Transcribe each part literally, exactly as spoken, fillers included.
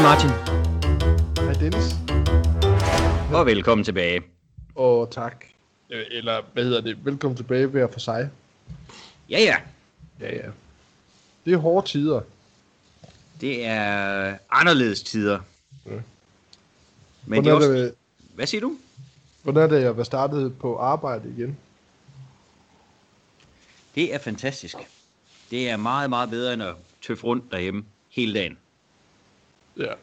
Martin. Hej Dennis. Og velkommen tilbage. Og tak. Eller hvad hedder det? Velkommen tilbage hver for sig. Ja, ja. Ja, ja. Det er hårde tider. Det er anderledes tider. Ja. Men hvordan det er også... er det, hvad siger du? Hvordan er det at være startet på arbejde igen? Det er fantastisk. Det er meget, meget bedre end at tøffe rundt derhjemme hele dagen. Ja.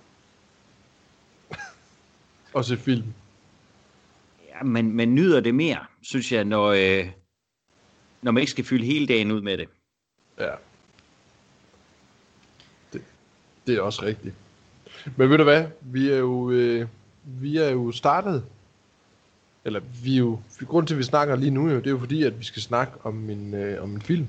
Og se film. Ja, men man nyder det mere, synes jeg, når, øh, når man ikke skal fylde hele dagen ud med det. Ja. Det, det er også rigtigt. Men ved du hvad? Vi er jo, øh, vi er jo startet. Eller vi er jo... Grunden til, at vi snakker lige nu, jo, det er jo fordi, at vi skal snakke om en, øh, om en film.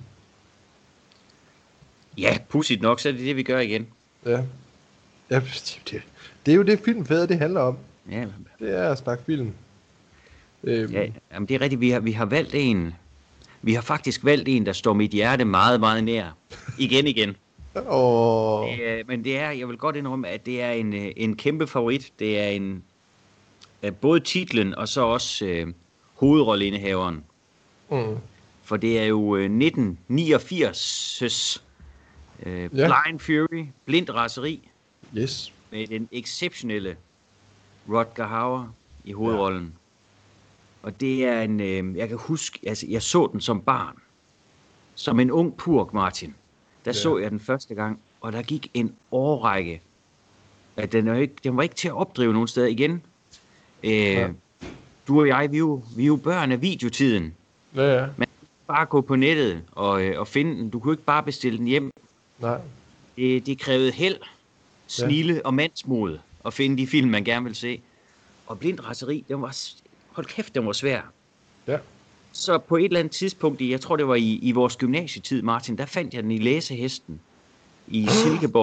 Ja, pudsigt nok, så er det det, vi gør igen. Ja. Ja, det, det er jo det, filmfædre det handler om. Ja. Det er at snakke film. Øhm. Ja, jamen det er rigtigt. Vi har, vi har valgt en... Vi har faktisk valgt en, der står mit hjerte meget, meget nær. Igen, igen. Oh. Øh, men det er, jeg vil godt indrømme, at det er en, en kæmpe favorit. Det er en... Både titlen og så også øh, hovedrolleindehaveren. Mm. For det er jo øh, nitten niogfirs' øh, yeah. Blind Fury, Blindt raseri. Yes. Med den exceptionelle Rutger Hauer i hovedrollen. Ja. Og det er en, øh, jeg kan huske, altså jeg så den som barn. Som en ung purk, Martin. Der ja. så jeg den første gang, og der gik en årrække. At den, er ikke, den var ikke til at opdrive nogen steder igen. Øh, ja. Du og jeg, vi er, jo, vi er jo børn af videotiden. Ja, ja. Man kan bare gå på nettet og, øh, og finde den. Du kunne ikke bare bestille den hjem. Nej. Det, det krævede held, snilde ja. og mandsmod at finde de film, man gerne vil se. Og Blindt raseri, den var, hold kæft, den var svær. Ja. Så på et eller andet tidspunkt, jeg tror det var i, i vores gymnasietid, Martin, der fandt jeg den i læsehesten i Silkeborg.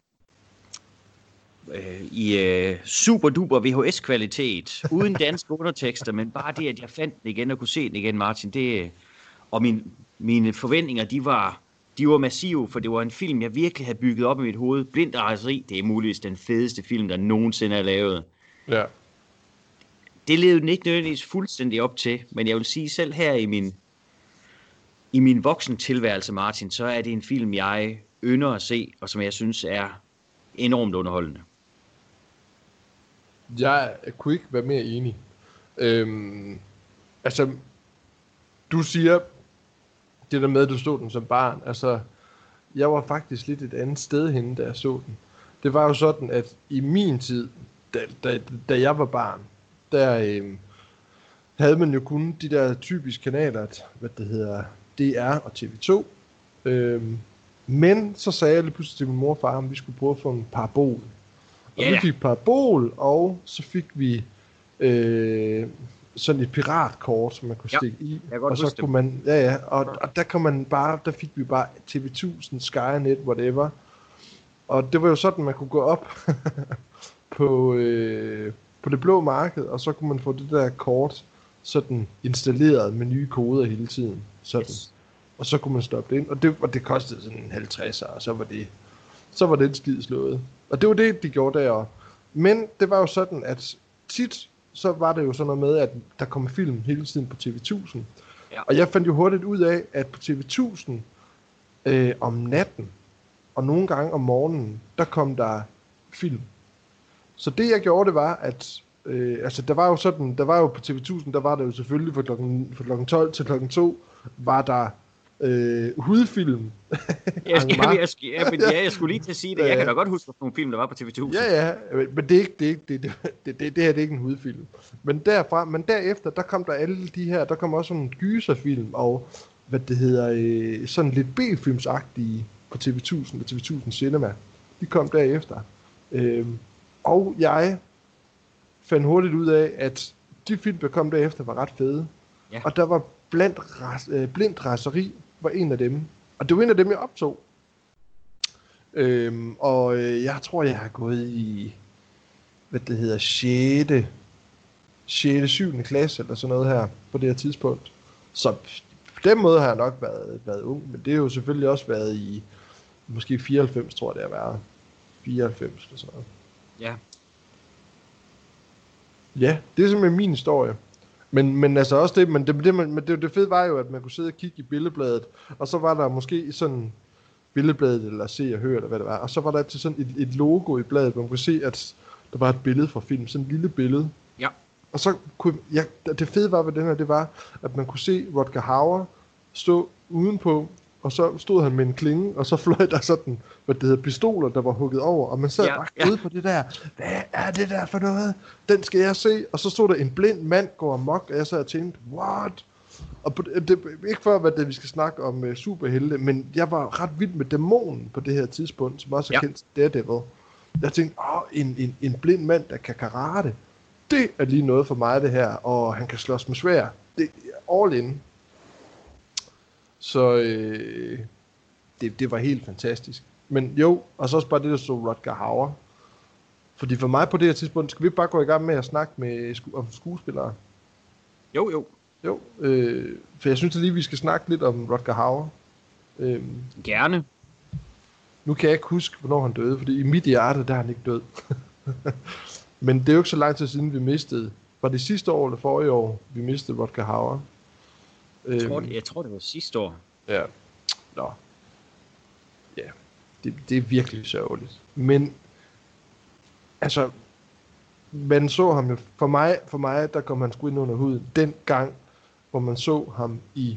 Øh, I øh, super duper V H S-kvalitet, uden danske undertekster, men bare det, at jeg fandt den igen og kunne se den igen, Martin, det... Og min, mine forventninger, de var... De var massive, for det var en film, jeg virkelig havde bygget op i mit hoved. Blindt raseri, det er muligvis den fedeste film, der nogensinde er lavet. Ja. Det levede den ikke nødvendigvis fuldstændig op til, men jeg vil sige, selv her i min, i min voksentilværelse, Martin, så er det en film, jeg ynder at se, og som jeg synes er enormt underholdende. Jeg kunne ikke være mere enig. Øhm, altså, du siger... Det der med, at du så den som barn, altså, jeg var faktisk lidt et andet sted henne, da jeg så den. Det var jo sådan, at i min tid, da, da, da jeg var barn, der øh, havde man jo kun de der typiske kanaler, hvad det hedder, D R og T V to. Øh, men så sagde jeg lige pludselig til min mor og far, om vi skulle prøve at få en parabol. Og yeah. vi fik parabol, og så fik vi... Øh, sådan et piratkort, som man kunne stikke ja, i, og så kunne man, ja ja, og, og der kom man bare, der fik vi bare T V tusind, Skynet, whatever, og det var jo sådan, man kunne gå op på, øh, på det blå marked, og så kunne man få det der kort sådan installeret med nye koder hele tiden, sådan, yes. Og så kunne man stoppe det ind, og det, og det kostede sådan en halvtredser, og så var det, så var det en skid slået, og det var det, de gjorde der, men det var jo sådan, at tit, så var det jo sådan noget med, at der kom film hele tiden på T V tusind. Ja. Og jeg fandt jo hurtigt ud af, at på T V tusind øh, om natten, og nogle gange om morgenen, der kom der film. Så det jeg gjorde, det var, at øh, altså der var jo sådan, der var jo på T V tusind, der var der jo selvfølgelig fra klokken, fra klokken tolv til klokken to, var der øh, hudfilm. jeg, skal, jeg, skal, jeg, men, ja, jeg skulle lige til at sige det. Jeg kan da godt huske nogle film, der var på T V tusind. Ja, ja, men det er ikke det, er ikke, det, det, det, det, det her det er ikke en hudfilm. Men derfra, men derefter, der kom der alle de her, der kom også sådan en gyserfilm og hvad det hedder, øh, sådan lidt B-filmsagtige på T V tusind og T V tusind Cinema. De kom derefter. Øh, og jeg fandt hurtigt ud af, at de film, der kom derefter, var ret fede. Ja. Og der var blandt ras, øh, Blindt raseri var en af dem. Og det var en af dem, jeg optog. Øhm, og øh, jeg tror, jeg har gået i, hvad det hedder, sjette sjette syvende klasse, eller sådan noget her, på det her tidspunkt. Så på den måde har jeg nok været, været ung, men det har jo selvfølgelig også været i, måske fireoghalvfems, tror jeg, det har været. fireoghalvfems eller sådan noget. Ja. Ja, det er simpelthen min historie. Men, men altså også det, men det, det, men det, det fede var jo, at man kunne sidde og kigge i billedbladet, og så var der måske sådan billedbladet, eller se og høre, eller hvad det var, og så var der altid sådan et, et logo i bladet, hvor man kunne se, at der var et billede fra film, sådan et lille billede. Ja. Og så kunne, ja, det fede var ved den her, det var, at man kunne se Rutger Hauer stå udenpå, og så stod han med en klinge, og så fløj der sådan, hvad det hedder, pistoler, der var hugget over, og man sad ja, bare ja. ude på det der, hvad er det der for noget? Den skal jeg se, og så stod der en blind mand gå amok, og jeg sad og tænkte, what? Og på, det, ikke for at det, vi skal snakke om uh, superhelte, men jeg var ret vild med dæmonen på det her tidspunkt, som også er ja. kendt Daredevil. Jeg tænkte, åh, en, en, en blind mand, der kan karate, det er lige noget for mig det her, og han kan slås med svær. Det er all in. Så øh, det, det var helt fantastisk. Men jo, og så også bare det, der så Rutger Hauer. Fordi for mig på det her tidspunkt, skal vi bare gå i gang med at snakke med sku- om skuespillere? Jo, jo. Jo, øh, for jeg synes lige, vi skal snakke lidt om Rutger Hauer. Øh, Gerne. Nu kan jeg ikke huske, hvornår han døde, fordi i mit hjerte, der er han ikke død. Men det er jo ikke så lang tid siden, vi mistede. Var det sidste år eller forrige år, vi mistede Rutger Hauer? Jeg tror, det, jeg tror, det var sidste år. Ja. Nå. Ja. Det, det er virkelig sørgeligt. Men, altså, man så ham jo, for mig, for mig, der kom han sgu ind under huden, den gang, hvor man så ham i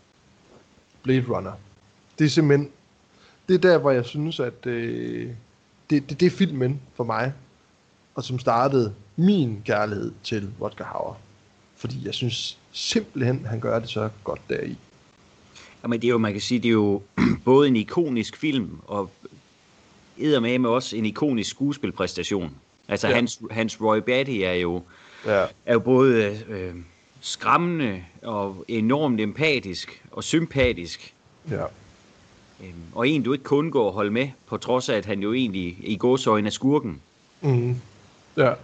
Blade Runner. Det er simpelthen, det er der, hvor jeg synes, at øh, det, det, det er filmen for mig, og som startede min kærlighed til Rutger Hauer. Fordi jeg synes simpelthen, han gør det så godt deri. Jamen det er jo, man kan sige, det er jo både en ikonisk film, og eddermame også en ikonisk skuespilpræstation. Altså ja. hans, hans Roy Batty er jo, ja. er jo både øh, skræmmende, og enormt empatisk, og sympatisk. Ja. Øhm, og en, du ikke kun går at holde med, på trods af, at han jo egentlig i gåseøjne er skurken. Mhm. Ja.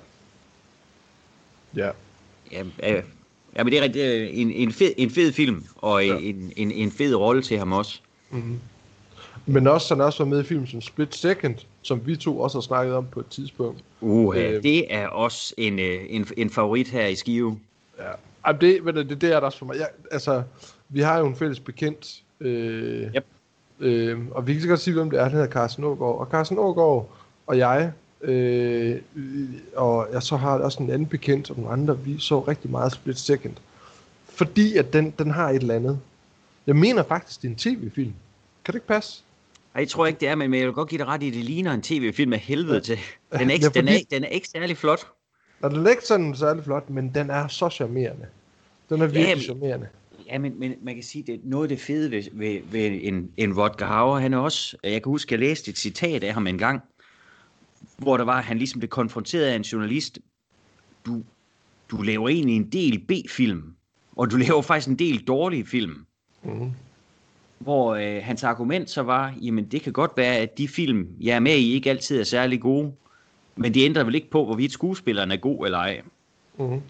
Ja. Ja, øh, ja, men det er rigtig, en, en, fed, en fed film, og ja. en, en, en fed rolle til ham også. Mm-hmm. Men også, han også var med i film som Split Second, som vi to også har snakket om på et tidspunkt. Uh, øh, det er også en, en, en favorit her i Skive. Ja, Jamen, det, det, det er der også for mig. Ja, altså, vi har jo en fælles bekendt, øh, yep. øh, og vi kan så godt sige, hvem det er, han hedder Carsten Aagaard. Og Carsten Aagaard og jeg, øh, og jeg så har også en anden bekendt, og nogle andre, vi så rigtig meget Split Second. Fordi at den, den har et eller andet. Jeg mener faktisk, det er en tv-film. Kan det ikke passe? Ej, jeg tror ikke, det er, men jeg vil godt give dig ret i, det ligner en tv-film af helvede til. Den er ikke, ja, fordi... den er, den er ikke særlig flot. Og den er ikke sådan særlig flot, men den er så charmerende. Den er virkelig ja, charmerende. Ja, men, men man kan sige, det er noget af det fede ved, ved, ved en, en Rutger Hauer. Han er også, jeg kan huske, jeg læste et citat af ham en gang, hvor der var, at han ligesom blev konfronteret af en journalist. Du, du laver egentlig en del B-film, og du laver faktisk en del dårlige film. Mm. Hvor øh, hans argument så var, jamen det kan godt være, at de film, jeg er med i, ikke altid er særlig gode, men det ændrer vel ikke på, hvorvidt skuespilleren er god eller ej. Mm.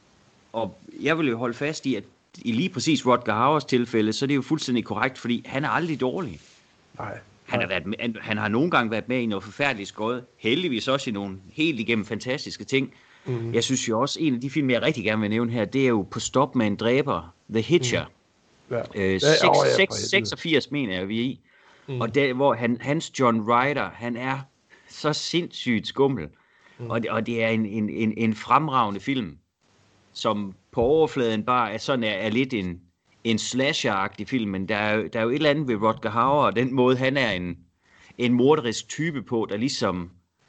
Og jeg vil jo holde fast i, at i lige præcis Rutger Hauers tilfælde, så er det jo fuldstændig korrekt, fordi han er aldrig dårlig. Nej. Han har, været med, han har nogle gange været med i noget forfærdeligt skød, heldigvis også i nogle helt igennem fantastiske ting. Mm. Jeg synes jo også, en af de film, jeg rigtig gerne vil nævne her, det er jo På stop med en dræber, The Hitcher. Mm. Ja. Øh, seksogfirs mener jeg, vi er i. Mm. Og der, hvor han, hans John Ryder, han er så sindssygt skummel. Mm. Og, det, og det er en, en, en, en fremragende film, som på overfladen bare er, sådan er, er lidt en, en slasher-agtig film, men der er, der er jo et eller andet ved Rutger Hauer, og den måde, han er en, en morderisk type på, der ligesom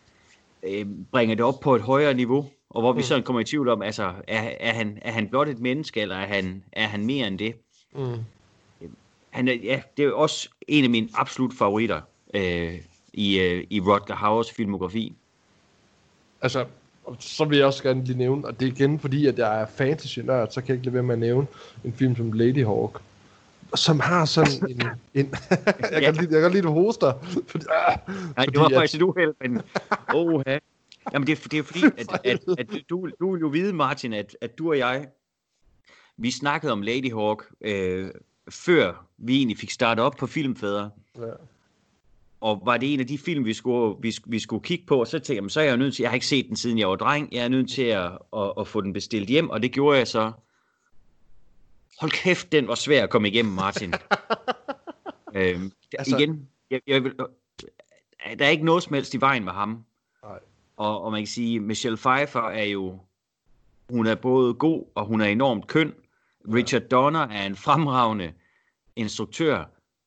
øh, bringer det op på et højere niveau, og hvor mm. vi sådan kommer i tvivl om, altså, er, er, han, er han blot et menneske, eller er han, er han mere end det? Mm. Han er, ja, det er også en af mine absolut favoritter øh, i, øh, i Rutger Hauers filmografi. Altså, så vil jeg også gerne lige nævne, og det er igen fordi, at jeg er fantasy-nørd, så kan jeg ikke lade være med at nævne en film som Lady Hawk, som har sådan en... en jeg, kan lide, jeg kan lide, du hoster. Fordi, ah, Nej, det var faktisk et uheld, men... Oh, ja. Jamen, det er, det er fordi, at, at, at du, du vil jo vide, Martin, at, at du og jeg, vi snakkede om Lady Hawk, øh, før vi egentlig fik startet op på Filmfædre. Ja. og var det en af de film, vi skulle, vi, vi skulle kigge på, og så tænkte jeg, så er jeg nødt til, jeg har ikke set den siden jeg var dreng, jeg er nødt til at, at, at få den bestilt hjem, og det gjorde jeg så. Hold kæft, den var svær at komme igennem, Martin. øhm, altså... Igen, jeg, jeg vil, der er ikke noget som helst i vejen med ham. Nej. Og, og man kan sige, Michelle Pfeiffer er jo, hun er både god, og hun er enormt køn. Ja. Richard Donner er en fremragende instruktør.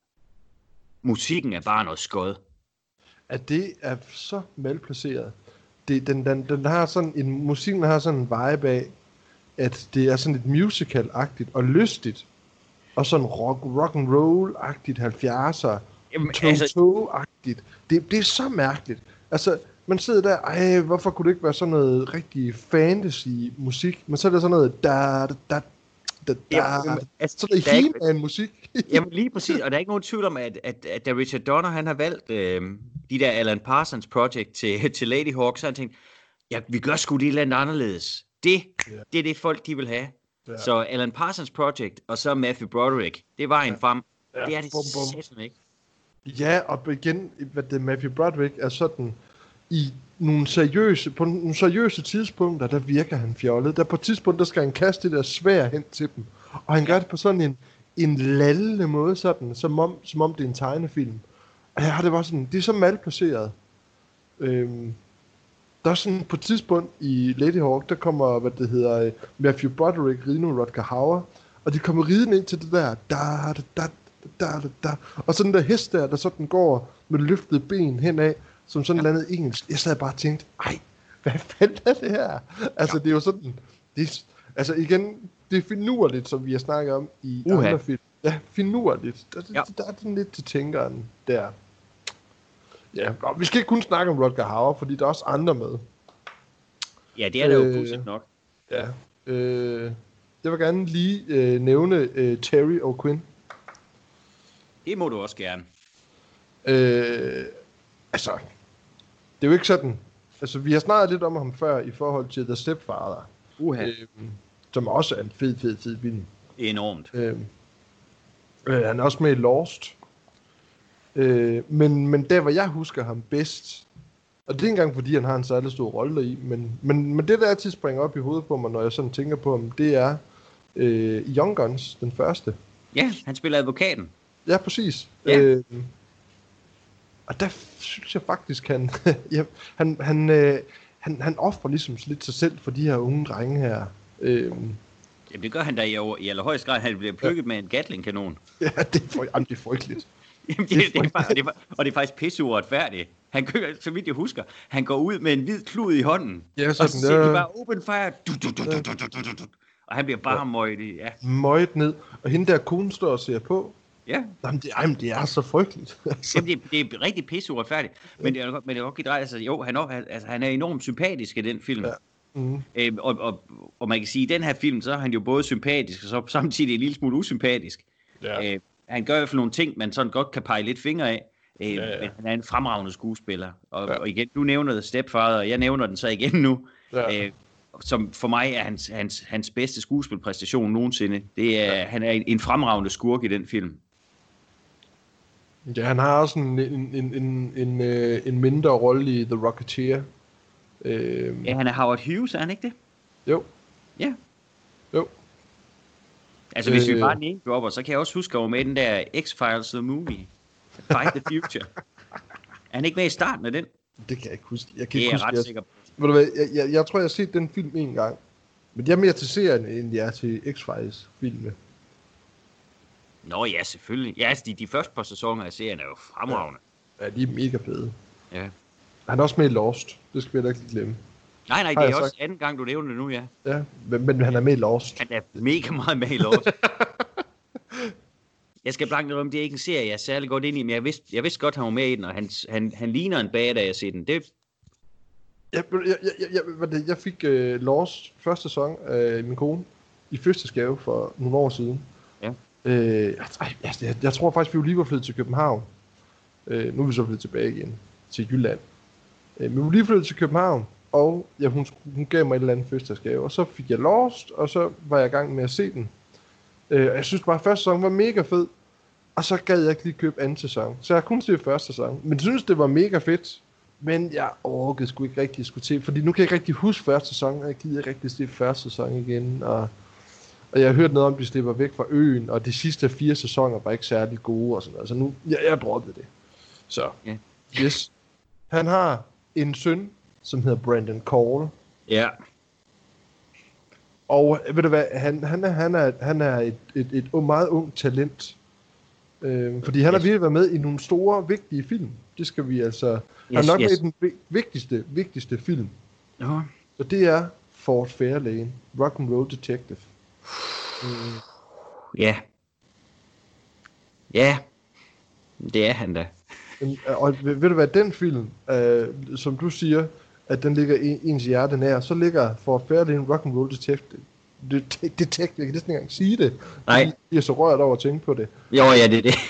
Musikken er bare noget skod. At det er så velplaceret. Det, den, den, den har sådan en, musikken har sådan en vibe af, at det er sådan et musical-agtigt og lystigt, og sådan rock, rock and roll-agtigt halvfjerdser, Toto-agtigt. Det, det er så mærkeligt. Altså, man sidder der, ej, hvorfor kunne det ikke være sådan noget rigtig fantasy-musik? Men så er det sådan noget, da, da, da, da, da, Jamen, altså, så er det He-Man-musik. Jamen lige præcis, og der er ikke nogen tvivl om, at, at, at da Richard Donner, han har valgt øh, de der Alan Parsons Project til, til Ladyhawke, så har han tænkt, ja, vi gør sgu det et eller andet anderledes. Det, yeah. det er det folk, de vil have. Yeah. Så Alan Parsons Project, og så Matthew Broderick, det var en yeah. frem. Yeah. Det er det sæt, ikke? Ja, og igen, hvad det Matthew Broderick er sådan, i nogle seriøse, på nogle seriøse tidspunkter, der virker han fjollet. Der på et tidspunkt, der skal han kaste det der svær hen til dem. Og han gør det på sådan en, en lallende måde, sådan, som om, som om det er en tegnefilm. Og jeg har det bare sådan, det er så malplaceret. Øhm, der er sådan på et tidspunkt i Ladyhawke, der kommer, hvad det hedder, Matthew Broderick ridende med Rutger Hauer, og de kommer ridende ind til det der, da, da, da, da, da, da, og sådan der hest der, der sådan går med løftede ben henad, som sådan ja. Noget engelsk. Jeg sad bare og tænkte, ej, hvad fanden er det her? Altså, ja. Det er jo sådan, det er, altså igen, det er finurligt, som vi har snakket om i uh-huh. andre film. Ja, finurligt. Der, ja. der er sådan lidt til tænkeren der. Ja, og vi skal ikke kun snakke om Rutger Hauer, fordi der er også andre med. Ja, det er det øh, jo pudsigt nok. Ja. Øh, jeg vil gerne lige øh, nævne øh, Terry O'Quinn. Det må du også gerne. Øh, altså, det er jo ikke sådan. Altså, vi har snakket lidt om ham før i forhold til The Stepfather. Uh-huh. Øh, som også er en fed, fed, fed film. Enormt. Øh, øh, han er også med i Lost. Øh, men, men der, hvor jeg husker ham bedst, og det er ikke engang fordi, han har en særlig stor rolle i, men, men, men det der altid springer op i hovedet på mig, når jeg sådan tænker på ham, det er øh, Young Guns, den første. Ja, han spiller advokaten. Ja, præcis. Ja. Øh, og der synes jeg faktisk, han, ja, han, han, øh, han, han offrer ligesom lidt sig selv for de her unge drenge her. Øh, Jamen det gør han da i, i allerhøjeste grad. Han bliver plukket ja. med en Gatling-kanon. Ja, det er, for, jamen, det er frygteligt. Jamen, det, det, det, er, det er, og det er faktisk pisseuretfærdigt. Han kører, så vidt jeg husker, han går ud med en hvid klud i hånden, ja, sådan, og så siger ja. de bare open fire, du, du, du, du, du, du, du. Og han bliver bare ja. møjt i, ja. Møjt ned, og hende der kone står og ser på. Ja. Jamen, det, jamen, det er så frygteligt. Jamen, det, det er rigtig pisseuretfærdigt, men det er, men det er også drejer sig, jo, han er, altså, han er enormt sympatisk i den film. Ja. Mm. Øhm, og, og, og man kan sige, at i den her film, så er han jo både sympatisk, og så samtidig en lille smule usympatisk. Ja. Øh, han gør i hvert fald nogle ting, man sådan godt kan pege lidt fingre af. Øh, ja, ja. Men han er en fremragende skuespiller. Og, ja. og igen, du nævner The Stepfather, og jeg nævner den så igen nu. Ja. Øh, som for mig er hans, hans, hans bedste skuespilpræstation nogensinde. Det er, ja. Han er en, en fremragende skurk i den film. Ja, han har også en, en, en, en, en, en mindre rolle i The Rocketeer. Øh, ja, han er Howard Hughes, er han ikke det? Jo. Ja. Jo. Altså, hvis øh, vi bare name dropper, så kan jeg også huske, at jeg var med i den der X-Files The Movie. Fight the Future. Er han ikke med i starten af den? Det kan jeg ikke huske. Jeg kan det ikke er huske, jeg ret jeg, sikker på. Ved du hvad, jeg, jeg, jeg tror, jeg har set den film en gang. Men jeg er mere til serien, end jeg er til X-Files-filmene. Nå ja, selvfølgelig. Ja, altså, de, de første par sæsoner af serien er jo fremragende. Ja, ja, de er mega fede. Ja. Han er også med i Lost. Det skal vi da ikke glemme. Nej, nej, det er også sagt. anden gang, du nævner det nu, ja. Ja, men, men han er med i Lost. Han er mega meget med i Lost. Jeg skal blankt om, det er ikke en serie, jeg er særlig godt ind i, men jeg vidste, jeg vidste godt, han var med i den, og han, han, han ligner en bag, da jeg ser den. Det... Jeg, jeg, jeg, jeg, jeg fik uh, Lost første sæson af min kone i fødselsdagsgave for nogle år siden. Ja. Uh, jeg, jeg, jeg tror faktisk, vi jo lige var flyttet til København. Uh, nu er vi så flyttet tilbage igen til Jylland. Uh, men vi var lige flyttet til København, og ja, hun, hun gav mig et eller andet fødselsdagsgave, og så fik jeg Lost, og så var jeg i gang med at se den. Uh, jeg synes bare, at første sæson var mega fed. Og så gad jeg ikke lige købe anden sæson. Så jeg kunne se første sæson. Men jeg synes, det var mega fedt. Men jeg orkede sgu ikke rigtig skulle til. Fordi nu kan jeg ikke rigtig huske første sæson. Og jeg gider ikke rigtig se første sæson igen. Og, og jeg har hørt noget om, at de slipper væk fra øen. Og de sidste fire sæsoner var ikke særlig gode. Og sådan noget. Så nu, jeg, jeg droppede det. Så, Ja. yes. Han har en søn, som hedder Brandon Cole. Ja. Og ved du hvad, han, han er, han er, han er et, et, et meget ung talent. Øh, fordi han har virkelig været med i nogle store, vigtige film. Det skal vi altså... Yes, han er nok yes. med i den vi- vigtigste, vigtigste film. Ja. Så det er Fort Fairlane, Rock'n'Roll Detective. Mm. Ja. Ja. Det er han da. Men, og ved, ved du hvad, den film, øh, som du siger, at den ligger i ens hjerte nær, så ligger Fort Fairlane, Rock'n'Roll Detective. Det, detective, jeg kan næsten ikke engang sige det. Nej. Fordi jeg er så rørt over at tænke på det. Jo, ja, det er det.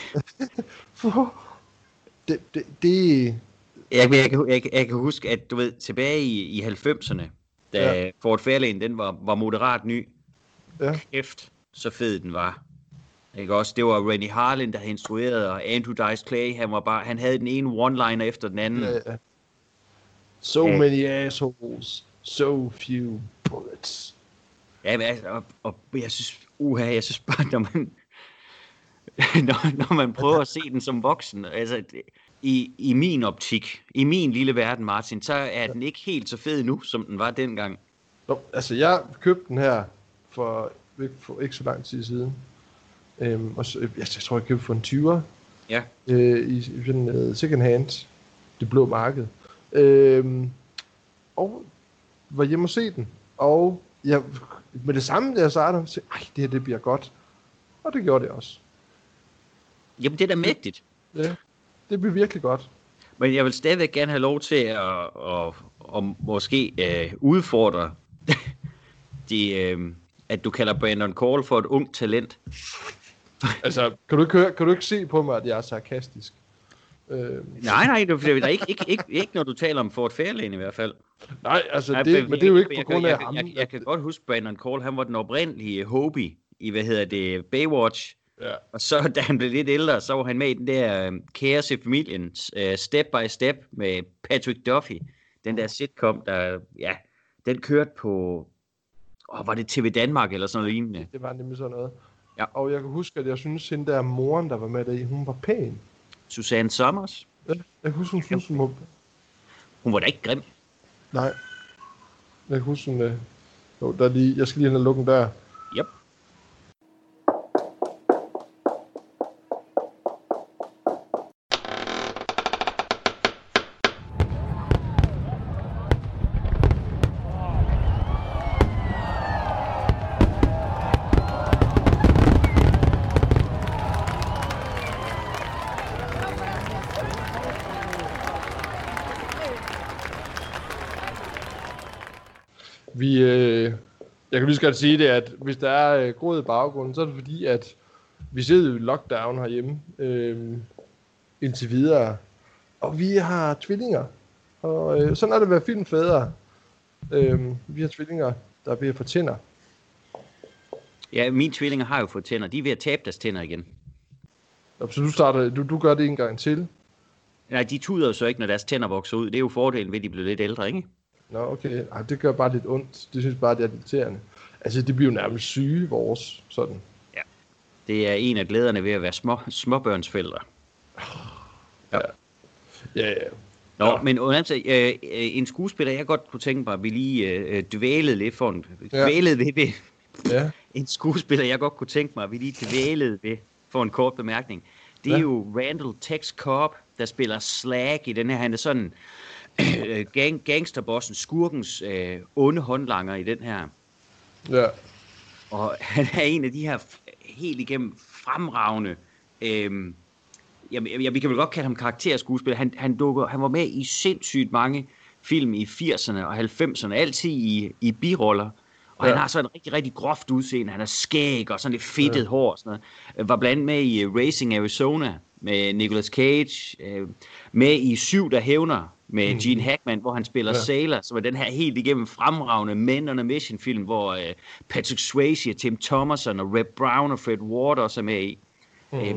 det, det, det Jeg, jeg, kan, jeg, jeg kan huske, at du ved, tilbage i, i halvfemserne, da ja. Fort Fairlane, den var, var moderat ny. Ja. Kæft, så fed den var. Ikke også? Det var Rennie Harlin, der havde instrueret, og Andrew Dice Clay, han var bare, han havde den ene one-liner efter den anden. Ja, ja. So Ja. many assholes, so few bullets. Ja, men altså, og, og jeg synes, uha, jeg synes bare, når man, når, når man prøver at se den som voksen, altså, det, i, i min optik, i min lille verden, Martin, så er den ikke helt så fed nu, som den var dengang. Nå, altså, jeg købte den her for, for ikke så lang tid siden. Øhm, og så, jeg, jeg tror, jeg købte for en tyver. Ja. Øh, I, i den uh, second hand. Det blå marked. Øhm, og var hjemme og se den. Og jeg, med det samme, da jeg startede, så ej, det her, det bliver godt. Og det gjorde det også. Jamen, det er da mægtigt. Ja, det bliver virkelig godt. Men jeg vil stadigvæk gerne have lov til at, at, at, at måske uh, udfordre, de, uh, at du kalder Brandon Cole for et ungt talent. Altså, kan du ikke, høre, kan du ikke se på mig, at jeg er sarkastisk? Øh, Nej, nej, det er ikke, ikke, ikke, ikke når du taler om Fort Fairlane i hvert fald. nej, altså, Nej, det, jeg- men det er jo ikke jeg- på grund jeg, af jeg, ham. Jeg, jeg, jeg kan godt huske Brandon Cole, han var den oprindelige Hobie i, hvad hedder det, Baywatch. Ja. Og så, da han blev lidt ældre, så var han med i den der um, Chaos i familien, uh, Step by Step med Patrick Duffy. Den der sitcom, der, ja, den kørte på, åh, var det T V Danmark eller sådan noget lignende? Det var nemlig sådan noget. Ja. Og jeg kan huske, at jeg synes, at den der moren, der var med der, hun var pæn. Susanne Summers, Ja, jeg kan huske, hun synes, hun var... hun var da ikke grim. Nej. Jeg kan huske, hun... øh, Jo, der er lige... Jeg skal lige hen og lukke den der. Yep. Vi... Øh... Jeg kan lige så godt sige det, at hvis der er øh, gråd i baggrunden, så er det fordi, at vi sidder jo i lockdown herhjemme. Øh... Indtil videre. Og vi har tvillinger. Og øh, sådan er det at være filmfædre. Øh... Vi har tvillinger, der er ved at få tænder. Ja, mine tvillinger har jo fået tænder. De er ved at tabe deres tænder igen. Så du, starter, du, du gør det en gang til. Nej, de tuder jo så ikke, når deres tænder vokser ud. Det er jo fordelen ved, at de bliver lidt ældre, ikke? Nå, okay. Ej, det gør bare lidt ondt. Det synes bare, det er irriterende. Altså, det bliver jo nærmest syge, vores, sådan. Det er en af glæderne ved at være små, småbørnsforældre. Ja, ja. Nå, Ja. men altså, øh, øh, en skuespiller, jeg godt kunne tænke mig, at vi lige øh, dvælede lidt for en... Ja. Dvælede ved, ved. Ja, En skuespiller, jeg godt kunne tænke mig, at vi lige dvælede ved for en kort bemærkning. Det er Ja. jo Randall Tex Cobb, der spiller Slag i den her. Han er sådan øh, gang, gangsterbossen, skurkens øh, onde håndlanger i den her. ja. Og han er en af de her f- helt igennem fremragende, øhm, jamen, jeg, vi kan vel godt kalde ham karakterskuespiller. Han, han, dukker, han var med i sindssygt mange film i firserne og halvfemserne, altid i, i biroller. Og ja. Ja. Han har sådan en rigtig, rigtig groft udseende. Han har skæg og sådan lidt fedtet Ja. hår og sådan noget. Var blandt andet med i uh, Racing Arizona med Nicolas Cage. Øh, med i Syv, der hævner med Mhm. Gene Hackman, hvor han spiller Ja. Sailor, som er den her helt igennem fremragende Men on a Mission film, hvor øh, Patrick Swayze, Tim Thomerson og Reb Brown og Fred Ward også er med i. Mhm. Øhm,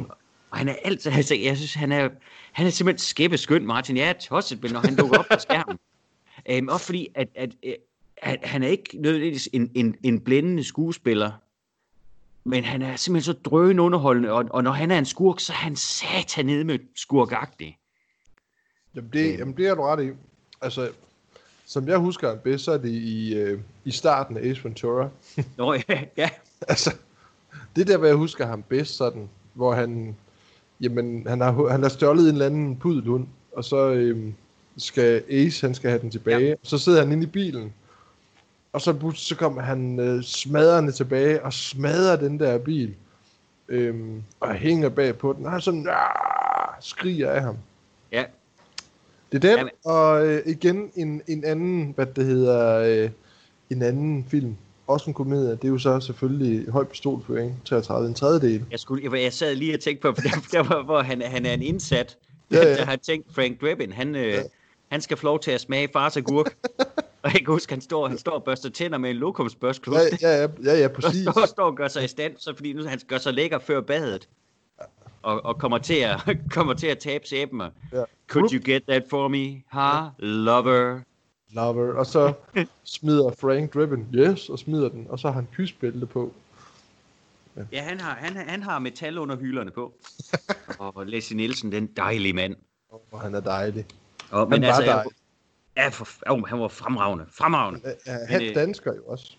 Og han er altid, altså, jeg synes, han er, han er simpelthen skæbbeskøn, Martin. Jeg er tosset, men når han dukker op på skærmen. Øhm, også fordi, at, at, at han er ikke nødvendigvis en, en, en blændende skuespiller, men han er simpelthen så drøn underholdende, og, og når han er en skurk, så er han satan nede med skurkagtig. Jamen det, jamen det er du ret i. Altså, som jeg husker ham bedst, så er det i, øh, i starten af Ace Ventura. Nå ja, ja. Altså, det der, hvor jeg husker ham bedst, sådan, hvor han, jamen, han har, han har stjålet en eller anden pudelhund, og så øh, skal Ace, han skal have den tilbage, ja. Og så sidder han inde i bilen, og så, så kommer han øh, smadrende tilbage, og smadrer den der bil, øh, og hænger bag på den, og han sådan, skriger af ham. Ja. Det er den, Jamen. og øh, igen en, en anden, hvad det hedder, øh, en anden film, også en komedie, det er jo så selvfølgelig Høj Pistolføring, treogtredive, en tredjedel. Jeg, skulle, jeg, jeg sad lige og tænkte på, for der, der hvor, hvor han, han er en indsat, ja, ja. Der har tænkt, Frank Drebin, han, øh, ja. han skal få lov til at smage fars agurk. Og jeg kan huske, han står, han står og børster tænder med en lokumsbørstklud. Ja, ja, ja, ja, ja, præcis. Og står, står og gør sig i stand, så fordi nu han gør sig lækker før badet. Og, og kommer, til at, kommer til at tabe sæben. Ja. Could you get that for me, ha, lover? Lover. Og så smider Frank Drebin, yes, og smider den. Og så har han kysbælte på. Ja, ja han, har, han, han har metal under hylderne på. Og Leslie Nielsen, den dejlige mand. Og han er dejlig. Og, men han altså, var dejlig. Ja, for, oh, han var fremragende. Fremragende. Ja, han er dansker jo også.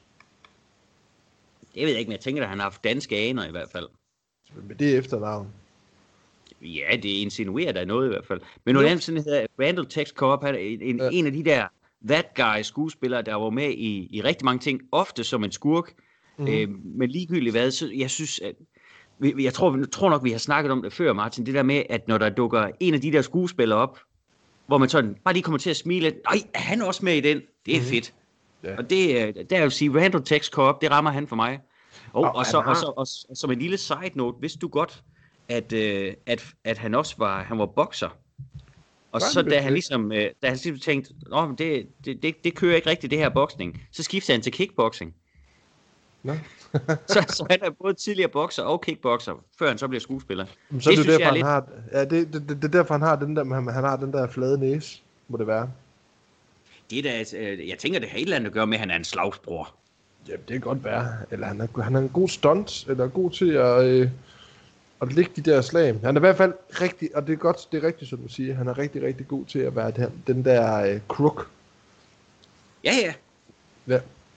Jeg ved ikke, men jeg tænker, at han har haft danske aner i hvert fald. Men det er efternavn. Ja, det insinuerer der noget i hvert fald. Men noget andet sådan hedder Randall Tex Cobb, han er en, ja. en af de der that guy skuespillere, der var med i, i rigtig mange ting, ofte som en skurk. Mm. Øh, men ligegyldigt hvad, så jeg synes, at jeg tror, jeg tror nok, vi har snakket om det før, Martin, det der med, at når der dukker en af de der skuespillere op, hvor man sådan bare lige kommer til at smile, ej, er han også med i den? Det er mm. fedt. Yeah. Og det, der er jo at sige, Randall Tex Cobb, det rammer han for mig. Og, oh, og, så, har... og, så, og, så, og som en lille side note, vidste du godt, at, øh, at, at han også var, han var bokser. Og Hvad så da han ligesom, øh, da han ligesom tænkte, Nå, det, det, det, det kører ikke rigtigt, det her boksning, så skiftede han til kickboxing. No. så, så han er både tidligere bokser og kickboxer, før han så bliver skuespiller. Men så det, det, derfor, han lidt... har, ja, det, det, det, det er derfor, han har den der, han, han har den der flade næse, må det være. Det er da, øh, jeg tænker, det har et eller andet at gøre med, at han er en slagsbror. Ja, det kan godt være. Eller han er, han er en god stunt, eller god til at, øh, at lægge de der slag. Han er i hvert fald rigtig, og det er godt, det er rigtigt, som du siger, han er rigtig, rigtig god til at være den, den der øh, crook. Ja, ja. Ja.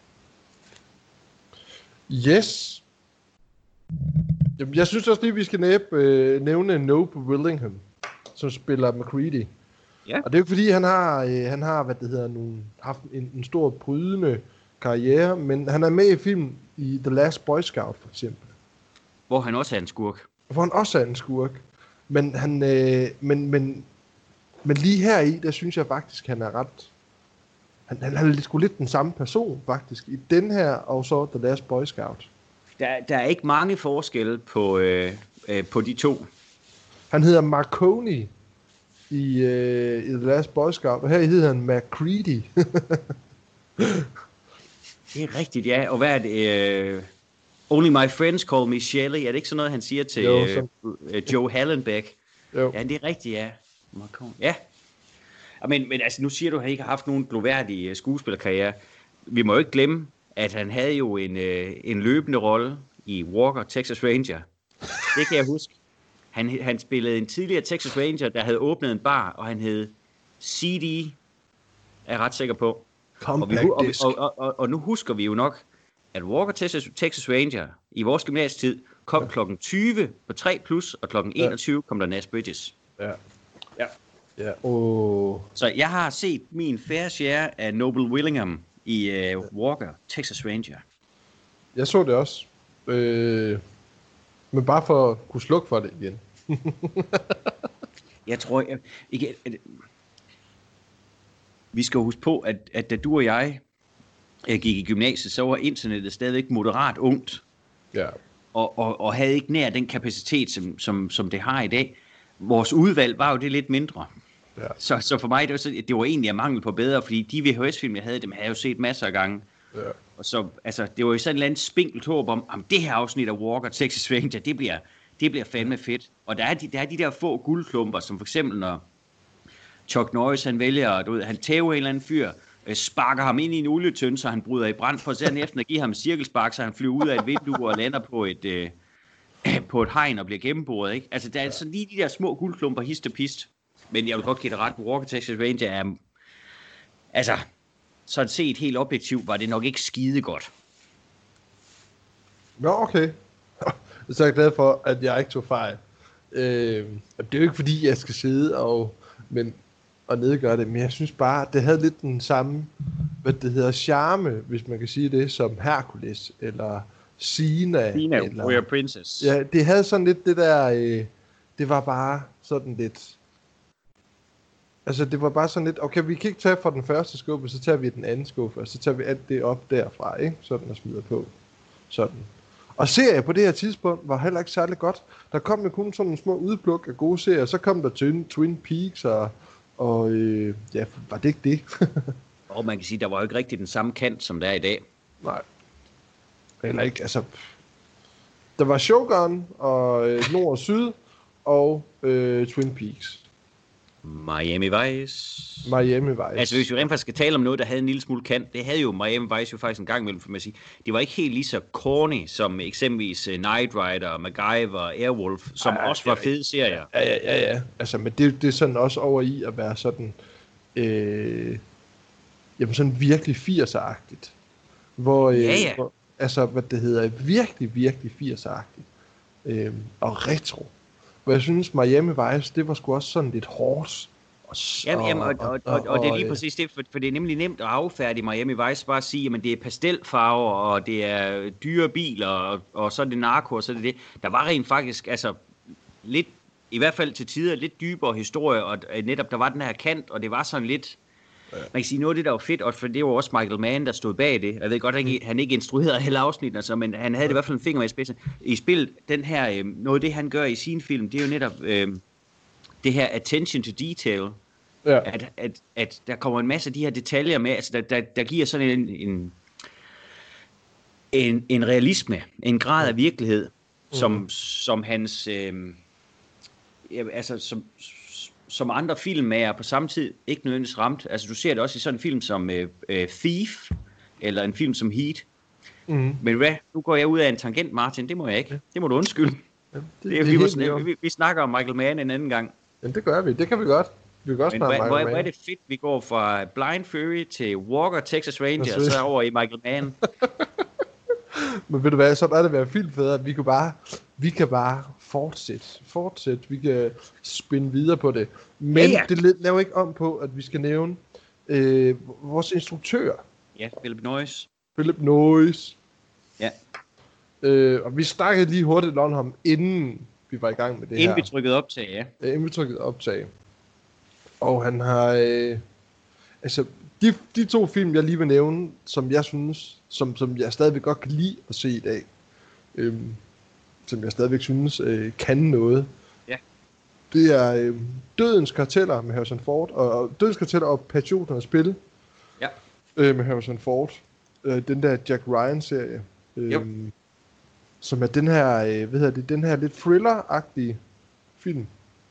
Yes. Jamen, jeg synes også lige, vi skal næb, øh, nævne Nope Willingham, som spiller MacReady. Ja. Og det er jo fordi, han har, øh, han har hvad det hedder, nogle, haft en, en stor brydende karriere, men han er med i film i The Last Boy Scout, for eksempel. Hvor han også er en skurk. Hvor han også er en skurk. Men, han, øh, men, men, men lige her i, der synes jeg faktisk, han er ret... Han, han, han er sgu lidt den samme person, faktisk, i den her, og så The Last Boy Scout. Der, der er ikke mange forskelle på, øh, øh, på de to. Han hedder Marconi i, øh, i The Last Boy Scout, og her hedder han MacReady. Det er rigtigt, ja. Og hvad er det? Uh, Only my friends call me Shelley. Er det ikke sådan noget, han siger til jo, som... uh, Joe Hallenbeck? Jo. Ja, det er rigtigt, ja. Ja. Men, men altså, nu siger du, at han ikke har haft nogen gloværdig uh, skuespillerkarriere. Vi må jo ikke glemme, at han havde jo en, uh, en løbende rolle i Walker, Texas Ranger. Det kan jeg huske. Han, han spillede en tidligere Texas Ranger, der havde åbnet en bar, og han hed C D, er jeg ret sikker på. Og, vi, og, og, og, og, og nu husker vi jo nok, at Walker Texas, Texas Ranger i vores gymnasietid kom ja. klokken tyve på tre plus, og klokken ja. enogtyve kom der Nash Bridges. Ja. Ja. Ja. Oh. Så jeg har set min fair share af Noble Willingham i uh, ja. Walker Texas Ranger. Jeg så det også. Øh, men bare for at kunne slukke for det igen. Jeg tror, jeg, ikke, at, vi skal huske på, at, at da du og jeg, jeg gik i gymnasiet, så var internettet stadigvæk moderat ungt. Ja. Og, og, og havde ikke nær den kapacitet, som, som, som det har i dag. Vores udvalg var jo det lidt mindre. Ja. Så, så for mig, det var, så, det var egentlig en mangel på bedre, fordi de V H S-film, jeg havde, dem havde jeg jo set masser af gange. Ja. Og så, altså, det var jo sådan et eller andet spinkelt håb om, om det her afsnit af Walker Texas Ranger, det bliver, Det bliver fandme fedt. Og der er de der, er de der få guldklumper, som for eksempel når Chuck Norris, han vælger, du ved, han tæver en eller anden fyr, øh, sparker ham ind i en olietønde, så han bryder i brand, for så efter at give ham en cirkelspark, så han flyver ud af et vindue og lander på et, øh, på et hegn og bliver gennemboret, ikke? Altså, der er så lige de der små guldklumper, hist og pist. Men jeg vil godt give dig ret, Walker Texas Ranger er, altså, sådan set helt objektivt, var det nok ikke skide godt. Nå, okay. Så er jeg glad for, at jeg ikke tog fejl. Øh, det er jo ikke fordi, jeg skal sidde og, men, og nedgøre det, men jeg synes bare, det havde lidt den samme, hvad det hedder, charme, hvis man kan sige det, som Hercules, eller Sina. Sina, eller, Warrior Princess. Ja, det havde sådan lidt det der, øh, det var bare sådan lidt, altså det var bare sådan lidt, okay, vi kan ikke tage fra den første skuffe, så tager vi den anden skuffe, og så tager vi alt det op derfra, ikke? Sådan og smider på. Sådan. Og serier på det her tidspunkt var heller ikke særlig godt. Der kom jo kun sådan nogle små udpluk af gode serier. Så kom der Twin, Twin Peaks, og, og øh, ja, var det ikke det? Og man kan sige, der var jo ikke rigtig den samme kant, som der er i dag. Nej. Eller ikke, altså... Der var Shogun, og øh, Nord og Syd, og øh, Twin Peaks. Miami Vice. Miami Vice. Altså hvis vi rent faktisk skal tale om noget, der havde en lille smule kant, det havde jo Miami Vice jo faktisk en gang imellem, for man sige. Det var ikke helt lige så corny som eksempelvis uh, Knight Rider, MacGyver, Airwolf, som ja, også var fede serier. Ja, ja, ja, ja. Altså, men det, det er sådan også over i at være sådan, øh, jamen sådan virkelig firser-agtigt. Hvor, øh, ja, ja. Hvor, altså, hvad det hedder, virkelig, virkelig firser-agtigt. Øh, og retro. Hvor jeg synes, Miami Vice, det var sgu også sådan lidt hårdt. Og, jamen, jamen, og, og, og, og, og det er lige præcis det, for, for det er nemlig nemt at affærdige Miami Vice, bare at sige, at det er pastelfarver, og det er dyre biler, og, og så er det narko, og så er det det. Der var rent faktisk, altså, lidt, i hvert fald til tider, lidt dybere historie, og netop der var den her kant, og det var sådan lidt, ja. Man kan sige, noget af det, der var fedt, og for det var også Michael Mann, der stod bag det. Jeg ved godt, at han ikke instruerede hele afsnitten, altså, men han havde det i hvert fald en finger med i spidsen. I spillet, den her, øh, noget af det, han gør i sin film, det er jo netop øh, det her attention to detail. Ja. At, at, at der kommer en masse af de her detaljer med, altså der, der, der giver sådan en, en, en, en realisme, en grad af virkelighed, mm. som, som hans, øh, ja, altså som, som andre film er på samme tid ikke nødvendigvis ramt. Altså du ser det også i sådan en film som øh, øh, Thief, eller en film som Heat. Mm. Men hvad, nu går jeg ud af en tangent, Martin, det må jeg ikke. Det må du undskylde. Ja, det, det, det, vi, må, vi, vi snakker om Michael Mann en anden gang. Ja, det gør vi, det kan vi godt. Vi kan godt Men snakke hvor, hvor er det fedt, vi går fra Blind Fury til Walker Texas Ranger, og så over i Michael Mann. Men ved du hvad, så er det været filmfædre, at vi kan bare, vi kan bare fortsætte, fortsætte, vi kan spænde videre på det. Men ja, ja. Det laver ikke om på, at vi skal nævne øh, vores instruktør. Ja, Philip Noyce. Philip Noyce. Ja. Øh, og vi snakkede lige hurtigt om ham, inden vi var i gang med det inden her. Inden vi trykkede optag, ja. Ja, inden vi trykkede optag. Og han har, øh, altså, de, de to film, jeg lige vil nævne, som jeg synes, som, som jeg stadigvæk godt kan lide at se i dag, øh, som jeg stadigvæk synes øh, kan noget, ja. Det er øh, Dødens Karteller med Harrison Ford, og, og Dødens Karteller og Patrioternes Spil, ja. øh, med Harrison Ford, øh, den der Jack Ryan-serie, øh, som er den her, øh, hvad hedder det, den her lidt thriller-agtige film,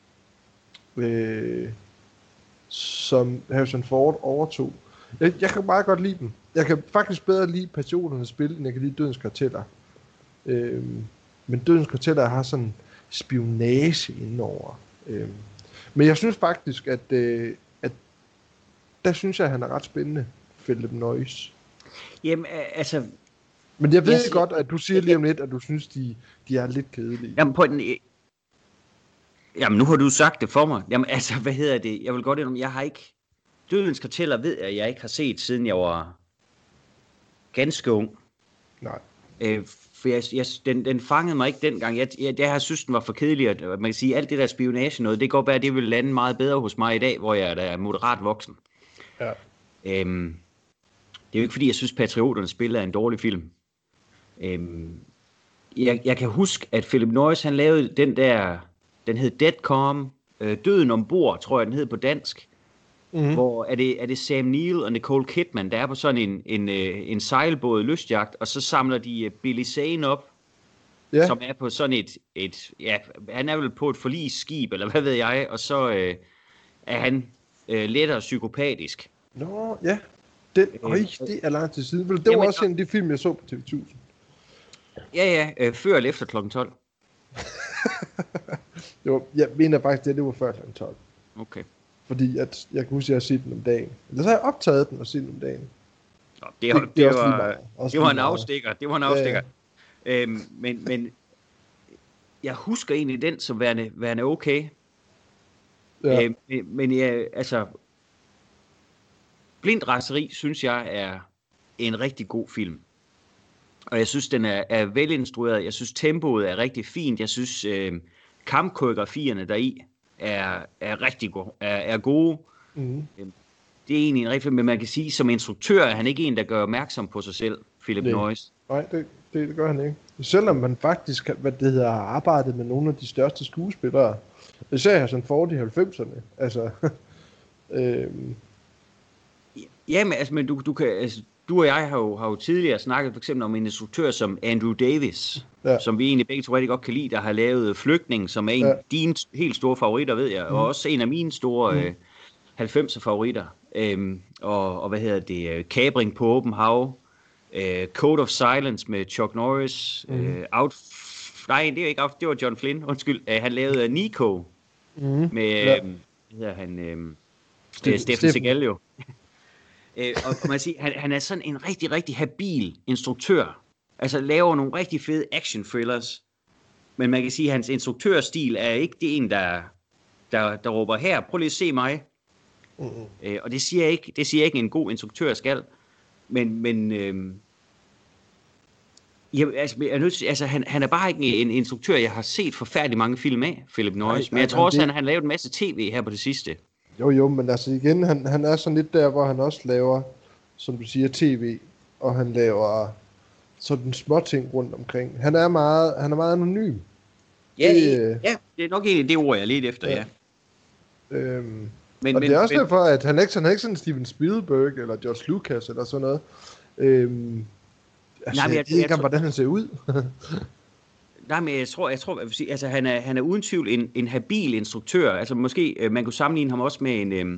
øh, som Harrison Ford overtog. Jeg, jeg kan meget godt lide dem. Jeg kan faktisk bedre lide Patrioternes Spil, end jeg kan lide Dødens Karteller. Øhm, men Dødens Karteller har sådan spionage indenover. Øhm, men jeg synes faktisk, at, øh, at der synes jeg, at han er ret spændende, Philip Noyce. Jamen, altså... Men jeg ved jeg, godt, at du siger lige om lidt, at du synes, de, de er lidt kedelige. Jamen, på den... Jamen, nu har du sagt det for mig. Jamen, altså, hvad hedder det? Jeg vil godt indrømme, jeg har ikke... Dødens Karteller ved jeg, jeg ikke har set, siden jeg var ganske ung. Nej. Øh, for jeg, jeg, den, den fangede mig ikke dengang. Jeg, jeg, jeg har synes, den var for kedelig, at man kan sige, alt det der spionage noget, det går bare, det vil lande meget bedre hos mig i dag, hvor jeg er moderat voksen. Ja. Øhm, det er jo ikke, fordi jeg synes, Patrioternes Spil er en dårlig film. Øhm, jeg, jeg kan huske, at Philip Noyce, han lavede den der... Den hed Dead Calm, øh, Døden ombord, tror jeg, den hed på dansk. Mm-hmm. Hvor er det, er det Sam Neill og Nicole Kidman, der er på sådan en, en, øh, en sejlbåd lystjagt, og så samler de øh, Billy Zane op. ja. som er på sådan et, et, ja, han er vel på et forlisskib, eller hvad ved jeg, og så øh, er han øh, lettere psykopatisk. Nå, ja. Den, øh, øj, det er lang tid siden. Det var jamen, også en af de film, jeg så på T V tusind. Ja, ja, øh, før eller efter klokken tolv. det var, jeg mener faktisk, det, det var før klokken tolv. Okay. Fordi at, jeg kan huske, at jeg har set den om dagen. Eller så har jeg optaget den og set den om dagen. Nå, det, det, det, det, var, var, det var en afstikker. Det var en afstikker. Ja, ja. Øhm, men, men jeg husker egentlig den som værende, værende okay. Ja. Øhm, men jeg, altså, Blindt raseri, synes jeg, er en rigtig god film. Og jeg synes, den er, er velinstrueret. Jeg synes, tempoet er rigtig fint. Jeg synes, øh, kampkoreografierne deri er, er rigtig gode. Er, er gode. Mm. Det er egentlig en rigtig film, men man kan sige, som instruktør er han ikke en, der gør opmærksom på sig selv, Philip Nej. Noyce. Nej, det, det, det gør han ikke. Selvom man faktisk hvad det hedder, har arbejdet med nogle af de største skuespillere. Især Harrison Ford i halvfemserne. Altså, øhm. Ja, men, altså, men du, du, kan, altså, du og jeg har jo, har jo tidligere snakket for eksempel om en instruktør som Andrew Davis, ja. som vi egentlig begge to rigtig godt kan lide, der har lavet Flygtning, som er en af ja. dine helt store favoritter, ved jeg, mm. og også en af mine store mm. øh, halvfemser favoritter. Øhm, og, og hvad hedder det? Kapring på åben hav, øh, Code of Silence med Chuck Norris, mm. øh, out, nej, det er ikke out, det var John Flynn, undskyld, øh, han lavede Nico mm. med, ja. øh, hvad hedder han, øh, Steffen, Steffen Seagal jo. øh, og, og man siger, han, han er sådan en rigtig, rigtig habil instruktør, altså laver nogle rigtig fede action thrillers, men man kan sige, at hans instruktørstil er ikke det en, der, der, der råber her, prøv lige at se mig. Mm-hmm. Øh, og det siger ikke, det siger ikke en god instruktør skal, men men øh, jeg, altså, jeg er nødt til, altså han, han er bare ikke en instruktør, jeg har set forfærdeligt mange film af, Philip Noyce, men jeg tror også, det... han han lavet en masse tv her på det sidste. Jo jo, men altså igen, han, han er sådan lidt der, hvor han også laver, som du siger, tv, og han laver sådan små ting rundt omkring. Han er meget, han er meget anonym. Ja, det, ja, det er nok egentlig det ord, jeg lidt efter, ja. ja. Øhm, men, og men, det er også men, derfor, at han ikke, han er ikke sådan Steven Spielberg eller George Lucas eller sådan noget. Øhm, altså, nej, men jeg, jeg ved ikke, hvordan han ser ud. Nej, men jeg tror, jeg tror, jeg vil sige, altså han er, han er uden tvivl en, en habil instruktør. Altså måske, man kunne sammenligne ham også med en, øhm,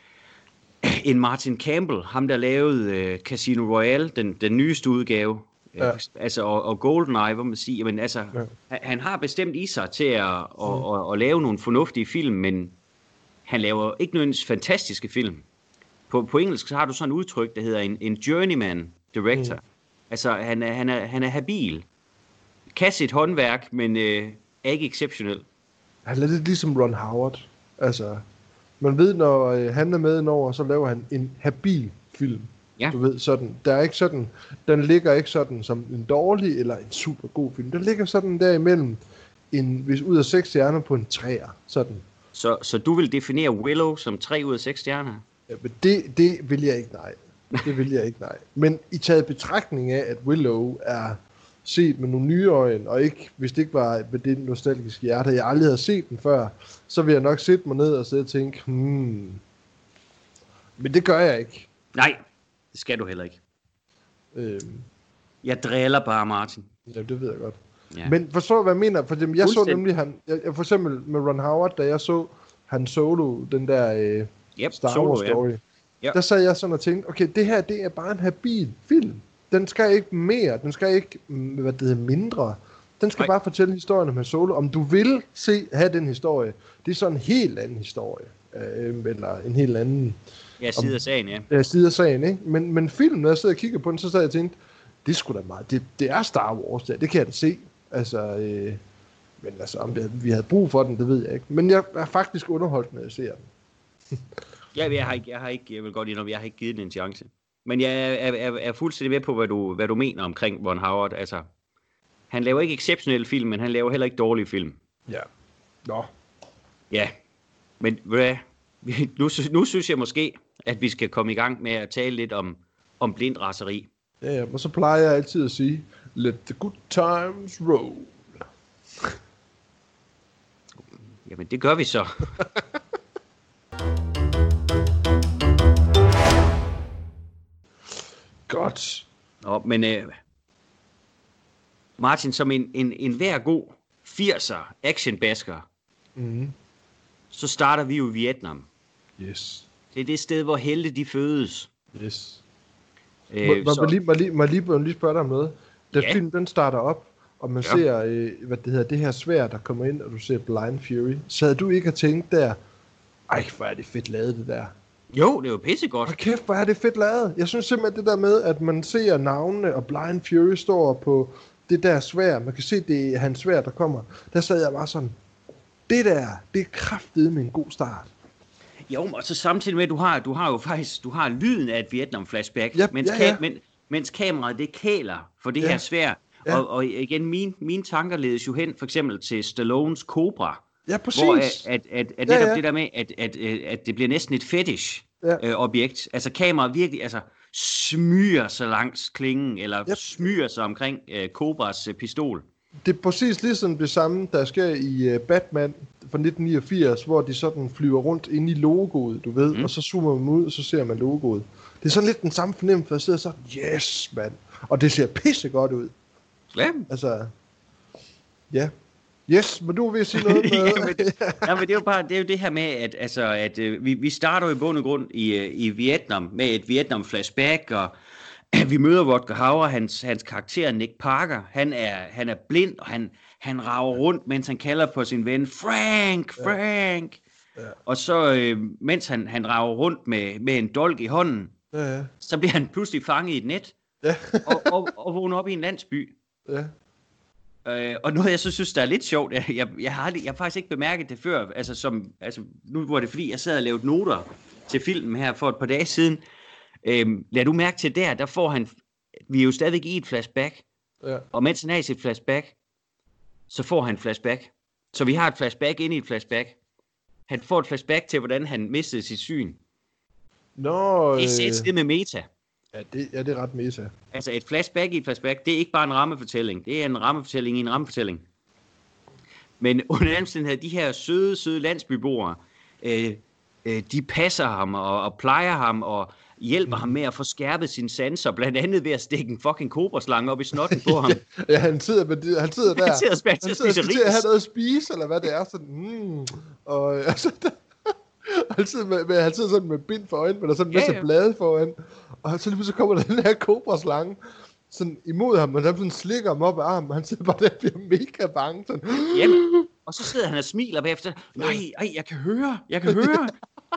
en Martin Campbell, ham der lavede øh, Casino Royale, den, den nyeste udgave. Ja. Altså, og, og GoldenEye, hvor man siger, men altså, ja. han, han har bestemt i sig til at, at, mm. at, at, at lave nogle fornuftige film, men han laver ikke nødvendigvis fantastiske film. På, på engelsk så har du sådan et udtryk, der hedder en, en journeyman director. Mm. Altså, han er, han, er, han er habil. Kan sit håndværk, men øh, er ikke exceptionel. Han er lidt ligesom Ron Howard. Altså, man ved, når øh, han er med over, så laver han en habil film. Ja. Du ved, sådan, der er ikke sådan, den ligger ikke sådan som en dårlig eller en super god film. Den ligger sådan derimellem, en, hvis ud af seks stjerner på en træer. Sådan. Så, så du vil definere Willow som tre ud af seks stjerner? Ja, men det, det vil jeg ikke, nej. Det vil jeg ikke, nej. Men i taget betragtning af, at Willow er set med nogle nye øjne, og ikke, hvis det ikke var med det nostalgiske hjerte, jeg aldrig havde set den før, så vil jeg nok sætte mig ned og sidde og tænke, hmm. Men det gør jeg ikke. Nej, det skal du heller ikke. Øhm. Jeg driller bare, Martin. Ja, det ved jeg godt. Ja. Men forstår du, hvad jeg mener? For dem, jeg så nemlig, han, jeg, for eksempel med Ron Howard, da jeg så Han Solo, den der øh, yep, Star Solo, Wars story, ja. Der sad jeg sådan og tænkte, okay, det her, det er bare en habil film. Den skal ikke mere, den skal ikke, hvad det hedder, mindre. Den skal Nej. bare fortælle historien om Han Solo. Om du vil se, have den historie, det er sådan en helt anden historie. Øh, eller en helt anden... Ja, side af sagen, ja. Ja, side af sagen, ikke? Men, men filmen, når jeg sidder og kigger på den, så sad jeg og tænkte, det er sgu da meget, det, det er Star Wars, det, det kan jeg da se. Altså, øh, men altså, om det, vi havde brug for den, det ved jeg ikke. Men jeg er faktisk underholdt, når jeg ser den. Ja, jeg har ikke, jeg har ikke, jeg vil godt indrømme, jeg har ikke givet den en chance. Men jeg er, er, er fuldstændig med på, hvad du, hvad du mener omkring Ron Howard. Altså, han laver ikke exceptionelle film, men han laver heller ikke dårlige film. Ja. Nå. Ja. Men hvad? Nu, nu synes jeg måske, at vi skal komme i gang med at tale lidt om, om blindt raseri. Ja, ja, og så plejer jeg altid at sige, let the good times roll. Jamen, det gør vi så. Godt. Nå, men øh, Martin, som en, en, en hver god firser actionbasker, Mm. så starter vi jo i Vietnam. Yes. Det er det sted, hvor helte de fødes. Yes. Øh, Må, må, så, må, lige, må, lige, må, lige, må lige spørge dig om noget? Da Ja. filmen den starter op, og man Ja. ser, øh, hvad det hedder, det her sværd, der kommer ind, og du ser Blind Fury, så havde du ikke tænkt der, ej, hvor er det fedt lavet det der. jo, det er jo pissegodt. Og kæft, hvor er det fedt lavet. Jeg synes simpelthen det der med, at man ser navnene, og Blind Fury står på det der sværd, man kan se, det er hans sværd, der kommer. Der sad jeg bare sådan, det der, det er kraftedeme en god start. Jo, og så samtidig med, at du har, du har jo faktisk du har lyden af et Vietnam-flashback, Yep, mens, ja, ja. Ka- men, mens kameraet det kæler for det Ja. her sværd. Ja. Og, og igen, mine, mine tanker ledes jo hen for eksempel til Stallones Cobra, Ja, præcis. hvor at, at, at, at Ja, netop ja. det der med, at, at, at, at det bliver næsten et fetish-objekt. Ja. Øh, objekt. Altså kameraet virkelig altså, smyger sig langs klingen, eller Yep. smyger sig omkring øh, Cobras øh, pistol. Det er præcis ligesom det samme, der sker i uh, Batman fra nitten niogfirs, hvor de sådan flyver rundt inde i logoet, du ved, mm. og så zoomer man ud, og så ser man logoet. Det er sådan lidt den samme fornemmelse, for jeg sidder sådan, yes, mand. Og det ser pisse godt ud. Ja, Altså, ja. Yes, men du vil sige noget med... ja, men, det, ja, men det er jo bare det, er jo det her med, at, altså, at øh, vi, vi starter jo i bund og grund i, øh, i Vietnam med et Vietnam-flashback, og vi møder Rutger Hauer, hans, hans karakter Nick Parker. Han er, han er blind, og han, han rager rundt, mens han kalder på sin ven, Frank, Frank. Ja. Ja. Og så, øh, mens han, han rager rundt med, med en dolk i hånden, Ja, ja. så bliver han pludselig fanget i et net, Ja. og, og, og vågner op i en landsby. Ja. Øh, og noget jeg så synes der er lidt sjovt, jeg, jeg, jeg, har, aldrig, jeg har faktisk ikke bemærket det før, altså, som, altså nu var det fordi jeg sad og lavede noter til filmen her for et par dage siden. Øhm, lad du mærke til der, der får han, vi er jo stadigvæk i et flashback, Ja. og mens han er i sit flashback, så får han flashback. Så vi har et flashback ind i et flashback. Han får et flashback til, hvordan han mistede sit syn. Nå, Det er øh, sæt det med meta. ja, det, ja, det er ret meta. Altså et flashback i et flashback, det er ikke bare en rammefortælling. Det er en rammefortælling i en rammefortælling. Men under omstændighed, de her søde, søde landsbyboere, øh, øh, de passer ham og, og plejer ham og hjælper mm. ham med at få skærpet sine sanser, blandt andet ved at stikke en fucking kobraslange op i snotten på ham. Ja, han sidder, med det, han sidder der. Han sidder og spiser, han sidder og spiser skal til at have ris. noget at spise, eller hvad det er. Sådan, mm, og øh, altså, der, han, sidder med, med, han sidder sådan med bind for øjnene, men der er sådan en Ja, masse ja. blade foran. Og så lige pludselig kommer der den her kobraslange sådan imod ham, og der sådan slikker ham op af armen, og han sidder bare der og bliver mega bange. Sådan. Jamen, og så sidder han og smiler bagefter. Nej, ej, jeg kan høre, jeg kan høre.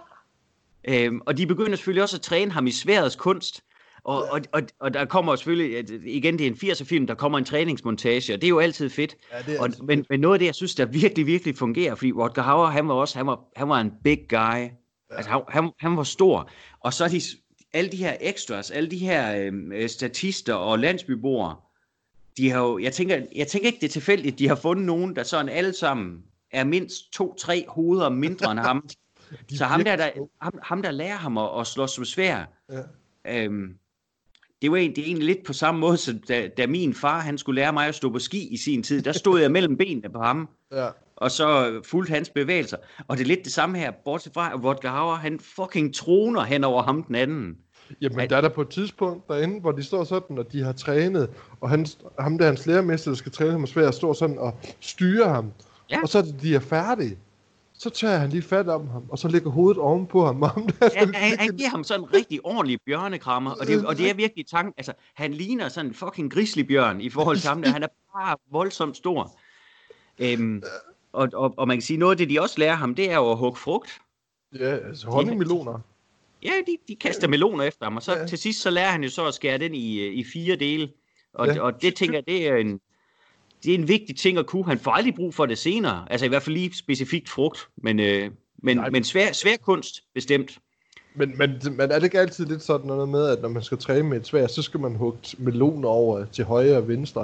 øhm, og de begynder selvfølgelig også at træne ham i sværets kunst. Og, og, og, og der kommer selvfølgelig, at igen det er en firser film, der kommer en træningsmontage, og det er jo altid fedt. Ja, det er og, altid men, men noget af det, jeg synes, der virkelig, virkelig fungerer, fordi Rutger Hauer, han var også, han var, han var en big guy. Ja. Altså, han, han, han var stor. Og så er de, alle de her extras, alle de her øh, statister og landsbyboere, de har jo, jeg tænker, jeg tænker ikke, det er tilfældigt, de har fundet nogen, der sådan alle sammen er mindst to-tre hoveder mindre end ham. De Så ham der, der, virkelig ham, ham, der lærer ham at, at slås som svær, Ja. øhm, det er jo egentlig, det er egentlig lidt på samme måde, som da, da min far han skulle lære mig at stå på ski i sin tid, der stod jeg mellem benene på ham, Ja. og så fulgte hans bevægelser. Og det er lidt det samme her, bortset fra, at Rutger Hauer, han fucking troner hen over ham den anden. Jamen, At- der er der på et tidspunkt derinde, hvor de står sådan, og de har trænet, og han, ham der, hans lærermester, der skal træne ham svært, står sådan og styrer ham. Ja. Og så er det, de er færdige. Så tager han lige fat om ham, og så lægger hovedet ovenpå ham. Og ham der, Ja, han, han giver ham sådan en rigtig ordentlig bjørnekrammer, og det, og det er virkelig tanken, altså han ligner sådan en fucking grizzlybjørn i forhold til ham der, han er bare voldsomt stor. Øhm, og, og, og man kan sige, noget af det de også lærer ham, det er jo at hugge frugt. Ja, altså honningmeloner. Ja, de, de kaster meloner efter ham, og så Ja. ja. til sidst så lærer han jo så at skære den i, i fire dele. Og, Ja. ja. og det tænker jeg, det er en, det er en vigtig ting at kunne. Han får aldrig brug for det senere, altså i hvert fald lige specifikt frugt, men, øh, men, Nej. men svær, svær kunst bestemt. Men, men, men er det ikke altid lidt sådan noget med, at når man skal træne med et sværd, så skal man hugge meloner over til højre og venstre?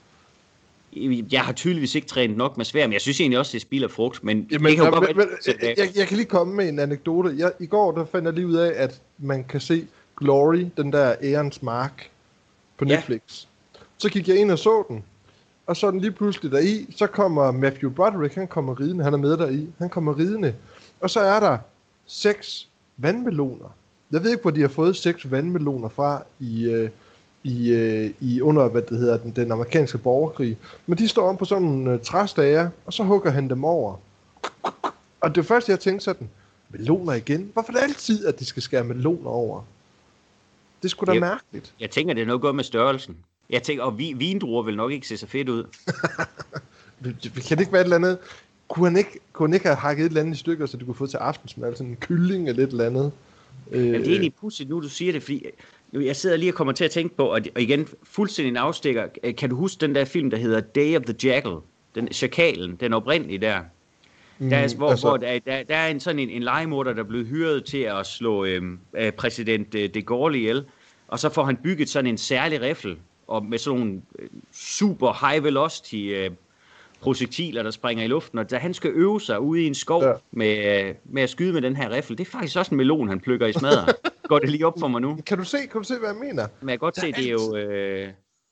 Jeg har tydeligvis ikke trænet nok med svær, men jeg synes egentlig også, det spilder frugt. Men Jamen, det kan jo ja, godt men, være, men, at- jeg, jeg, jeg kan lige komme med en anekdote. Jeg, I går der fandt jeg lige ud af, at man kan se Glory, den der Ærens Mark, på Ja. Netflix. Så gik jeg ind og så den. Og så er den lige pludselig deri, så kommer Matthew Broderick, han kommer ridende, han er med deri, han kommer ridende. Og så er der seks vandmeloner. Jeg ved ikke, hvor de har fået seks vandmeloner fra i, øh, i, øh, i under, hvad det hedder, den, den amerikanske borgerkrig. Men de står om på sådan nogle øh, træstager, og så hugger han dem over. Og det første, jeg tænkte sådan, meloner igen? Hvorfor er det altid, at de skal skære meloner over? Det skulle da mærkeligt. Jeg tænker, det er noget godt med størrelsen. Jeg tænker, og vi, vindruer vil nok ikke se så fedt ud. Kan det ikke være et eller andet? Kunne han ikke, kunne han ikke have hakket et eller andet i stykker, så det kunne få til aftensmad? Altså en kylling eller et eller andet? Jamen, det er egentlig pudsigt nu, du siger det, fordi jeg sidder lige og kommer til at tænke på, og igen, fuldstændig en afstikker. Kan du huske den der film, der hedder Day of the Jackal? Den Chakalen, den oprindelige der. Der er, hvor, altså... hvor der, der, der er en sådan en, en legemorder, der er blevet hyret til at slå øhm, øh, præsident øh, de Gaulle ihjel, og så får han bygget sådan en særlig riffel, og med sådan nogle øh, super high velocity øh, projektiler, der springer i luften, og da han skal øve sig ude i en skov ja. med, øh, med at skyde med den her riffel, det er faktisk også en melon, han plukker i smadder. Går det lige op for mig nu? Kan du se, kan du se hvad jeg mener? Men jeg kan godt der se, det er jo... Øh...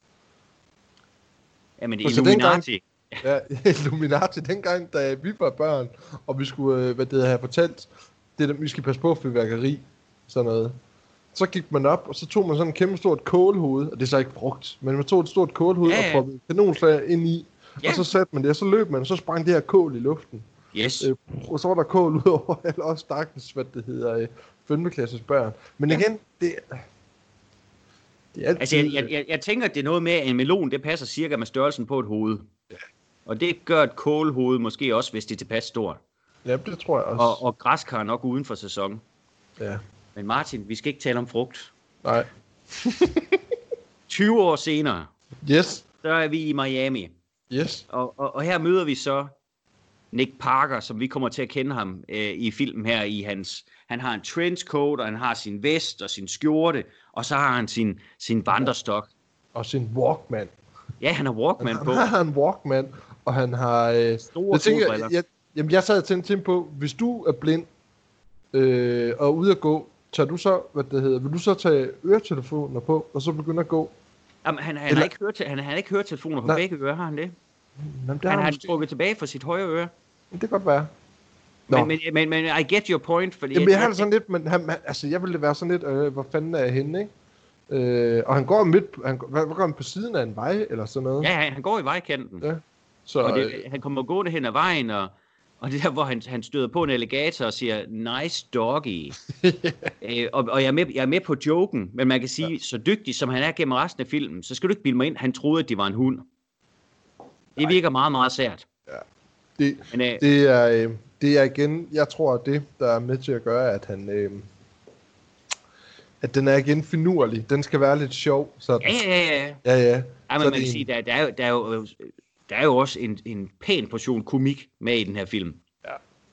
Jamen, det er Illuminati. Ja, Illuminati. Dengang, da vi var børn, og vi skulle, hvad det have fortalt, det der, vi skal passe på fyrværkeri, sådan noget. Så gik man op, og så tog man sådan en kæmpe stort kålhoved, og det er så ikke brugt, men man tog et stort kålhoved ja, ja. og proppede kanonslag ind i, ja. og så satte man det, og så løb man, og så sprang det her kål i luften. Yes. Øh, og så var der kål ud over alle os stakkels, hvad det hedder, øh, femte-klasses børn. Men ja. igen, det, det er altid... Altså, jeg, jeg, jeg, jeg tænker, at det er noget med, at en melon, det passer cirka med størrelsen på et hoved. Ja. Og det gør et kålhoved måske også, hvis det er tilpas stort. Ja, det tror jeg også. Og, og græskar nok uden for sæson. Ja. Men Martin, vi skal ikke tale om frugt. Nej. tyve år senere, yes. så er vi i Miami. Yes. Og, og, og her møder vi så Nick Parker, som vi kommer til at kende ham øh, i filmen her. I hans, han har en trenchcoat, og han har sin vest og sin skjorte, og så har han sin, sin vandrestok. Og sin Walkman. Ja, han har Walkman han på. Han har en Walkman, og han har... Øh, Store solbriller. Jeg, jamen, jeg sad og tænkte på, hvis du er blind øh, og ude at gå, tager du så, hvad det hedder, vil du så tage øretelefoner på, og så begynde at gå? Jamen, han, han, har ikke hørt, han, han har ikke hørt telefoner på Nej. begge ører, har han det? Jamen, det han har han trukket tilbage fra sit højre øre. Det kan godt være. Men, men, men, men I get your point, fordi... Jamen, jeg har det sådan lidt, men han, altså, jeg ville være sådan lidt, øh, hvor fanden er jeg henne, ikke? Øh, og han går midt, han, hvad, hvad går han på siden af en vej, eller sådan noget? Ja, han, han går i vejkanten. Ja. Så, og det, han kommer gående hen ad vejen, og, og det der, hvor han, han støder på en alligator og siger, nice doggy. øh, og og jeg, er med, jeg er med på joken, men man kan sige, ja. så dygtig som han er gennem resten af filmen, så skal du ikke bilde mig ind, han troede, at det var en hund. Det virker meget, meget sært. Ja. Det, men, øh, det, er, øh, det er igen, jeg tror, at det, der er med til at gøre, at han... Øh, at den er igen finurlig. Den skal være lidt sjov. Sådan. Ja, ja, ja. Ja, ja. ja men man kan sige, der, der, er jo, der, er jo, der er jo også en, en pæn portion komik med i den her film. Ja.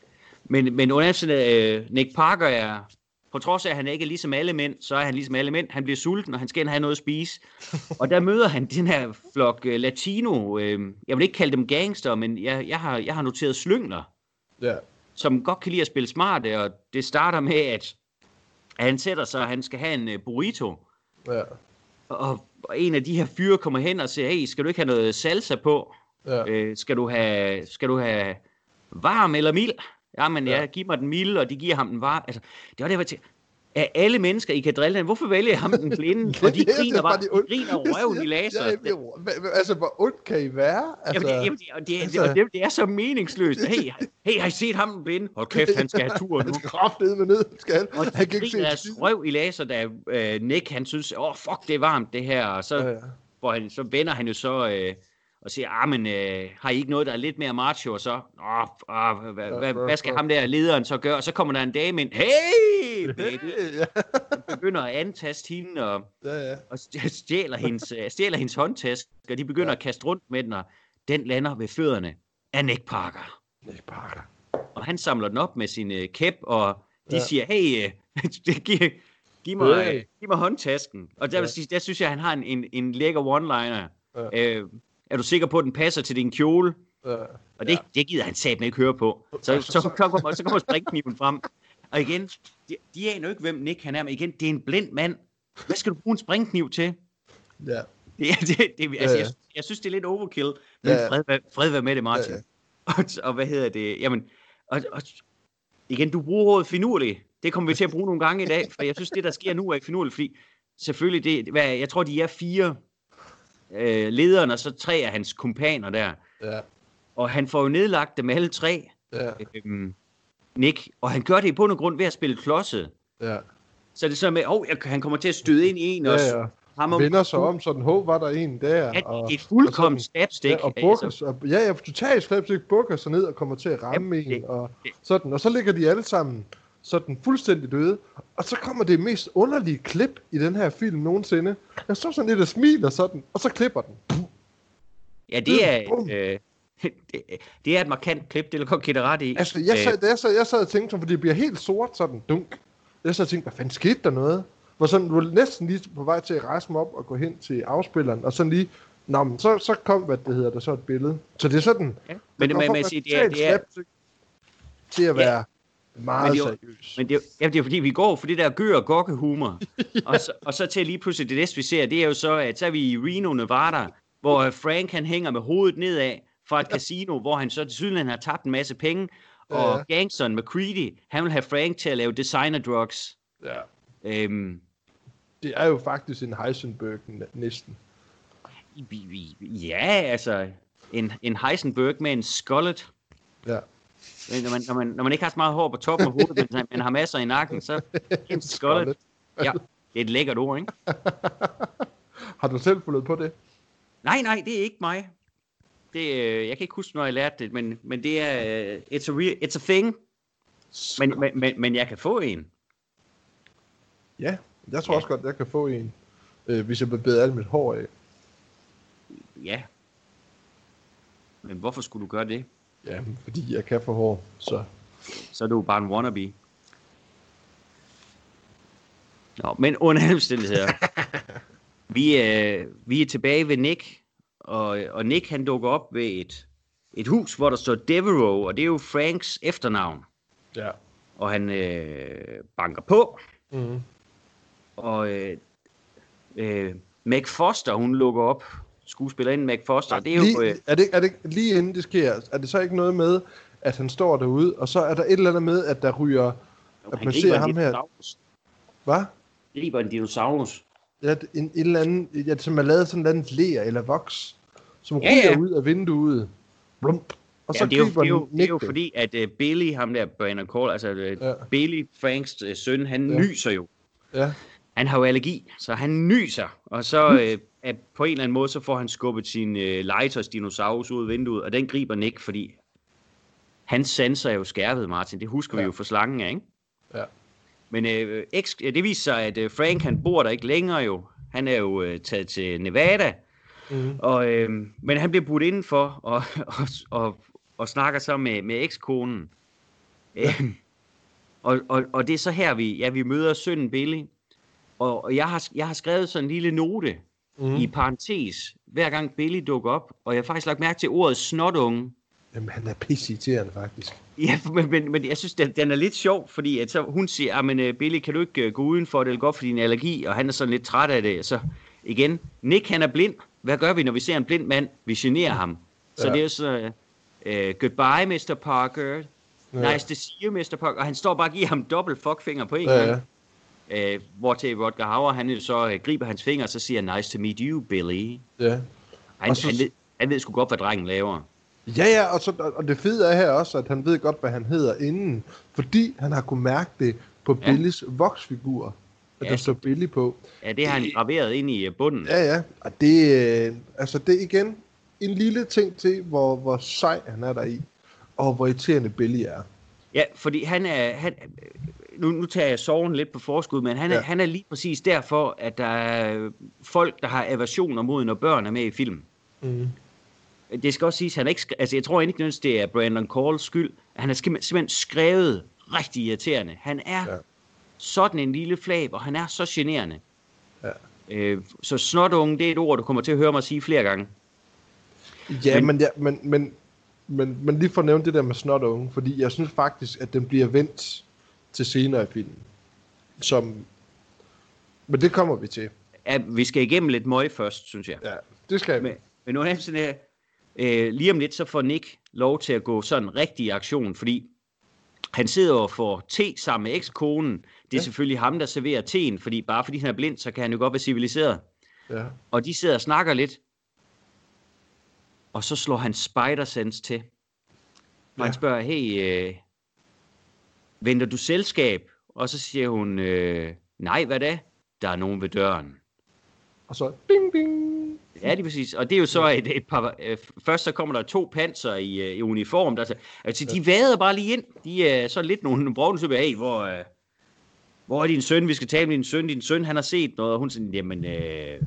Men, men under uh, Nick Parker er, på trods af, at han ikke er ligesom alle mænd, så er han ligesom alle mænd. Han bliver sulten, og han skal have noget at spise. Og der møder han den her flok uh, latino, uh, jeg vil ikke kalde dem gangster, men jeg, jeg, har, jeg har noteret slyngler, ja. som godt kan lide at spille smart, og det starter med, at han sætter sig, og han skal have en uh, burrito. Ja. Og, og en af de her fyre kommer hen og siger, hey, skal du ikke have noget salsa på? Ja. Øh, skal, du have, skal du have varm eller mild? Jamen ja, ja giv mig den milde, og de giver ham den varm. Altså, det var det, jeg var til. Af alle mennesker, I kan drille den, hvorfor vælger jeg ham den blinde? Og de griner bare, de griner røven i laser. Ja, ja, altså, hvor ondt kan I være? Altså, jamen, jamen, det, det, altså, det, det, det er så meningsløst. Hey, hey, har I set ham den blinde? Hold kæft, han skal have turen nu. Han skal kraftedeme med ned, skal han. Og de han kan griner deres røv i laser, da øh, Nick, han synes, åh, oh, fuck, det er varmt, det her. Og så, ja, ja. Hvor han, så vender han jo så... Øh, og siger, ah, men øh, har I ikke noget, der er lidt mere macho? Og så, åh, åh hvad, hvad, hvad skal ham der lederen så gøre? Og så kommer der en dame ind, hey, baby! ja. Han begynder at antaste hende, og, ja, ja. og stjæler, hendes, stjæler hendes håndtaske, og de begynder ja. at kaste rundt med den, og den lander ved fødderne af Nick Parker. Nick Parker. Og han samler den op med sin øh, kæp, og de ja. siger, hey, øh, giv, giv, mig, hey. giv mig håndtasken. Og der, ja. der synes jeg, han har en, en, en lækker one-liner. Ja. Øh, Er du sikker på, at den passer til din kjole? Ja, og det, ja. det gider han satme ikke høre på. Så, så, så kommer, så kommer springkniven frem. Og igen, de, de aner jo ikke, hvem Nick han er, men igen, det er en blind mand. Hvad skal du bruge en springkniv til? Ja. Det, det, det, altså, ja, ja. Jeg, jeg synes, det er lidt overkill. Men ja, ja. Fred, fred være med det, Martin. Ja, ja. Og, og hvad hedder det? Jamen, og, og, igen, du bruger ordet finurlig. Det kommer vi til at bruge nogle gange i dag, for jeg synes, det der sker nu er ikke finurligt, fordi selvfølgelig, det, hvad, jeg tror, de er fire øh, lederne, og så tre af hans kumpaner der. Ja. Og han får jo nedlagt dem alle tre, Ja. øhm, Nick, og han gør det i bund og grund ved at spille klodset. Ja. Så er det så med, åh, oh, han kommer til at støde ind i en, og Ja, ja. ham om, Vender sig om, sådan, hov, var der en der. Ja, og, det er fuldkommen og slapstick. Ja, og bukker, altså. og, ja, ja, totalt slapstick, bukker sig ned og kommer til at ramme Ja, det, en, og det. sådan. Og så ligger de alle sammen sådan fuldstændig døde. Og så kommer det mest underlige klip i den her film nogensinde. Jeg står sådan lidt og smiler sådan, og så klipper den. Ja, det er, øh, det, det er et markant klip, det er godt give ret i. Altså, jeg sad, jeg, sad, jeg sad og tænkte, fordi det bliver helt sort sådan, dunk. Jeg sad og tænkte, hvad fanden skete der noget? Hvor sådan, du var næsten lige på vej til at rejse mig op og gå hen til afspilleren, og sådan lige, nå, men så, så kom, hvad det hedder, der så et billede. Så det er sådan, ja, men det, man, man siger, det er, det er til at være ja, meget men det er, seriøs. Men det er, ja, det er fordi, vi går for det der gør og gokke humor, ja. og, så, og så til lige pludselig det næste, vi ser, det er jo så, at så er vi i Reno, Nevada, hvor Frank han hænger med hovedet nedad fra et ja. casino, hvor han så til syden har tabt en masse penge, og ja. gangsteren McCready, han vil have Frank til at lave designer drugs. Ja. Øhm, det er jo faktisk en Heisenberg næsten. Ja, altså en, en Heisenberg med en skullet. Ja. Når man, når, man, når man ikke har så meget hår på toppen af hovedet, men man har masser i nakken, så en skullet. Ja, det er et lækkert ord, ikke? Har du selv fundet på det? Nej, nej, det er ikke mig. Det, øh, jeg kan ikke huske, når jeg lærte det, men, men det er, uh, it's, a real, it's a thing. Men, men, men, men jeg kan få en. Ja, jeg tror ja. også godt, jeg kan få en, øh, hvis jeg bevæger alt mit hår af. Ja. Men hvorfor skulle du gøre det? Ja, fordi jeg kan få hår, så... Så er du bare en wannabe. Nå, men under alle omstændigheder. vi, øh, vi er tilbage ved Nick, og, og Nick han dukker op ved et, et hus, hvor der står Devereaux, og det er jo Franks efternavn. Ja. Og han øh, banker på, mm-hmm. og øh, øh, Meg Foster, hun lukker op, skuespillerinden Meg Foster. Ja, det er, lige, jo, øh, er, det, er det lige inden det sker, er det så ikke noget med, at han står derude, og så er der et eller andet med, at der ryger, jo, at man ser ham her. Hvad? Griber en dinosaurus. Ja, en, en eller anden, ja, som er lavet sådan en eller anden ler eller voks, som ja, ryger ja. ud af vinduet. Blump. Og så ja, det, er jo, griber det, er jo, det er jo det. fordi, at uh, Billy, ham der Brandon Cole, altså uh, ja. Billy, Franks uh, søn, han ja. nyser jo. Ja. Han har jo allergi, så han nyser, og så uh, at på en eller anden måde, så får han skubbet sin uh, legetøjs dinosaurus ud af vinduet, og den griber Nick, fordi hans sanser er jo skærpet, Martin. Det husker ja. vi jo for slangen af, ikke? Ja. Men uh, ex, det viser sig, at uh, Frank, han bor der ikke længere jo. Han er jo uh, taget til Nevada, mm. og, uh, men han bliver budt indenfor, og, og, og, og snakker så med, med ekskonen. Ja. Uh, og, og, og det er så her, vi, ja, vi møder sønnen Billy, og, og jeg, har, jeg har skrevet sådan en lille note, mm. i parentes, hver gang Billy dukker op, og jeg har faktisk lagt mærke til ordet snotunge. Jamen, han er pisseirriterende, faktisk. Ja, men, men, men jeg synes, den, den er lidt sjov, fordi at så, hun siger, men Billy, kan du ikke uh, gå udenfor, det er godt for din allergi, og han er sådan lidt træt af det. Så igen, Nick, han er blind. Hvad gør vi, når vi ser en blind mand? Vi generer ham. Så ja. det er så, uh, goodbye, mister Parker. Ja. Nice to see you, mister Parker. Og han står bare og giver ham dobbelt fuckfinger på en ja, gang. Ja. Uh, hvor til Rutger Hauer, han så uh, griber hans finger, og så siger, nice to meet you, Billy. Ja. Han, så... han, ved, han ved sgu godt, hvad drengen laver. Ja, ja, og, så, og det fede er her også, at han ved godt, hvad han hedder inden, fordi han har kunnet mærke det på ja. Billys voksfigur, at ja. der står Billy på. Ja, det har han graveret ind i bunden. Ja, ja, og det, altså det er igen en lille ting til, hvor, hvor sej han er der i, og hvor irriterende Billy er. Ja, fordi han er, han, nu, nu tager jeg sorgen lidt på forskud, men han er, ja. han er lige præcis derfor, at der er folk, der har aversioner mod, når børn er med i film. Mm. Det skal også siges, han er ikke, altså jeg tror ikke, at det er Brandon Calls skyld. Han er simpelthen skrevet rigtig irriterende. Han er ja. sådan en lille flab, og han er så generende. Ja. Øh, så snotunge, det er et ord, du kommer til at høre mig sige flere gange. Ja, men, men, ja, men, men, men, men lige for at nævne det der med snotunge, fordi jeg synes faktisk, at den bliver vendt til senere i filmen. Som, men det kommer vi til. Ja, vi skal igennem lidt møg først, synes jeg. Ja, det skal vi. Men, men nu er det sådan her. Øh, lige om lidt, så får Nick lov til at gå sådan rigtig i aktion, fordi han sidder og får te sammen med ekskonen. Det er Ja. selvfølgelig ham, der serverer teen, fordi bare fordi han er blind, så kan han jo godt være civiliseret. Ja. Og de sidder og snakker lidt. Og så slår han Spider-Sense til. Og Ja. han spørger, hey, øh, venter du selskab? Og så siger hun, øh, nej, hvad da? Der er nogen ved døren. Og så ding, ding. Ja, det er præcis. Og det er jo så et, et par... Øh, først så kommer der to panser i, øh, i uniform. Der, altså, de vader bare lige ind. De er så lidt nogle brugende, hey, hvor, øh, hvor er din søn? Vi skal tale med din søn. Din søn, han har set noget. Og hun siger, jamen, øh,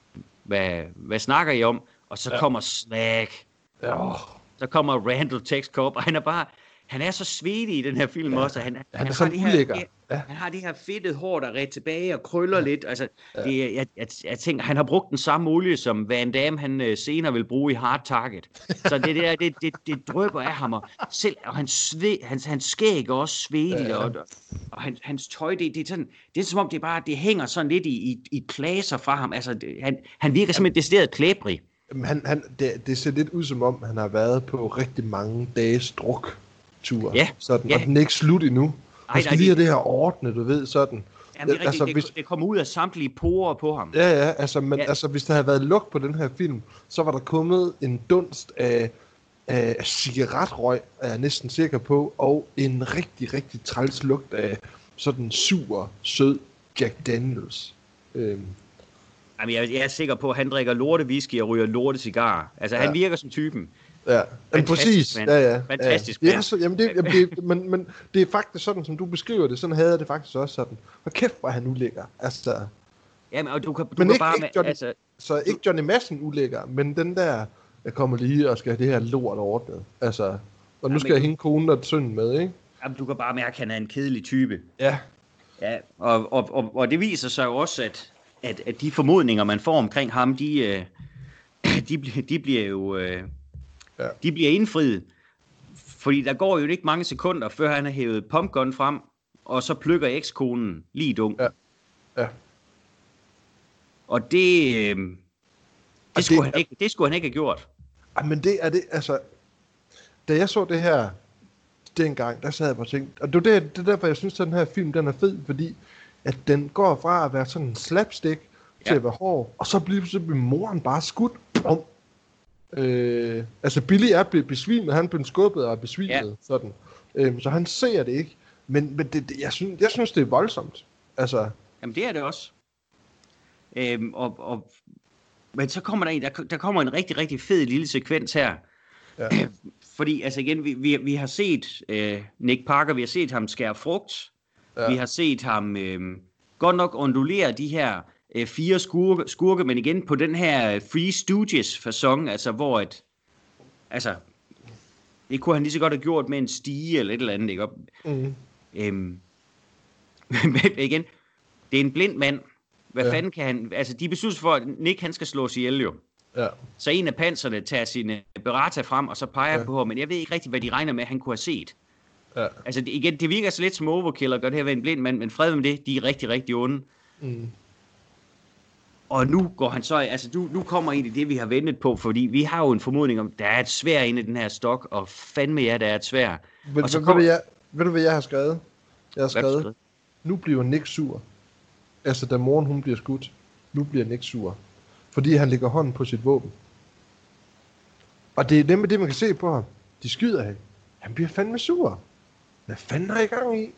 hvad, hvad snakker I om? Og så ja. kommer Swag. Ja. Så kommer Randall Tex Cobb, og han er bare... Han er så svedig i den her film ja. også. Han, han, han er har sådan det her, ulækker. Ja. Han har det her fedtet hår, der ret tilbage og krøller ja. lidt. Altså, ja. det, jeg, jeg, jeg tænker, han har brugt den samme olie, som Van Damme han uh, senere vil bruge i Hard Target. Så det der, det, det, det drøber af ham. Og, selv, og hans, sve, hans, hans skæg er også svedigt. Ja. Og, og hans, hans tøj, det, det, er sådan, det er som om, det bare det hænger sådan lidt i, i, i klaser fra ham. Altså, det, han, han virker som en decideret klæbrig. Han, han, det, det ser lidt ud som om, han har været på rigtig mange dages druk. Ja, sådan, ja. Og den er ikke slut endnu. Ej, han skal nej, lige have det, det her ordne, du ved, sådan. Jamen, det, er altså, rigtigt, det, det kommer ud af samtlige porer på ham. Ja, ja, altså, men ja. altså, hvis der havde været lugt på den her film, så var der kommet en dunst af, af cigaretrøg, er jeg næsten sikker på, og en rigtig, rigtig træls lugt af sådan sur, sød Jack Daniels. Øhm. Jamen, jeg, jeg er sikker på, at han drikker lortewhisky og ryger lortecigar. Altså, ja. han virker som typen. Ja, men præcis. Mand. Ja, ja. Fantastisk. Ja, ja så, jamen det, jamen det, men, men det er faktisk sådan, som du beskriver det. Sådan havde jeg det faktisk også sådan. Hvor kæft, hvor han ulækker. Altså, jamen, og du kan, du men kan ikke, bare... ikke Johnny, altså, så ikke Johnny Madsen ulækker, men den der, jeg kommer lige og skal have det her lort ordnet. Altså, og nu jamen, skal jeg hænge konen og sønnen med, ikke? Jamen, du kan bare mærke, at han er en kedelig type. Ja. Ja, og, og, og, og det viser sig jo også, at, at, at de formodninger, man får omkring ham, de, øh, de, de bliver jo... Øh, Ja. De bliver indfriet, fordi der går jo ikke mange sekunder, før han har hævet pumpgun frem, og så plukker ekskonen lige dunk. Ja. Ja. Og det, øh, det, og skulle det, han ikke, det skulle han ikke have gjort. Ej, men det er det, altså, da jeg så det her dengang, der sad jeg bare og tænkte, og det er, det er derfor, jeg synes, at den her film, den er fed, fordi at den går fra at være sådan en slapstick til ja. at være hård, og så bliver, så bliver moren bare skudt. Bum. Øh, altså Billy er blevet besvimet, han blev skubbet og er besvimet, ja. sådan. Øh, så han ser det ikke, men, men det, det, jeg, synes, jeg synes, det er voldsomt. Altså. Jamen det er det også. Øhm, og, og, men så kommer der en, der, der kommer en rigtig, rigtig fed lille sekvens her. Ja. Fordi altså igen, vi, vi, vi har set øh, Nick Parker, vi har set ham skære frugt, ja. vi har set ham øh, godt nok ondulere de her fire skurke, skurke, men igen på den her Free Stooges-facon, altså hvor et, altså, det kunne han lige så godt have gjort med en stige eller et eller andet, ikke? Mm. Øhm, men igen, det er en blind mand. Hvad ja. fanden kan han, altså de beslutter for, at Nick han skal slås ihjel jo. Ja. Så en af panserne tager sine Beretta frem, og så peger ja. på ham, men jeg ved ikke rigtig, hvad de regner med, at han kunne have set. Ja. Altså det, igen, det virker så lidt som overkill at gøre det her ved en blind mand, men fred med det, de er rigtig, rigtig onde. Mm. Og nu går han så, altså nu, nu kommer egentlig det, vi har ventet på, fordi vi har jo en formodning om, der er et svær inde i den her stok, og fandme ja, der er et svær. Ved, og så ved, kom... ved, jeg, ved du, hvad jeg har skrevet? Jeg har skrevet, skrevet? Nu bliver Nick sur. Altså, da moren hun bliver skudt, nu bliver Nick sur. Fordi han lægger hånden på sit våben. Og det er nemlig det, man kan se på ham. De skyder ham. Han bliver fandme sur. Hvad fanden har I gang i?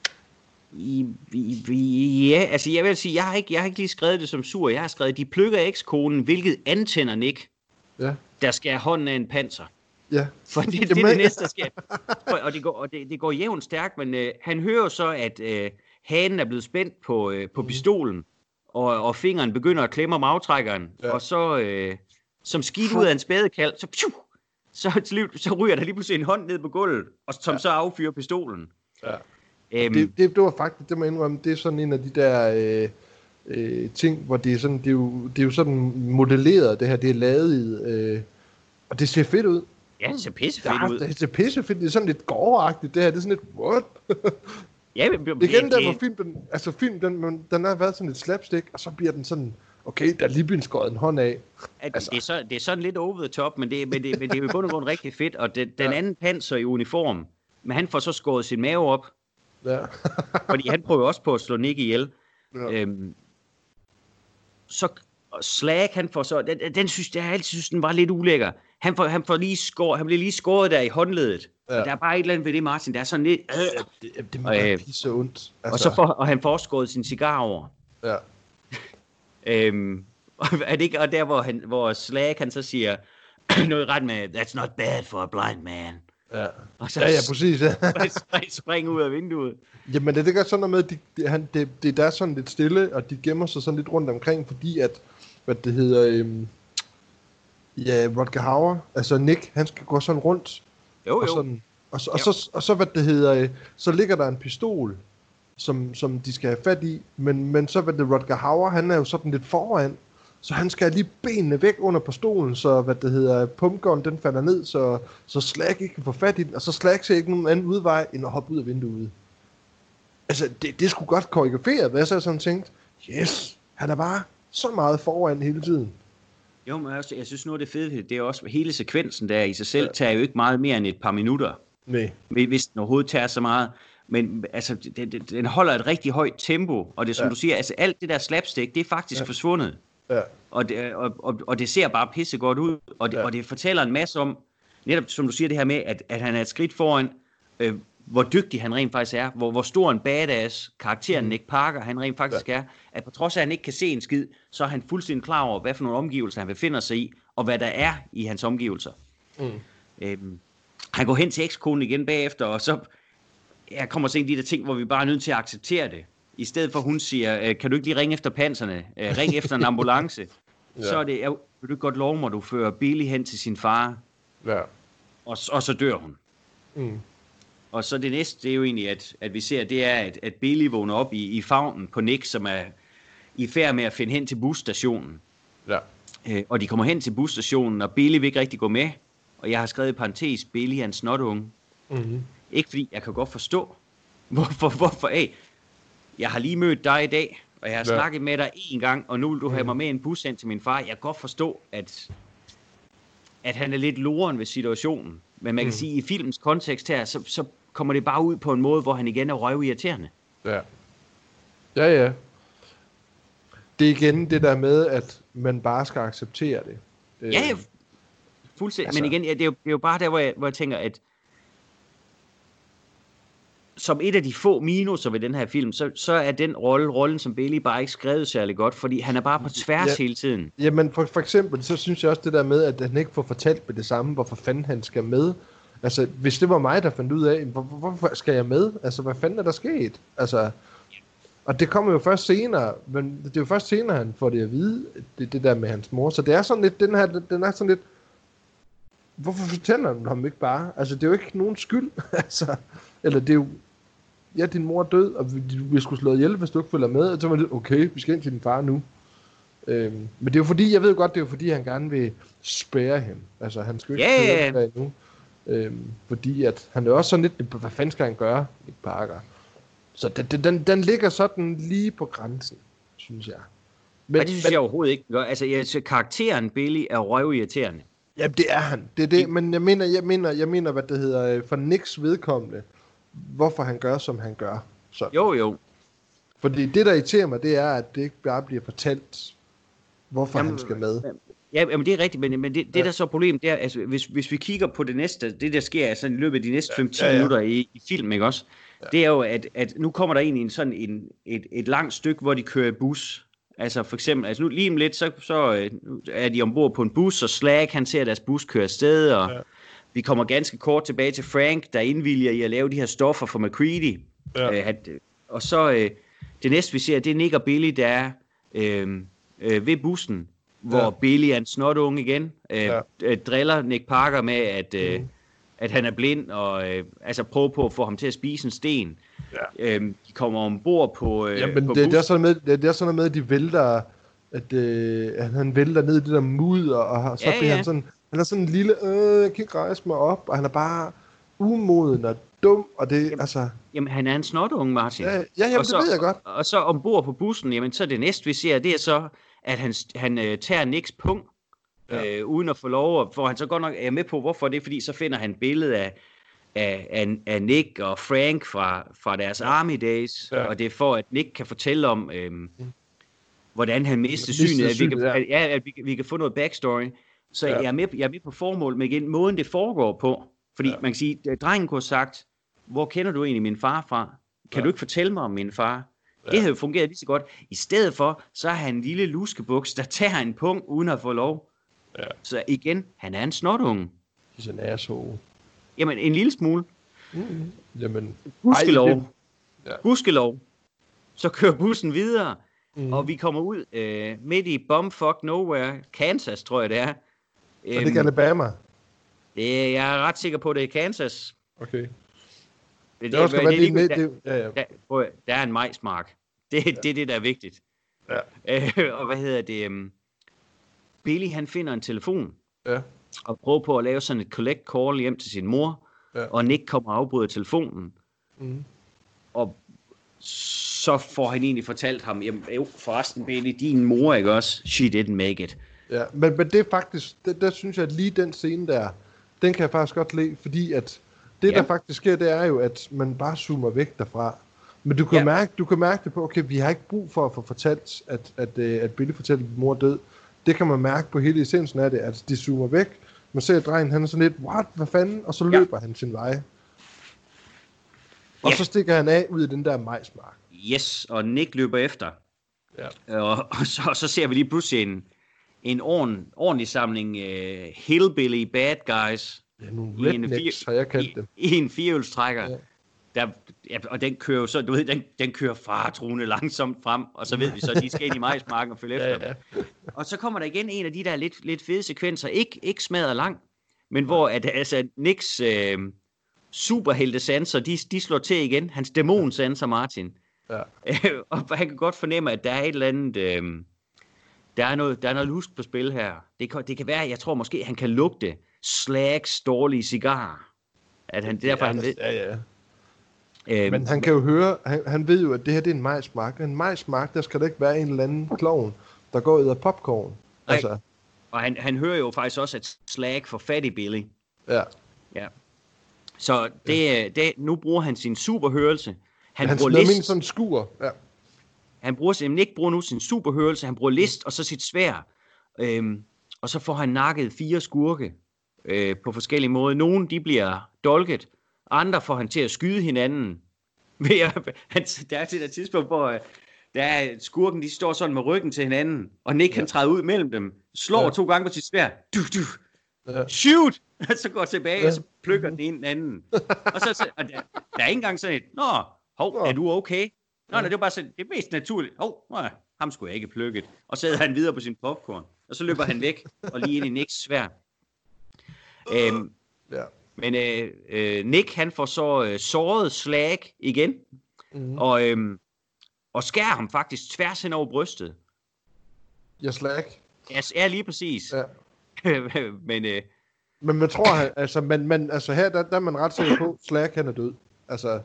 I, i, i, ja, altså jeg vil sige, jeg har, ikke, jeg har ikke lige skrevet det som sur. Jeg har skrevet, de plukker ekskonen, hvilket antænder Nick, ja. der skærer hånden af en panser. Ja. For det, det, det er det næste, der sker. Og det går, og det, det går jævnt stærkt, men øh, han hører så, at øh, hanen er blevet spændt på, øh, på pistolen, og, og fingeren begynder at klemme om aftrækkeren, ja. og så, øh, som skidt ud af en spædekald, så, pju, så, så, så ryger der lige pludselig en hånd ned på gulvet, og som ja. så affyrer pistolen. Ja. Æm... Det, det, det var faktisk, det må jeg indrømme, det er sådan en af de der øh, øh, ting, hvor det er sådan, det er jo, det er jo sådan modelleret, det her, det er lavet i, øh, og det ser fedt ud. Ja, det ser pissefedt ja, ud. Det ser pissefedt, det er sådan lidt gårdagtigt, det her, det er sådan lidt, what? Ja, men, men, igen, der det... hvor film, den, altså film, den, den har været sådan et slapstick, og så bliver den sådan, okay, der er lige blevet skåret en hånd af. Altså. Det, er så, det er sådan lidt over the top, men det, men det, men det er jo i bund og grund rigtig fedt, og det, den ja. anden panser i uniform, men han får så skåret sin mave op, Ja. fordi han prøver også på at slå Nick ihjel. Ja. Øhm, så Slag, han får så, den, den synes, jeg altid synes, den var lidt ulækker. Han får, han får lige skåret, han bliver lige skåret der i håndledet. Ja. Og der er bare et eller andet ved det, Martin, der er sådan lidt... Øh, ja, det, det må være pisse ondt. Altså. Og, så får, og han får skåret sin cigar over. Ja. øhm, og, er det ikke, og der, hvor, han, hvor Slag, han så siger noget ret med, that's not bad for a blind man. Ja, og så ja, ja, præcis. Ja. springer ud af vinduet. Jamen, det, det gør sådan noget med, at de, de, han, det, det, der er sådan lidt stille, og de gemmer sig sådan lidt rundt omkring, fordi at, hvad det hedder, øhm, ja, Rutger Hauer, altså Nick, han skal gå sådan rundt. Jo, jo. Og, sådan, og, så, og, så, og så, hvad det hedder, så ligger der en pistol, som, som de skal have fat i, men, men så, hvad det Rutger Hauer, han er jo sådan lidt foran, så han skal lige benene væk under på stolen, så hvad det hedder, pumpgun, den falder ned, så, så Slag ikke kan få fat i den, og så Slag ser ikke nogen anden udvej, end at hoppe ud af vinduet. Altså, det, det skulle godt koreograferet, hvad så jeg sådan tænkt, yes, han er bare så meget foran hele tiden. Jo, men også, jeg synes nu, det er fedt, det er også, hele sekvensen der i sig selv, ja. tager jo ikke meget mere end et par minutter. Nej. Hvis den overhovedet tager så meget. Men altså, det, det, den holder et rigtig højt tempo, og det som ja. du siger, altså alt det der slapstick, det er faktisk ja. forsvundet. Ja. Og, det, og, og, og det ser bare pisse godt ud, og det, ja. og det fortæller en masse om, netop som du siger det her med, at, at han er et skridt foran, øh, hvor dygtig han rent faktisk er, hvor, hvor stor en badass karakteren mm. Nick Parker han rent faktisk ja. er, at på trods af, at han ikke kan se en skid, så er han fuldstændig klar over, hvad for nogle omgivelser han befinder sig i, og hvad der er i hans omgivelser. Mm. Øhm, han går hen til ekskonen igen bagefter, og så jeg kommer til en af de der ting, hvor vi bare er nødt til at acceptere det. I stedet for, hun siger, kan du ikke lige ringe efter panserne? Ring efter en ambulance. ja. Så er det, vil du ikke godt love mig, du fører Billy hen til sin far? Ja. Og, og så dør hun. Mm. Og så det næste, det er jo egentlig, at, at vi ser, det er, at, at Billy vågner op i, i favnen på Nick, som er i færd med at finde hen til busstationen. Ja. Øh, og de kommer hen til busstationen, og Billy vil ikke rigtig gå med. Og jeg har skrevet i parentes, Billy er en snotunge. Mm-hmm. Ikke fordi, jeg kan godt forstå, hvorfor, hvorfor, hey, jeg har lige mødt dig i dag, og jeg har ja. snakket med dig en gang, og nu vil du have mig med en bus hen til min far. Jeg kan godt forstå, at, at han er lidt loren ved situationen. Men man kan mm. sige, at i filmens kontekst her, så, så kommer det bare ud på en måde, hvor han igen er røvirriterende. Ja. Ja, ja. Det er igen det der med, at man bare skal acceptere det. Ja, ja. Fuldstændig. Altså. Men igen, ja, det, er jo, det er jo bare der, hvor jeg, hvor jeg tænker, at som et af de få minuser ved den her film, så, så er den rolle, rollen som Billy bare ikke skrevet særlig godt, fordi han er bare på tværs ja, hele tiden. Jamen for, for eksempel, så synes jeg også det der med, at han ikke får fortalt med det samme, hvorfor fanden han skal med. Altså, hvis det var mig, der fandt ud af, hvor, hvorfor skal jeg med? Altså, hvad fanden er der sket? Altså, og det kommer jo først senere, men det er jo først senere, han får det at vide, det, det der med hans mor. Så det er sådan lidt, den her, den er sådan lidt, hvorfor fortæller du ham ikke bare? Altså, det er jo ikke nogen skyld. altså, eller det er jo, ja, din mor er død, og vi, vi skulle slå ihjel, hvis du ikke følger med. Og så var det, okay, vi skal ind til din far nu. Øhm, men det er jo fordi, jeg ved godt, det er jo fordi, han gerne vil spære ham. Altså, han skal jo ikke yeah. følge med nu. Øhm, fordi at han er også sådan lidt, hvad fanden skal han gøre, Nick Parker? Så den, den, den ligger sådan lige på grænsen, synes jeg. Men, det synes men, jeg overhovedet ikke gør. Altså, jeg synes, karakteren Billy er røvirriterende. Ja, det er han. Det er det, men jeg mener, jeg mener, jeg mener, hvad det hedder, for Nicks vedkommende, hvorfor han gør, som han gør. Så. Jo, jo. Fordi det, der irriterer mig, det er, at det ikke bare bliver fortalt, hvorfor jamen, han skal med. Ja, men det er rigtigt, men, men det, det ja. der så er problemet, det er, altså, hvis, hvis vi kigger på det næste, det der sker altså, i løbet af de næste fem til ti ja, ja, ja. minutter i, i film, ikke også? Ja. Det er jo, at, at nu kommer der egentlig en sådan en, et, et langt stykke, hvor de kører bus. Altså for eksempel, altså nu lige om lidt, så, så er de ombord på en bus, og Slag, han ser deres bus køre afsted, og ja. vi kommer ganske kort tilbage til Frank, der indvilliger i at lave de her stoffer for MacReady. Ja. Øh, at, og så øh, det næste, vi ser, det er Nick og Billy, der er øh, øh, ved bussen, hvor ja. Billy er en snotunge igen, øh, ja. øh, driller Nick Parker med, at, øh, mm. at han er blind, og øh, altså prøver på at få ham til at spise en sten. Ja. Øhm, de kommer ombord på, øh, ja, men på det, det, er sådan med, det, det er sådan med, at de vælter, at, øh, at han vælter ned i det der mudder, og så ja, bliver ja. han sådan, han er sådan en lille, øh, jeg kan ikke rejse mig op, og han er bare umoden og dum, og det, jamen, altså... Jamen, han er en snotunge, Martin. Ja, ja jamen, så, det ved jeg godt. Og, og så ombord på bussen, jamen, så det næste, vi ser, det er så, at han, han øh, tager Nicks pung, ja. øh, uden at få lov, og hvor han så godt nok er med på, hvorfor det er, fordi så finder han et billede af, af, af, af Nick og Frank fra, fra deres Army Days, Ja. og det er for, at Nick kan fortælle om, øhm, mm. hvordan han mistede Mistede synet, at, vi synet, kan, ja. at, ja, at vi, vi kan få noget backstory. Så Ja. jeg, er med, jeg er med på formål, men igen, måden det foregår på, fordi Ja. man kan sige, at drengen kunne have sagt, hvor kender du egentlig min far fra? Kan Ja. du ikke fortælle mig om min far? Det Ja. havde jo fungeret lige så godt. I stedet for, så er han en lille luskebuks, der tager en punkt, uden at få lov. Ja. Så igen, han er en snotunge. He's an asshole. Jamen, en lille smule. Mm. Jamen, Gudskelov. ej, det- ja. Gudskelov. Så kører bussen videre, mm. og vi kommer ud øh, midt i bumfuck nowhere, Kansas, tror jeg det er. Og det er ikke Alabama. det, jeg er ret sikker på, det er Kansas. Okay. Det, Det, det, også det, være det, lige med, der, det, ja, ja. der, prøv at- der er en majsmark. Det, ja. det er det, der er vigtigt. Ja. Øh, og hvad hedder det? Um, Billy, han finder en telefon, Ja. og prøver på at lave sådan et collect call hjem til sin mor, Ja. og Nick kommer og afbryder telefonen, Mm. og så får han egentlig fortalt ham, jamen jo, forresten Billy, din mor, ikke også? She didn't make it. Ja, men, men det er faktisk, det, der synes jeg, at lige den scene der, den kan jeg faktisk godt lide, fordi at det, Ja. der faktisk sker, det er jo, at man bare zoomer væk derfra. Men du kan, Ja. mærke, du kan mærke det på, okay, vi har ikke brug for at få fortalt, at, at, øh, at Billy fortæller, at mor er død. Det kan man mærke på hele essensen af det, at de zoomer væk. Man ser, at drengen, han er sådan lidt, what, hvad fanden? Og så Ja. løber han sin vej. Og Ja. så stikker han af ud i den der majsmark. Yes, og Nick løber efter. Ja. Og, og så, så ser vi lige pludselig en, en orden, ordentlig samling uh, hillbilly bad guys Ja, nogle i en, rednecks, har jeg kaldt i, dem. i en firehjulstrækker. Ja. Der, ja, og den kører jo så, du ved, den, den kører faretruende langsomt frem, og så ved vi så, at de skal ind i majsmarken og følge efter Ja, dem. ja. Og så kommer der igen en af de der lidt, lidt fede sekvenser, ikke, ikke smadret lang, men hvor at, altså, Nicks øh, superheltesanser, de, de slår til igen. Hans dæmonsanser, Martin. Ja. Og han kan godt fornemme, at der er et eller andet, øh, der er noget, der er noget lusk på spil her. Det kan, det kan være, jeg tror måske, han kan lugte Slags dårlige cigar. At han, derfor ja, han ved, ja, ja. øh, Men han kan jo høre, han, han ved jo, at det her det er en majsmark. En majsmark, der skal der ikke være en eller anden klovn, der går ud af popcorn. Nej. Altså, og han, han hører jo faktisk også, at Slag for Fatty Billy. ja. Ja. Så det, det, nu bruger han sin superhørelse. Han, Han bruger smider list. min sådan en skur. Ja. Han bruger sin, Nick bruger nu sin superhørelse. Han bruger list og så sit sværd. Øhm, og så får han nakket fire skurke øh, på forskellige måder. Nogle de bliver dolket. Andre får han til at skyde hinanden. Ved at, han, der er til et tidspunkt, hvor øh, der er skurken, de står sådan med ryggen til hinanden. Og Nick ja. han træder ud mellem dem. Slår Ja. to gange på sit sværd. Du, du. Ja. Shoot! Og så går tilbage, Ja. og så plukker den ene den anden. Og så, så og der, der er ikke engang sådan et, nå, hov, Nå. er du okay? Nå, nej, det er bare sådan, det er mest naturligt. Hov, nej, ham skulle jeg ikke plukket. Og så æder han videre på sin popcorn. Og så løber han væk, og lige ind i Nicks sværd. Øhm, Ja. men øh, øh, Nick, han får så øh, såret Slag igen, Mm. og, øh, og skærer ham faktisk tværs hen over brystet. Jeg slag. Ja, er lige præcis. Ja. men øh, Men man tror, han, altså, men, men, altså her, der, der er man ret sikker på, Slag, han er død. Altså,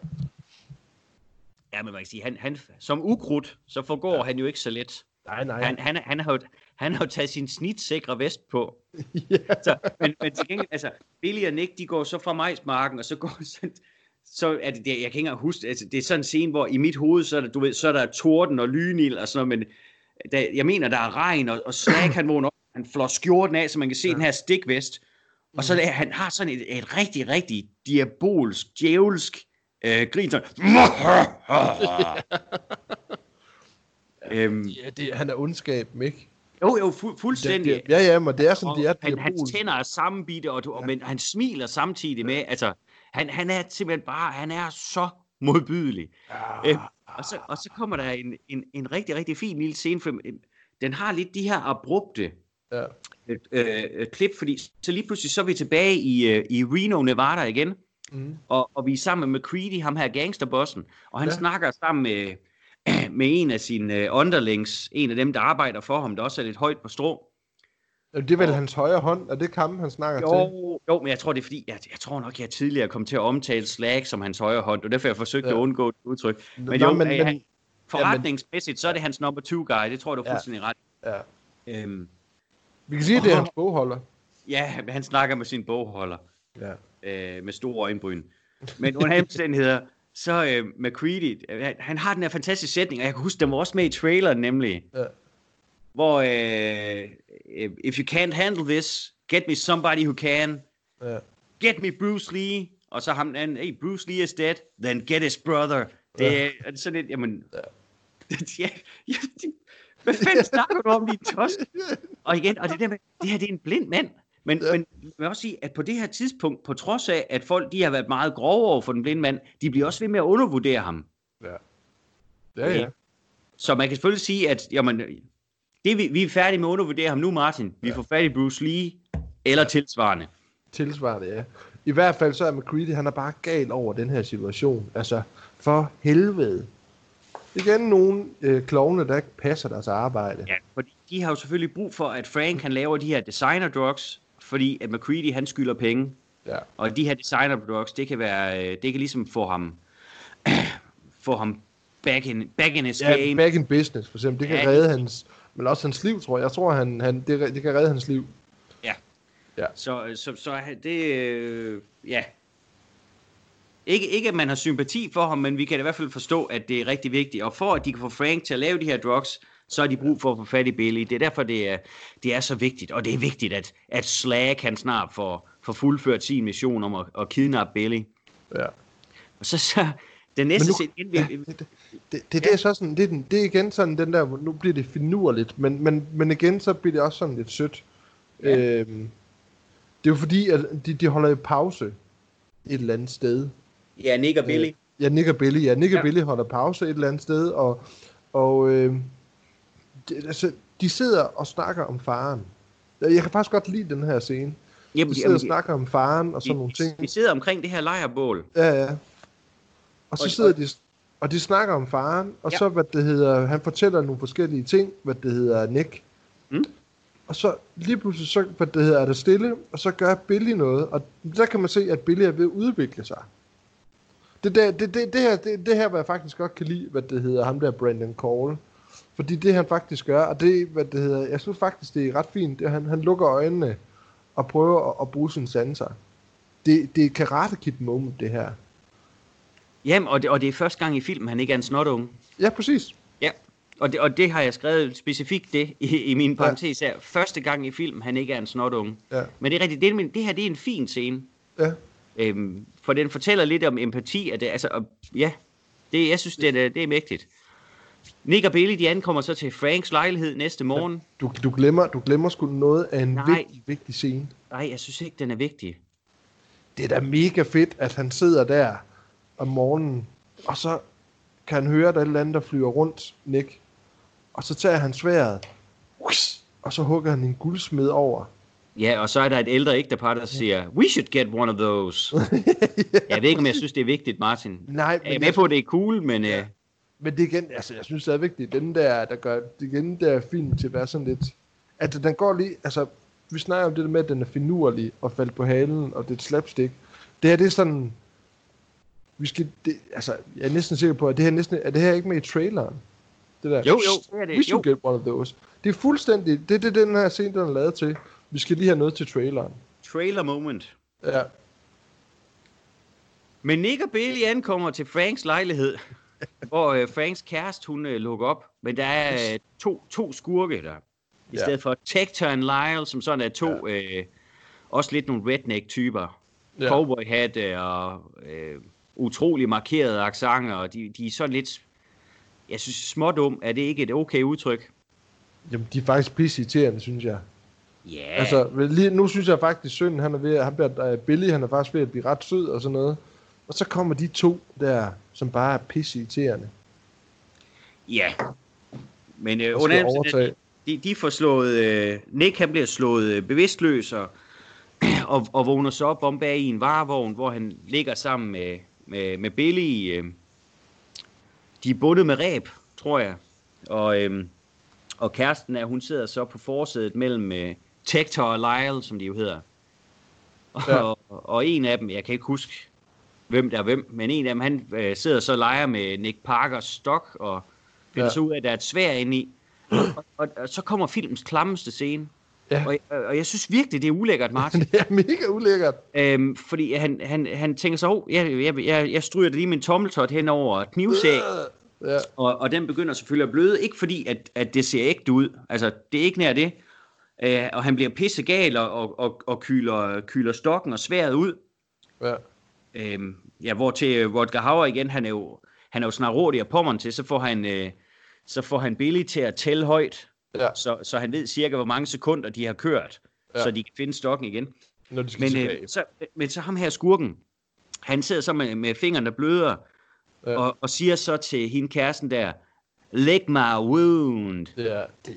ja, men man kan sige, han, han, som ukrudt, så forgår ja. han jo ikke så let. nej, nej. Han, han, han, har jo, han har jo taget sin snitsikre vest på. ja. Så, men, men til gengæld, altså, Billy og Nick, de går så fra majsmarken, og så går så, så er det, jeg kan ikke engang huske, altså, det er sådan en scene, hvor i mit hoved, så er der, du ved, så er der torden og lynild og sådan noget, men der, jeg mener, der er regn, og, og Slag, han vågner op, han flår skjorten af, så man kan se ja. den her stikvest, og så der, han har sådan et, et rigtig, rigtig diabolsk, djævelsk øh, grin, sådan, øhm, ja det, han er ondskab, ikke? jo, jo, fu- fuldstændig. Det, det, ja, ja, men det er sådan, Og det er han, hans diabolsk. tænder er sammenbitte, og, du, og, men han smiler samtidig med, altså, han, han er simpelthen bare, han er så modbydelig. Ja. Øh, og, så, og så kommer der en, en, en rigtig, rigtig fin lille scene, for øh, den har lidt de her abrupte Ja. øh, øh, klip, fordi så lige pludselig så er vi tilbage i, øh, i Reno, Nevada igen, Mm. og, og vi er sammen med McCready, ham her gangsterbossen, og han Ja. ja. snakker sammen med, med en af sine øh, underlings, en af dem, der arbejder for ham, der også er lidt højt på strå. Det er vel Og- hans højre hånd, er det Kam, han snakker til? Jo, jo, men jeg tror, det er fordi, jeg, jeg tror nok, jeg tidligere kom til at omtale Slag som hans højre hånd, og derfor jeg forsøgte Ja. at undgå det udtryk. Men Nå, jo, men, men, men, forretningsmæssigt, så er det hans number two guy, det tror jeg, du er Ja. fuldstændig ret. ja. Øhm, Vi kan sige, at det er hans bogholder. ja, men han snakker med sin bogholder, Ja. øh, med store øjenbryn. Men under omstændigheder, så øh, McCready, han, han har den her fantastiske sætning, og jeg kan huske, den var også med i traileren nemlig, Ja. hvor øh, if you can't handle this, get me somebody who can. Ja. Get me Bruce Lee. Og så ham, hey, Bruce Lee is dead, then get his brother. Det Ja. er sådan lidt, jamen... Ja. ja, ja, det, hvad fanden snakker du om, din tosk? Og igen, og det der med, det her det er en blind mand. Men, Ja. men jeg vil også sige, at på det her tidspunkt, på trods af, at folk de har været meget grove over for den blinde mand, de bliver også ved med at undervurdere ham. Ja. Ja, ja. Så man kan selvfølgelig sige, at jamen, det, vi, vi er færdige med at undervurdere ham nu, Martin. Vi ja. får fat i Bruce Lee, eller tilsvarende. Tilsvarende, ja. I hvert fald så er McCready, han er bare gal over den her situation. Altså, for helvede. Igen nogle øh, klovne, der ikke passer deres arbejde. Ja, fordi de har jo selvfølgelig brug for, at Frank han laver de her designer drugs, fordi at McCready han skylder penge. Ja. Og de her designer drugs, det kan være, det kan ligesom få ham, få ham back in, back in his Ja, game. back in business, for eksempel. Det kan Ja, redde hans, men også hans liv, tror jeg. Jeg tror, han, han, det, det kan redde hans liv. Ja. Ja. Så, så, så det, øh, ja. Ikke, ikke at man har sympati for ham, men vi kan i hvert fald forstå, at det er rigtig vigtigt. Og for at de kan få Frank til at lave de her drugs, så har de brug for at få fat i Billy. Det er derfor, det er, det er så vigtigt. Og det er vigtigt, at, at Slag kan snart få, få fuldført sin mission om at, at kidnappe Billy. Ja. Og så, så den næste nu, scene... ja, det, det, det, det, det er så sådan, det er, den, det er igen sådan den der, nu bliver det finurligt, men, men, men igen, så bliver det også sådan lidt sødt. Ja. Øhm, det er jo fordi, at de, de holder i pause et eller andet sted. Ja, Nick og Billy. Øh, ja, Nick og Billy. Ja, Nick Ja. og Billy holder pause et eller andet sted, og, og øh, det, altså, de sidder og snakker om faren. Jeg kan faktisk godt lide den her scene. Jamen, De sidder jamen, og snakker om faren og sådan vi, nogle ting. vi sidder omkring det her lejrbål. Ja, ja. Og så Og- sidder og- de, og de snakker om faren, og Ja. så, hvad det hedder, han fortæller nogle forskellige ting, hvad det hedder, Nick. Mm. Og så lige pludselig, så, hvad det hedder, er det stille, og så gør Billy noget, og der kan man se, at Billy er ved at udvikle sig. Det, der, det, det, det, her, det, det her, hvad jeg faktisk godt kan lide, hvad det hedder, ham der Brandon Cole. Fordi det han faktisk gør, og det, hvad det hedder, jeg synes faktisk, det er ret fint, det er, han, han lukker øjnene og prøver at, at bruge sine sanser. Det, det er Karate Kid moment, det her. Jamen, og det, og det er første gang i filmen, han ikke er en snotunge. Ja, præcis. Ja, og det, og det har jeg skrevet specifikt det i, i min parentes her. Første gang i filmen, han ikke er en snotunge. Ja. Men det er rigtigt, det, er, det her det er en fin scene. Ja. Øhm, for den fortæller lidt om empati. At det, altså, og, ja, det, jeg synes, det er, det er mægtigt. Nick og Billy, de ankommer så til Franks lejlighed næste morgen. Du, du, glemmer, du glemmer sgu noget af en Nej. vigtig, vigtig scene. Nej, jeg synes ikke, den er vigtig. Det er da mega fedt, at han sidder der om morgenen, og så kan han høre, at der er et eller andet, der flyver rundt, Nick. Og så tager han sværet, og så hugger han en guldsmed over. Ja, og så er der et ældre ægtepar, der siger, we should get one of those. ja. Jeg ved ikke, om jeg synes, det er vigtigt, Martin. Nej, Jeg er men, med på, at det er cool, men... Ja. Øh, men det er igen, altså jeg synes det er vigtigt, den der, der gør det igen der film til at være sådan lidt, at den går lige, altså vi snakker om det der med, at den er finurlig og faldt på halen, og det er et slapstick. Det her, det er sådan, vi skal, det, altså jeg er næsten sikker på, at det her næsten, er det her ikke med i traileren? Det der, Jo, jo, det er det. We should Jo. get one of those. Det er fuldstændig, det er det, den her scene, den er lavet til. Vi skal lige have noget til traileren. trailer moment. Ja. Men Nick og Billy ankommer til Franks lejlighed, hvor øh, Franks kæreste, hun øh, lukker op. Men der er øh, to, to skurke der. I Ja. stedet for Tector og Lyle, som sådan er to, ja. øh, også lidt nogle redneck-typer. Ja. Cowboy-hat øh, og øh, utrolig markerede accenter, og de, de er sådan lidt, jeg synes, smådum. Er det ikke et okay udtryk? Jamen, de er faktisk pisse irriterende, synes jeg. Ja. Yeah. Altså, lige nu synes jeg faktisk, sønnen, han er ved at, han bliver, uh, Billy, han er faktisk ved at blive ret sød og sådan noget. Og så kommer de to der, som bare er pisse irriterende. Ja. Men øh, Og skal under overtage. de, de får slået, øh, Nick han bliver slået øh, bevidstløs og, og, og vågner så op om bag i en varevogn, hvor han ligger sammen med, med, med Billy. Øh, de er bundet med reb, tror jeg. Og, øh, og kæresten er, hun sidder så på forsædet mellem øh, Tector og Lyle, som de jo hedder. Og, Ja. og, og en af dem, jeg kan ikke huske, hvem der er hvem, men en af dem, han øh, sidder så og leger med Nick Parkers stok, og finder Ja. så ud af, at der er et sværd inde i. Og, og, og så kommer filmens klammeste scene. Ja. Og, og jeg synes virkelig, det er ulækkert, Martin. Det er mega ulækkert. Øhm, fordi han, han, han tænker så, oh, jeg, jeg, jeg, jeg stryger lige min tommeltot hen over knivsæg, Ja. og, og den begynder selvfølgelig at bløde. Ikke fordi, at, at det ser ægte ud. Altså, det er ikke nær det. Øh, og han bliver pissegal og, og, og, og kyler, kyler stokken og sværet ud. Ja. Øhm, ja, hvor til Rutger Hauer igen, han er jo, han er jo snart rådig af Pommern til, så får han, øh, så får han Billy til at tælle højt, Ja. så, så han ved cirka, hvor mange sekunder de har kørt, Ja. så de kan finde stokken igen. Når de skal Men, tilbage. øh, så, men så ham her skurken, han sidder så med, med fingrene, der bløder, Ja. og, og siger så til hende kæresten der, lick my wound. Ja. Det...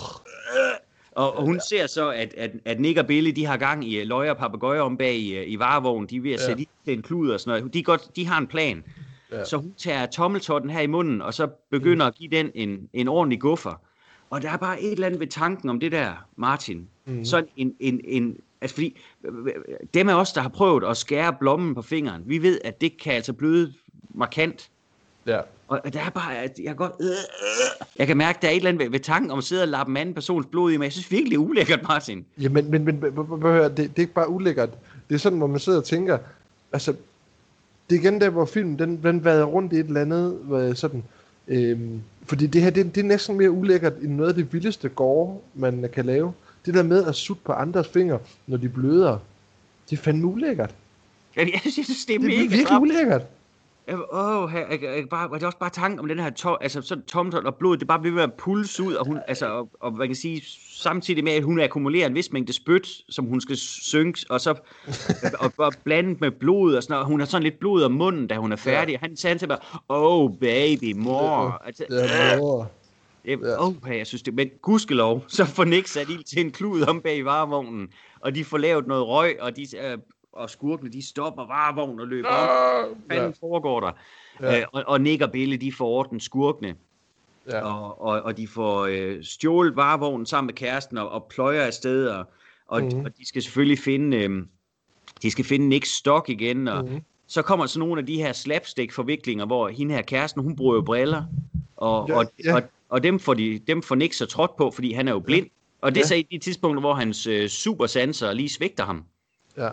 Og, og hun ser så, at, at, at Nick og Billy, de har gang i løjer og papegøjer om bag i, i varevognen. De er ved at Ja. sætte i en klud og sådan noget. De, er godt, de har en plan. Ja. Så hun tager tommeltotten her i munden, og så begynder mm. at give den en, en ordentlig guffer. Og der er bare et eller andet ved tanken om det der, Martin. Mm. Sådan en, en, en, altså fordi, øh, dem af os, der har prøvet at skære blommen på fingeren, vi ved, at det kan altså bløde markant. Ja. Og der er bare, at jeg kan godt, øh, øh, jeg kan mærke, der er et eller andet ved, ved tanken om at sidde og lappe en anden persons blod i, men jeg synes virkelig, det er ulækkert, Martin. Ja, men, men, men, men hør, det, det er ikke bare ulækkert. Det er sådan, hvor man sidder og tænker, altså, det er igen der, hvor filmen, den, den vader rundt i et eller andet, hvor sådan, øhm, fordi det her, det, det er næsten mere ulækkert end noget af det vildeste gore, man kan lave. Det der med at sutte på andres fingre, når de bløder, det er fandme ulækkert. Jeg, jeg synes, det er Det er mega virkelig stramt. ulækkert. Jeg, åh, jeg, jeg, jeg, bare, det er også bare tanken om den her to, altså sådan tomtot og blod, det bare bliver ved at pulse ud, og hun, altså, og, og man kan sige, samtidig med, at hun akkumulerer en vis mængde spyt, som hun skal synke, og så og, og blandet med blod og sådan noget. Hun har sådan lidt blod om munden, da hun er færdig. Ja. Han sagde til mig, oh baby, mor. Altså, Ja, mor. øh, åh, jeg synes det, men gudskelov, så får Nick sat ild til en klud om bag varevognen, og de får lavet noget røg, og de... Øh, og skurkene, de stopper varevognen og løber om. Hvad fanden foregår der? Ja. Øh, og, og Nick og Billy, de får ordnet skurkene. Ja. Og, og, og de får øh, stjålet varevognen sammen med kæresten og, og pløjer afsted. Og, og, Mhm. og de skal selvfølgelig finde, øh, de skal finde Nicks stok igen. Og Mhm. så kommer så nogle af de her slapstick-forviklinger, hvor hende her kæresten, hun bruger jo briller. Og, Ja, og, ja. og, og dem får de, dem får Nick så trådt på, fordi han er jo blind. Og det er Ja. så i de tidspunkter, hvor hans øh, supersanser lige svigter ham. Ja.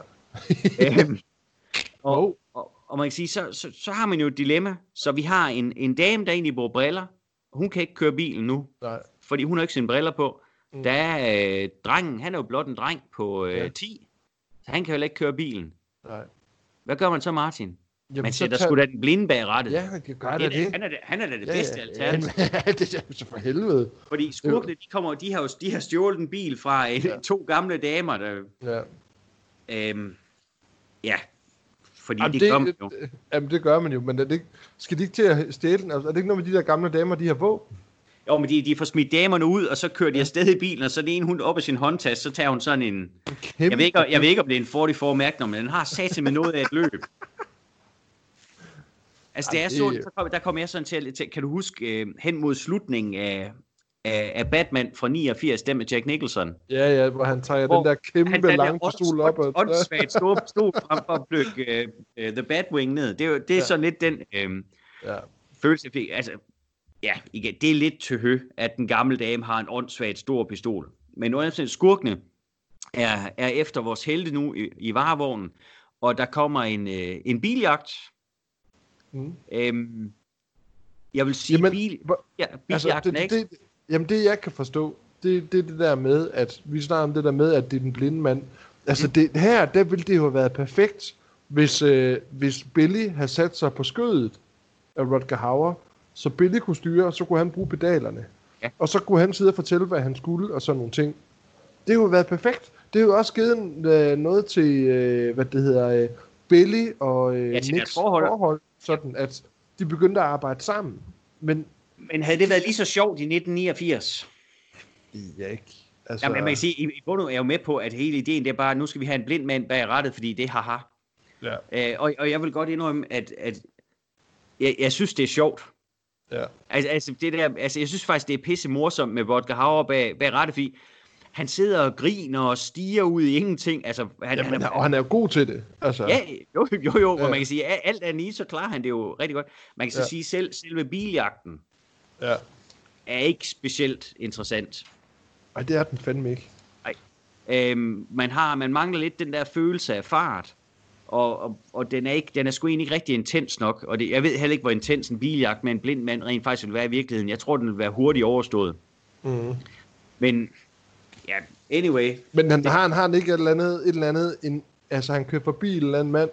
øhm, og, Oh. og, og man kan sige, så, så, så har man jo et dilemma. Så vi har en, en dame, der egentlig bruger briller. Hun kan ikke køre bilen nu, Nej. fordi hun har ikke sine briller på. Mm. Der er øh, drengen, han er jo blot en dreng på øh, Ja. ti, så han kan jo heller ikke køre bilen. Nej. Hvad gør man så, Martin? Jamen, Man så sætter tager- sgu da den blinde bag rattet. Ja, han kan gøre det, det. han, er det, han er da det Ja, bedste ja, alternativ. ja, det er så for helvede. Fordi skurkene, de, kommer, de, har jo, de har stjålet en bil fra øh, Ja. to gamle damer, der... Ja. Øhm, ja, fordi Jamen, det, det, det gør man jo. det, jamen, det gør man jo, men er det ikke, skal de ikke til at stjæle den? Altså, er det ikke noget med de der gamle damer, de har våben? Jo, men de, de får smidt damerne ud, og så kører de afsted i bilen, og så er det en hund op af sin håndtaske, så tager hun sådan en... Kæmpe. Jeg ved ikke, jeg ved ikke om det er en fyrre Magnum, men den har satan med noget af et løb. Altså, det er Ej, så, det- så kom, der kom jeg sådan til, til kan du huske, øh, hen mod slutningen af, af, af Batman fra niogfirs, den med Jack Nicholson. Ja, ja, hvor han tager Hvor den der kæmpe Han tager lange der pistol op. Og, åndssvagt store pistol frem for at plukke uh, uh, The Batwing ned. Det er, jo, det er Ja. sådan lidt den øh, ja. følelse, jeg fik. Altså, ja, igen, det er lidt til hø, at den gamle dame har en åndssvagt stor pistol. Men under skurkene er, er efter vores helte nu i, i varevognen, og der kommer en, øh, en biljagt. Mm. Øhm, jeg vil sige, Jamen, bil, hvor- ja, Altså, biljagten det, er ikke... det, jamen, det jeg kan forstå, det, det er det der med, at vi snakker om det der med, at det er den blinde mand. Altså, det, her, der ville det jo have været perfekt, hvis, øh, hvis Billy havde sat sig på skødet af Rutger Hauer, så Billy kunne styre, og så kunne han bruge pedalerne. Ja. Og så kunne han sidde og fortælle, hvad han skulle, og sådan nogle ting. Det kunne have været perfekt. Det har jo også givet øh, noget til, øh, hvad det hedder, øh, Billy og øh, Ja, til deres Nicks forhold. forhold, sådan at de begyndte at arbejde sammen. Men Men havde det været lige så sjovt i nitten niogfirs? ja, ikke. Altså, Jamen, man kan sige, i, i bunden er jeg jo med på, at hele ideen, det er bare, at nu skal vi have en blind mand bag rattet, fordi det er haha. ja, Øh, og, og jeg vil godt indrømme, at, at jeg, jeg synes, det er sjovt. ja. Altså, altså, det der, altså, jeg synes faktisk, det er pisse morsomt med Rutger Hauer bag, bag rattet, fordi han sidder og griner og stiger ud i ingenting. Altså, han, Jamen, han, og han er jo god til det. Altså, Ja, jo, jo, jo, Ja. og man kan sige, at alt er lige, så klarer han det jo rigtig godt. Man kan så Ja. sige, selv selve biljagten ja. er ikke specielt interessant. Ej, det er den fandme ikke. Nej, Øhm, man har, man mangler lidt den der følelse af fart, og, og, og den er ikke, den er sgu egentlig ikke rigtig intens nok, og det, jeg ved heller ikke, hvor intens en biljagt med en blind mand rent faktisk vil være i virkeligheden. Jeg tror, den vil være hurtigt overstået. Mm. Men, ja, anyway. Men han, det, har, han har han ikke et eller andet, et eller andet en, altså han kører forbi en eller anden mand,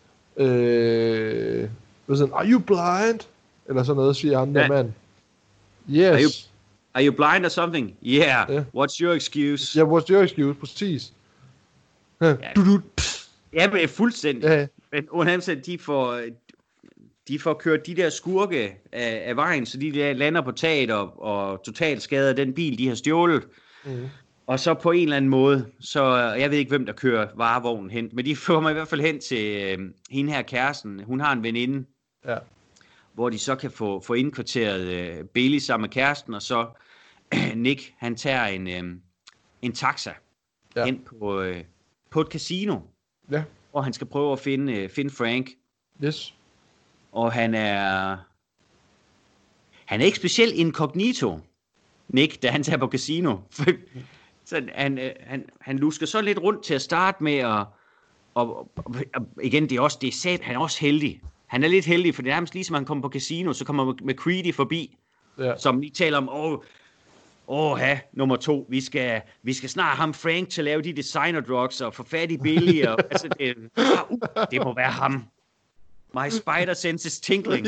øh, sådan, are you blind? Eller sådan noget, siger han der mand. Yes. Are you, are you blind or something? Yeah. yeah. What's your excuse? Ja, yeah, what's your excuse? Præcis. Ja, du, du, ja men fuldstændig. Ja. Men under de får, de får kørt de der skurke af, af vejen, så de der lander på taget og, og totalt skader den bil, de har stjålet. Mm. Og så på en eller anden måde, så jeg ved ikke, hvem der kører varevognen hen, men de får mig i hvert fald hen til øh, hende her kæresten. Hun har en veninde, ja. Hvor de så kan få, få indkvarteret øh, Bailey sammen med kæresten, og så øh, Nick, han tager en, øh, en taxa ja. Hen på, øh, på et casino, ja. Og han skal prøve at finde, øh, finde Frank. Yes. Og han er, han er ikke specielt incognito, Nick, da han tager på casino. Så han, øh, han, han lusker så lidt rundt til at starte med, og, og, og, og igen, det er også, det er sat, han er også heldig. Han er lidt heldig, for det er nærmest ligesom han kommer på casino, så kommer McCready forbi, ja. Som lige taler om, åh, åh, ja, nummer to, vi skal, vi skal snart ham Frank til at lave de designer drugs, og få fat i Billy, og altså, det, uh, det må være ham. My spider sense is tingling.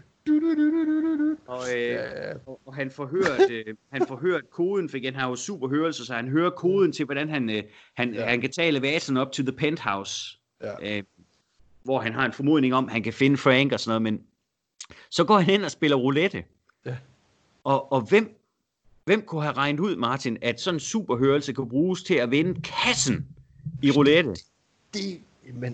Og, øh, og, og han får hørt, øh, han får hørt koden, for igen, han har jo super hørelse, så han hører koden til, hvordan han, øh, han, ja. Han kan tage elevatoren op til the penthouse. Ja. Øh, hvor han har en formodning om, at han kan finde Frank og sådan noget, men så går han hen og spiller roulette. Ja. Og, og hvem, hvem kunne have regnet ud, Martin, at sådan en superhørelse kunne bruges til at vinde kassen i roulette? Det, men...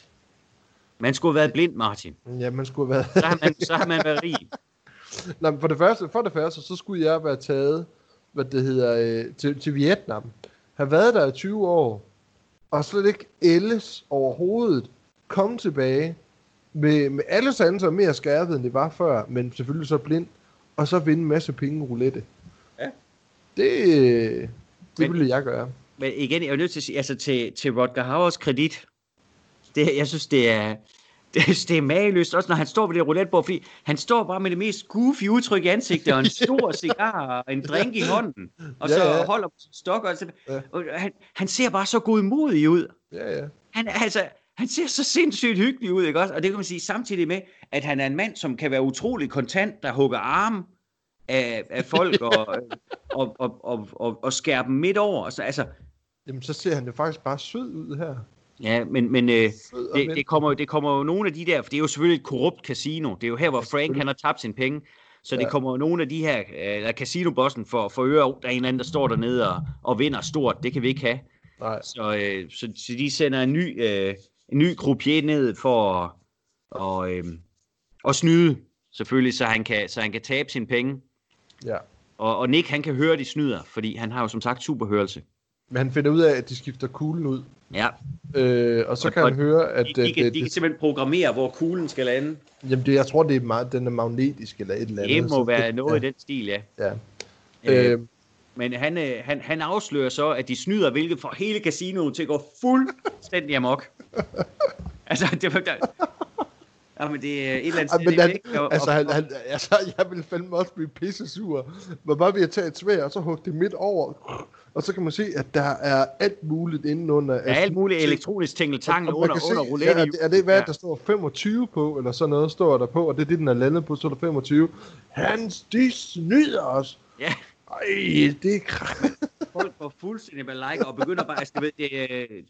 Man skulle have været blind, Martin. Ja, man skulle have været... så, har man, så har man været rig. Nå, for det første, for det første, så skulle jeg være taget, hvad det hedder, øh, til, til Vietnam. Have været der i tyve år, og slet ikke ældes overhovedet, komme tilbage med, med alle sanser mere skærpet, end det var før, men selvfølgelig så blind, og så vinde en masse penge i roulette. Ja. Det, det men, ville jeg gøre. Men igen, jeg er nødt til at sige, altså til, til Rutger Hauers kredit, det, jeg synes, det er, det, det er mageløst, også når han står ved det roulettebord, fordi han står bare med det mest goofy udtryk i ansigtet, og en stor cigar og en drink i hånden, og ja, så ja. Holder på sin stok, og, så, ja. Og han, han ser bare så godmodig ud. Ja, ja. Han, altså, han ser så sindssygt hyggelig ud, ikke også? Og det kan man sige samtidig med, at han er en mand, som kan være utrolig kontant, der hugger arme af, af folk og, og, og, og, og, og skærer dem midt over. Og så, altså, jamen, så ser han jo faktisk bare sød ud her. Ja, men, men øh, det, det, kommer, det kommer jo nogle af de der, for det er jo selvfølgelig et korrupt casino. Det er jo her, hvor Frank han har tabt sine penge. Så ja. Det kommer jo nogle af de her, øh, casinobossen for, for øre, oh, der er en eller anden, der står dernede og, og vinder stort. Det kan vi ikke have. Nej. Så, øh, så, så de sender en ny, øh, en ny croupier ned for at, og, øh, at snyde, selvfølgelig, så han kan, så han kan tabe sine penge. Ja. Og, og Nick, han kan høre, de snyder, fordi han har jo som sagt superhørelse. Men han finder ud af, at de skifter kuglen ud. Ja. Øh, og så og, kan han høre, at... De, de, kan, det, de kan simpelthen programmere, hvor kuglen skal lande. Jamen, det, jeg tror, det er meget, den er magnetisk eller et eller andet. Det må være det, noget ja. I den stil, ja. Ja. Øh, øh, men han, han, han afslører så, at de snyder, hvilket får hele casinoet til at gå fuldstændig amok. Altså, det var... Der, jamen, det er et eller andet sted, ja, han, ikke? Og, altså, han, han, altså, jeg ville fandme også blive pissesur. Men bare ved at tage et sværd, og så hugge det midt over... Og så kan man se, at der er alt muligt indenunder. Der er alt muligt elektronisk tingeltangel under, under roulette. Ja, er det hvad, ja. Der står femogtyve på, eller sådan noget står der på, og det er det, den er landet på, så er der femogtyve. Hans, de snyder os. Ja. Ej, det er kræft. Folk går fuldstændig med like, og begynder bare, altså, ved, det,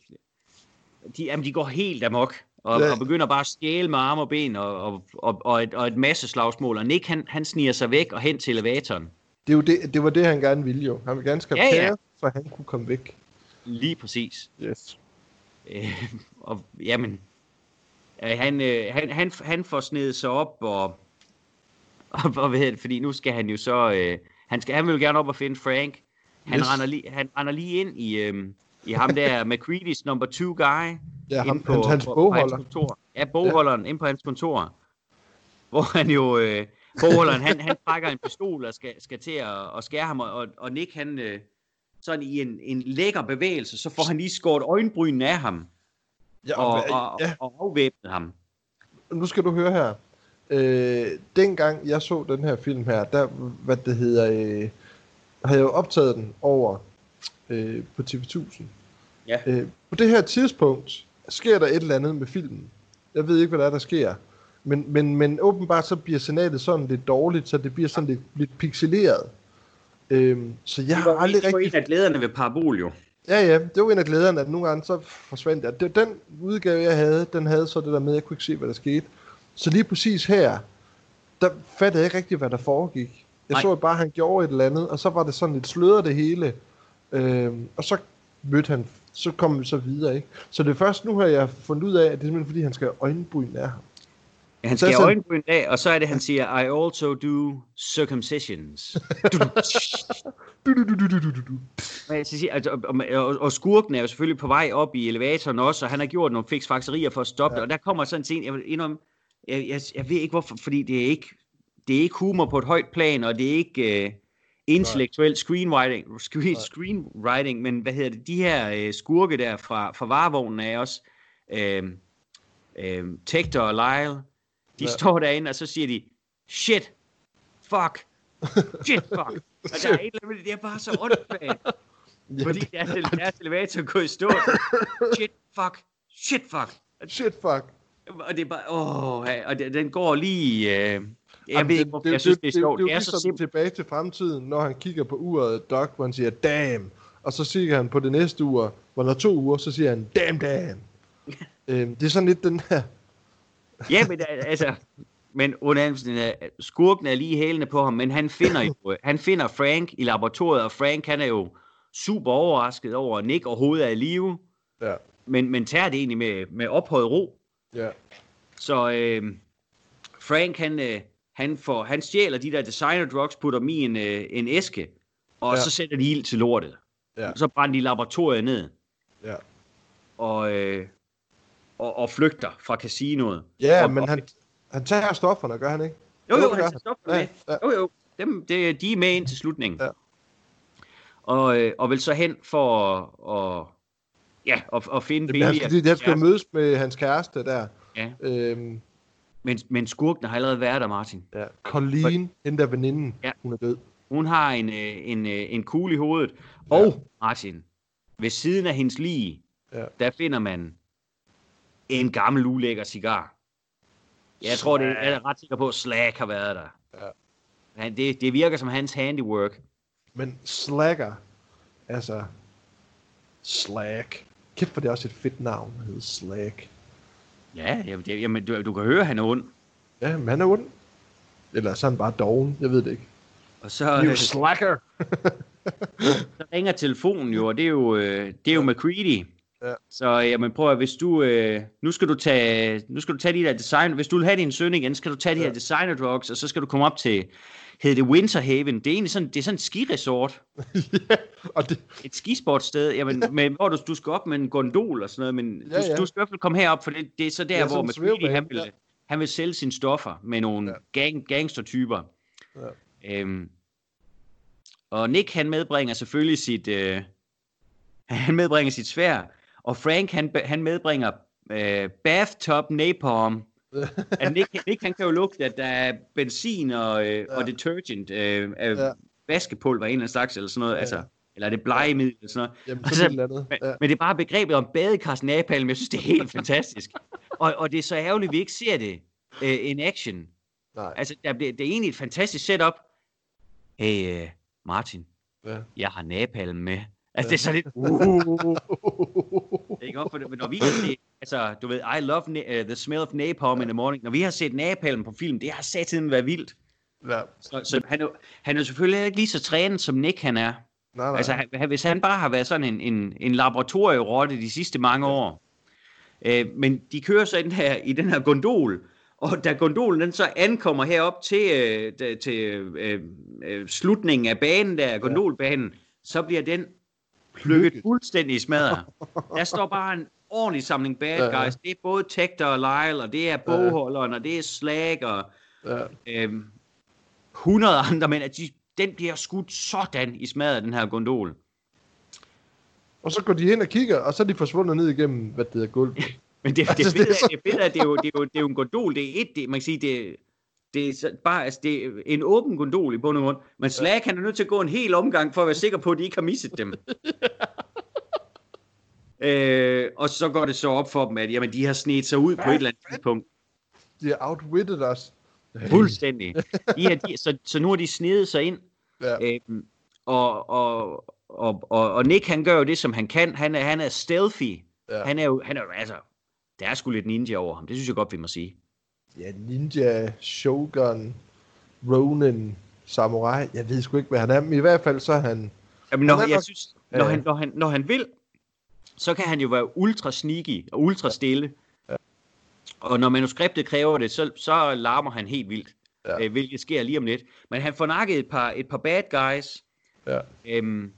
de, jamen, de går helt amok, og, ja. Og begynder bare at stjæle med arme og ben, og, og, og, og, et, og et masse slagsmål. Og Nick, han, han sniger sig væk og hen til elevatoren. Det, er jo det, det var det, han gerne ville jo. Han ville gerne skabe ja, ja. Så han kunne komme væk. Lige præcis. Yes. Øh, og jamen, øh, han, øh, han, han, han får snedet sig op, og, og, og hvad hedder det, fordi nu skal han jo så, øh, han, skal, han vil gerne op og finde Frank. Han, yes. render, lige, han render lige ind i, øh, i ham der, McCready's number two guy. Ja, ham, på, hans på, bogholder. På hans kontor. Ja, bogholderen, ja. Inde på hans kontor. Hvor han jo... Øh, Bogholderen, han, han trækker en pistol og skal, skal til at, at skære ham, og, og Nick, han, øh, sådan i en, en lækker bevægelse, så får han lige skåret øjenbrynene af ham, Ja, og, og, og, ja. og afvæbnet ham. Nu skal du høre her. Øh, dengang jeg så den her film her, der, hvad det hedder, øh, har jeg jo optaget den over øh, på T V tusind. Ja. Øh, på det her tidspunkt sker der et eller andet med filmen. Jeg ved ikke, hvad der er, der sker. Men, men, men åbenbart så bliver signalet sådan lidt dårligt, så det bliver sådan lidt, lidt pixeleret. Øhm, så jeg har aldrig rigtig... Det var rigtig... en af glæderne ved Parabol, jo. Ja, ja, det var en af glæderne, at nogle gange så forsvandt jeg. Det, den udgave, jeg havde, den havde så det der med, at jeg kunne ikke se, hvad der skete. Så lige præcis her, der fattede jeg ikke rigtig, hvad der foregik. Jeg Nej. så bare, at han gjorde et eller andet, og så var det sådan lidt sløret det hele. Øhm, og så mødte han, så kom vi så videre, ikke? Så det er først nu, har jeg fundet ud af, at det er simpelthen fordi, han skal have øjenbryn af ham. Ja, han skal have øjenbryn af, og så er det, han siger, I also do circumcisions. du, du, du, du, du, du, du. Altså, og, og skurken er jo selvfølgelig på vej op i elevatoren også, og han har gjort nogle fiksfakserier for at stoppe ja. det, og der kommer sådan en scene, jeg vil indrømme, jeg, jeg, jeg ved ikke hvorfor, fordi det er ikke, det er ikke humor på et højt plan, og det er ikke uh, intellektuel screenwriting, screen, screenwriting, men hvad hedder det, de her uh, skurke der fra, fra varevognen er også, uh, uh, Tector og Lyle, de ja. står derinde, og så siger de, shit, fuck, shit, fuck. Og der er et eller andet, det er bare så åndssvagt. Ja, fordi det... deres, deres elevator går i stå. Shit, fuck, shit, fuck. Shit, fuck. Og det er bare, åh, og det, den går lige... Øh, jeg Jamen, ved ikke, hvorfor jeg synes, det er sjovt. Det, det, det, det er så simpelt. Tilbage til fremtiden, når han kigger på uret, Doc, hvor han siger, damn. Og så siger han på det næste ur, hvor der er to uger, så siger han, damn, damn. øhm, det er sådan lidt den her... Ja, men altså... Men under skurken er lige hælende på ham, men han finder jo, han finder Frank i laboratoriet, og Frank han er jo super overrasket over, at Nick overhovedet er i live, ja. men, men tager det egentlig med, med ophøjet ro. Ja. Så øh, Frank han, øh, han, får, han stjæler de der designer drugs, putter dem i en, øh, en æske, og ja. så sætter de ild til lortet. Ja. Så brænder de laboratoriet ned. Ja. Og, øh, og, og flygter fra casinoet. Ja, og, men og, han... Han tager stofferne, gør han ikke? Jo, jo, han tager stofferne med. Ja, ja. Jo, jo. Dem, det, de er med ind til slutningen. Ja. Og, øh, og vil så hen for at, ja, at, at finde billigere. Fordi han skal mødes med hans kæreste der. Ja. Øhm. Men, men skurken har allerede været der, Martin. Ja. Colleen, hende der veninden, ja. Hun er død. Hun har en, en, en kugle i hovedet. Ja. Og, Martin, ved siden af hendes lig, ja. der finder man en gammel ulækker cigar. Jeg tror, det er jeg ret sikker på, at Slack har været der. Ja. Han, det, det virker som hans handiwork. Men Slacker, altså, Slack. Kæft for det er også et fedt navn, der hedder Slack. Ja, jamen, det, jamen du, du kan høre, at han er ond. Ja, men han er ond. Eller så er han bare doven, jeg ved det ikke. Og så... You slacker! Så ringer telefonen jo, og det er jo, det er jo McCready. Ja. Så jamen prøv at, hvis du, øh, nu skal du tage, nu skal du tage de der design, hvis du vil have din søn igen, skal du tage de ja. her designer drugs, og så skal du komme op til, hedder det Winter Haven, det er egentlig sådan, det er sådan et skiresort. Ja, og det... Et skisportsted, jamen, med, hvor du, du skal op med en gondol og sådan noget, men ja, du, ja. du skal i hvert fald komme herop, for det, det er så der, ja, hvor McCready, han vil, ja. han vil sælge sine stoffer med nogle ja. gang, gangstertyper. Ja. Øhm, og Nick, han medbringer selvfølgelig sit, øh, han medbringer sit sværd. Og Frank, han, han medbringer øh, bathtub napalm. at Nick, Nick, han kan jo lugte, at der er benzin og, øh, ja. og detergent, øh, øh, ja. vaskepulver, en eller anden slags, eller sådan noget, ja. altså, eller er det blegemiddel, eller sådan noget. Jamen, altså, andet. Ja. Men, men det er bare begrebet om badekars napalm, jeg synes, det er helt fantastisk. Og, og det er så ærgerligt, at vi ikke ser det øh, in action. Nej. Altså, der bliver, det er egentlig et fantastisk setup. Hey, øh, Martin, ja. jeg har napalm med. Altså, ja. det er så lidt... Uh, det er ikke op for det, men når vi kan se... Altså, du ved, I love na- uh, the smell of napalm ja. in the morning. Når vi har set napalm på film, det har satan været vildt. Ja. Så, så han, er, han er selvfølgelig ikke lige så trænet, som Nick han er. Nej, nej. Altså, han, hvis han bare har været sådan en, en, en laboratorierotte de sidste mange ja. år. Øh, men de kører så i den her, i den her gondol, og da gondolen den så ankommer herop til, øh, til øh, øh, slutningen af banen der, gondolbanen, ja. så bliver den plukket fuldstændig i smadret. Der står bare en ordentlig samling bad guys. Ja, ja. Det er både Tector og Lyle, og det er bogholderen, og det er Slag, og ja. øhm, hundrede andre, men at de, den bliver skudt sådan i smadret, den her gondol. Og så går de hen og kigger, og så er de forsvundet ned igennem, hvad det hedder, gulvet. Men det, Altså, det, det er det, så- det, det, det, er jo, det, er jo, det er jo en gondol, det er et, det, man kan sige, det, det er så bare, altså, det er en åben gondol i bund og grund, men Slag han er nødt til at gå en hel omgang, for at være sikker på, at de ikke har misset dem. øh, og så går det så op for dem, at jamen, de har snedt sig ud på et eller andet tidspunkt. De har outwitted os. Fuldstændig. De her, de, så, så nu har de snedet sig ind, Ja. øhm, og, og, og, og, og Nick, han gør jo det, som han kan. Han er, han er stealthy. Ja. Han er jo, han er jo, altså, der er sgu lidt ninja over ham. Det synes jeg godt, vi må sige. Ja, ninja, shogun, ronin, samurai. Jeg ved sgu ikke, hvad han er, men i hvert fald så er han... Jamen, når, han er jeg nok- synes, når, Ja. han, når, han, når han vil, så kan han jo være ultra sneaky og ultra stille. Ja. Og når manuskriptet kræver det, så, så larmer han helt vildt. Ja. Øh, hvilket sker lige om lidt. Men han får nakket et par, et par bad guys. Ja. Øhm,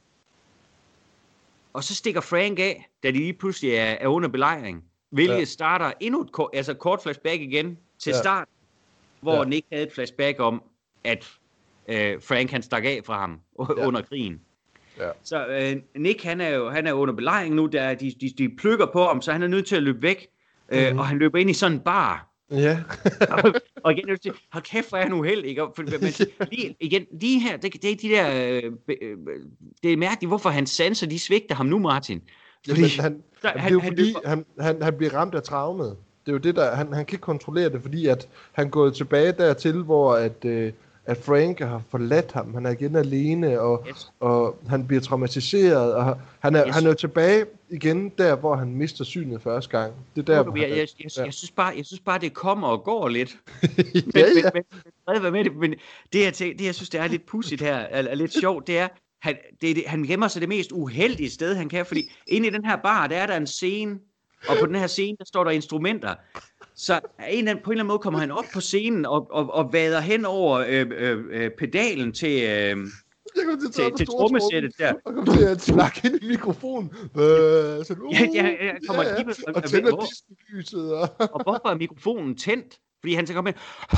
og så stikker Frank af, da de lige pludselig er, er under belejring. Hvilket Ja. starter endnu et kort, altså kort flashback igen til Ja. start. Hvor Ja. Nick havde et flashback om, at øh, Frank han stak af fra ham Ja. under krigen. Ja. Så øh, Nick han er jo han er under belejring nu, der de, de, de plukker på ham, så han er nødt til at løbe væk. Øh, Mhm. og han løber ind i sådan en bar. Ja. og, og igen, jeg vil sige, hold kæft, hvor er han uheldig, ikke? Og For, men, lige, igen, lige her, det, det er de der, øh, øh, det er mærkeligt, hvorfor hans sanser, de svigter ham nu, Martin. Fordi, Jamen, han, der- han, han- det er jo han fordi, løber- han, han, han bliver ramt af traumet. Det er jo det, der... Han, han kan ikke kontrollere det, fordi at han går tilbage dertil, hvor at, øh, at Frank har forladt ham. Han er igen alene, og, Yes. og han bliver traumatiseret. Og han er, Yes. han er jo tilbage igen der, hvor han mister synet første gang. Det er der, hvor jeg, han, jeg, jeg, jeg, jeg, synes bare, jeg synes bare, det kommer og går lidt. ja, Men, ja. men, men, men, med det, men det, jeg, tænker, det, jeg synes, det er lidt pudsigt her, er, er lidt sjovt, det er, han, det, er det, han gemmer sig det mest uheldige sted, han kan, fordi inde i den her bar, der er der en scene, og på den her scene, der står der instrumenter. Så af en eller anden, på en eller anden måde kommer han op på scenen og, og, og vader hen over øh, øh, øh, pedalen til, øh, Jeg kom til at tage til, den til store trommesættet der. Og kom til at snakke ind i mikrofonen. Øh, så, uh, Ja, ja, jeg kommer lige med- og og- tænder hvor- disco-lyset. Og... Og hvorfor er mikrofonen tændt? Fordi han så kommer med.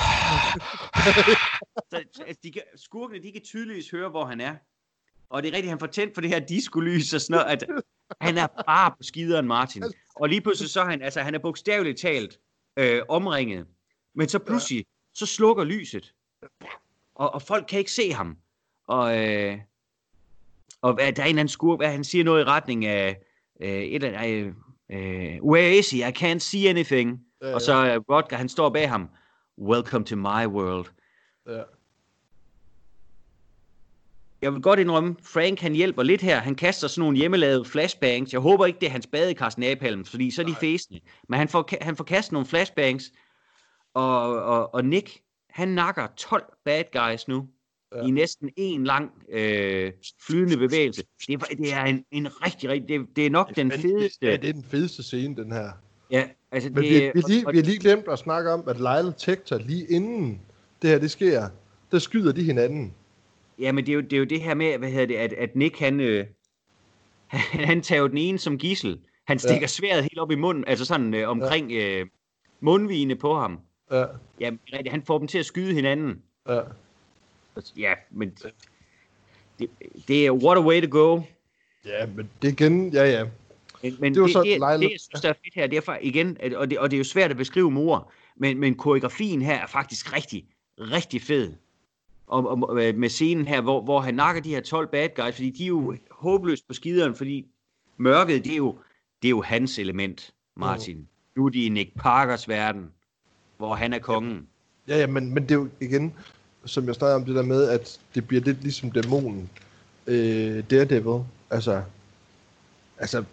Så, altså, de kan, skurkene, de kan tydeligvis høre, hvor han er. Og det er rigtigt, han får tændt for det her disco-lys og sådan noget. At han er bare på skideren, Martin. Og lige pludselig så er han, altså han er bogstaveligt talt øh, omringet. Men så pludselig, så slukker lyset. Og, og folk kan ikke se ham. Og, øh, og hvad, der er en eller anden skurk, hvad han siger noget i retning af, øh, et eller andet, øh, where is he? I can't see anything. Ja, Og så uh, Rodger, han står bag ham. Welcome to my world. Ja. Jeg vil godt indrømme, Frank han hjælper lidt her. Han kaster sådan nogle hjemmelavede flashbangs. Jeg håber ikke, det er hans badekar napalm, fordi så er de Nej. fæsende. Men han får, han får kastet nogle flashbangs. Og, og, og Nick, han nakker tolv bad guys nu. Ja. I næsten en lang øh, flydende bevægelse. Det er, det er en, en rigtig, rigtig... Det, det er nok den fedeste... Ja, det er den fedeste scene, den her. Ja, altså Men det, vi, vi, lige, og- vi har lige glemt at snakke om, at Lyle Tector, lige inden det her det sker, der skyder de hinanden. Ja, men det er jo det, er jo det her med, hvad hedder det, at, at Nick, han, øh, han, han tager jo den ene som gidsel. Han stikker ja. sværet helt op i munden, altså sådan øh, omkring øh, mundvigene på ham. Ja, Ja, rigtigt, han får dem til at skyde hinanden. ja. Ja, men det, det er what a way to go. Ja, men det igen, ja, ja. Men, men Det var det, så det, det, Lyle- det, jeg synes, der er fedt her, det er for, igen, at, og, det, og det er jo svært at beskrive med ord, men, men koreografien her er faktisk rigtig, rigtig fed. Og, og med scenen her, hvor, hvor han nakker de her tolv bad guys, fordi de er jo håbløst på skideren, fordi mørket, det er jo, det er jo hans element, Martin. Mm. Nu er de i Nick Parkers verden, hvor han er kongen. Ja, ja, men, men det er jo igen, som jeg snakker om det der med, at det bliver lidt ligesom dæmonen. Øh, Daredevil. Altså, altså,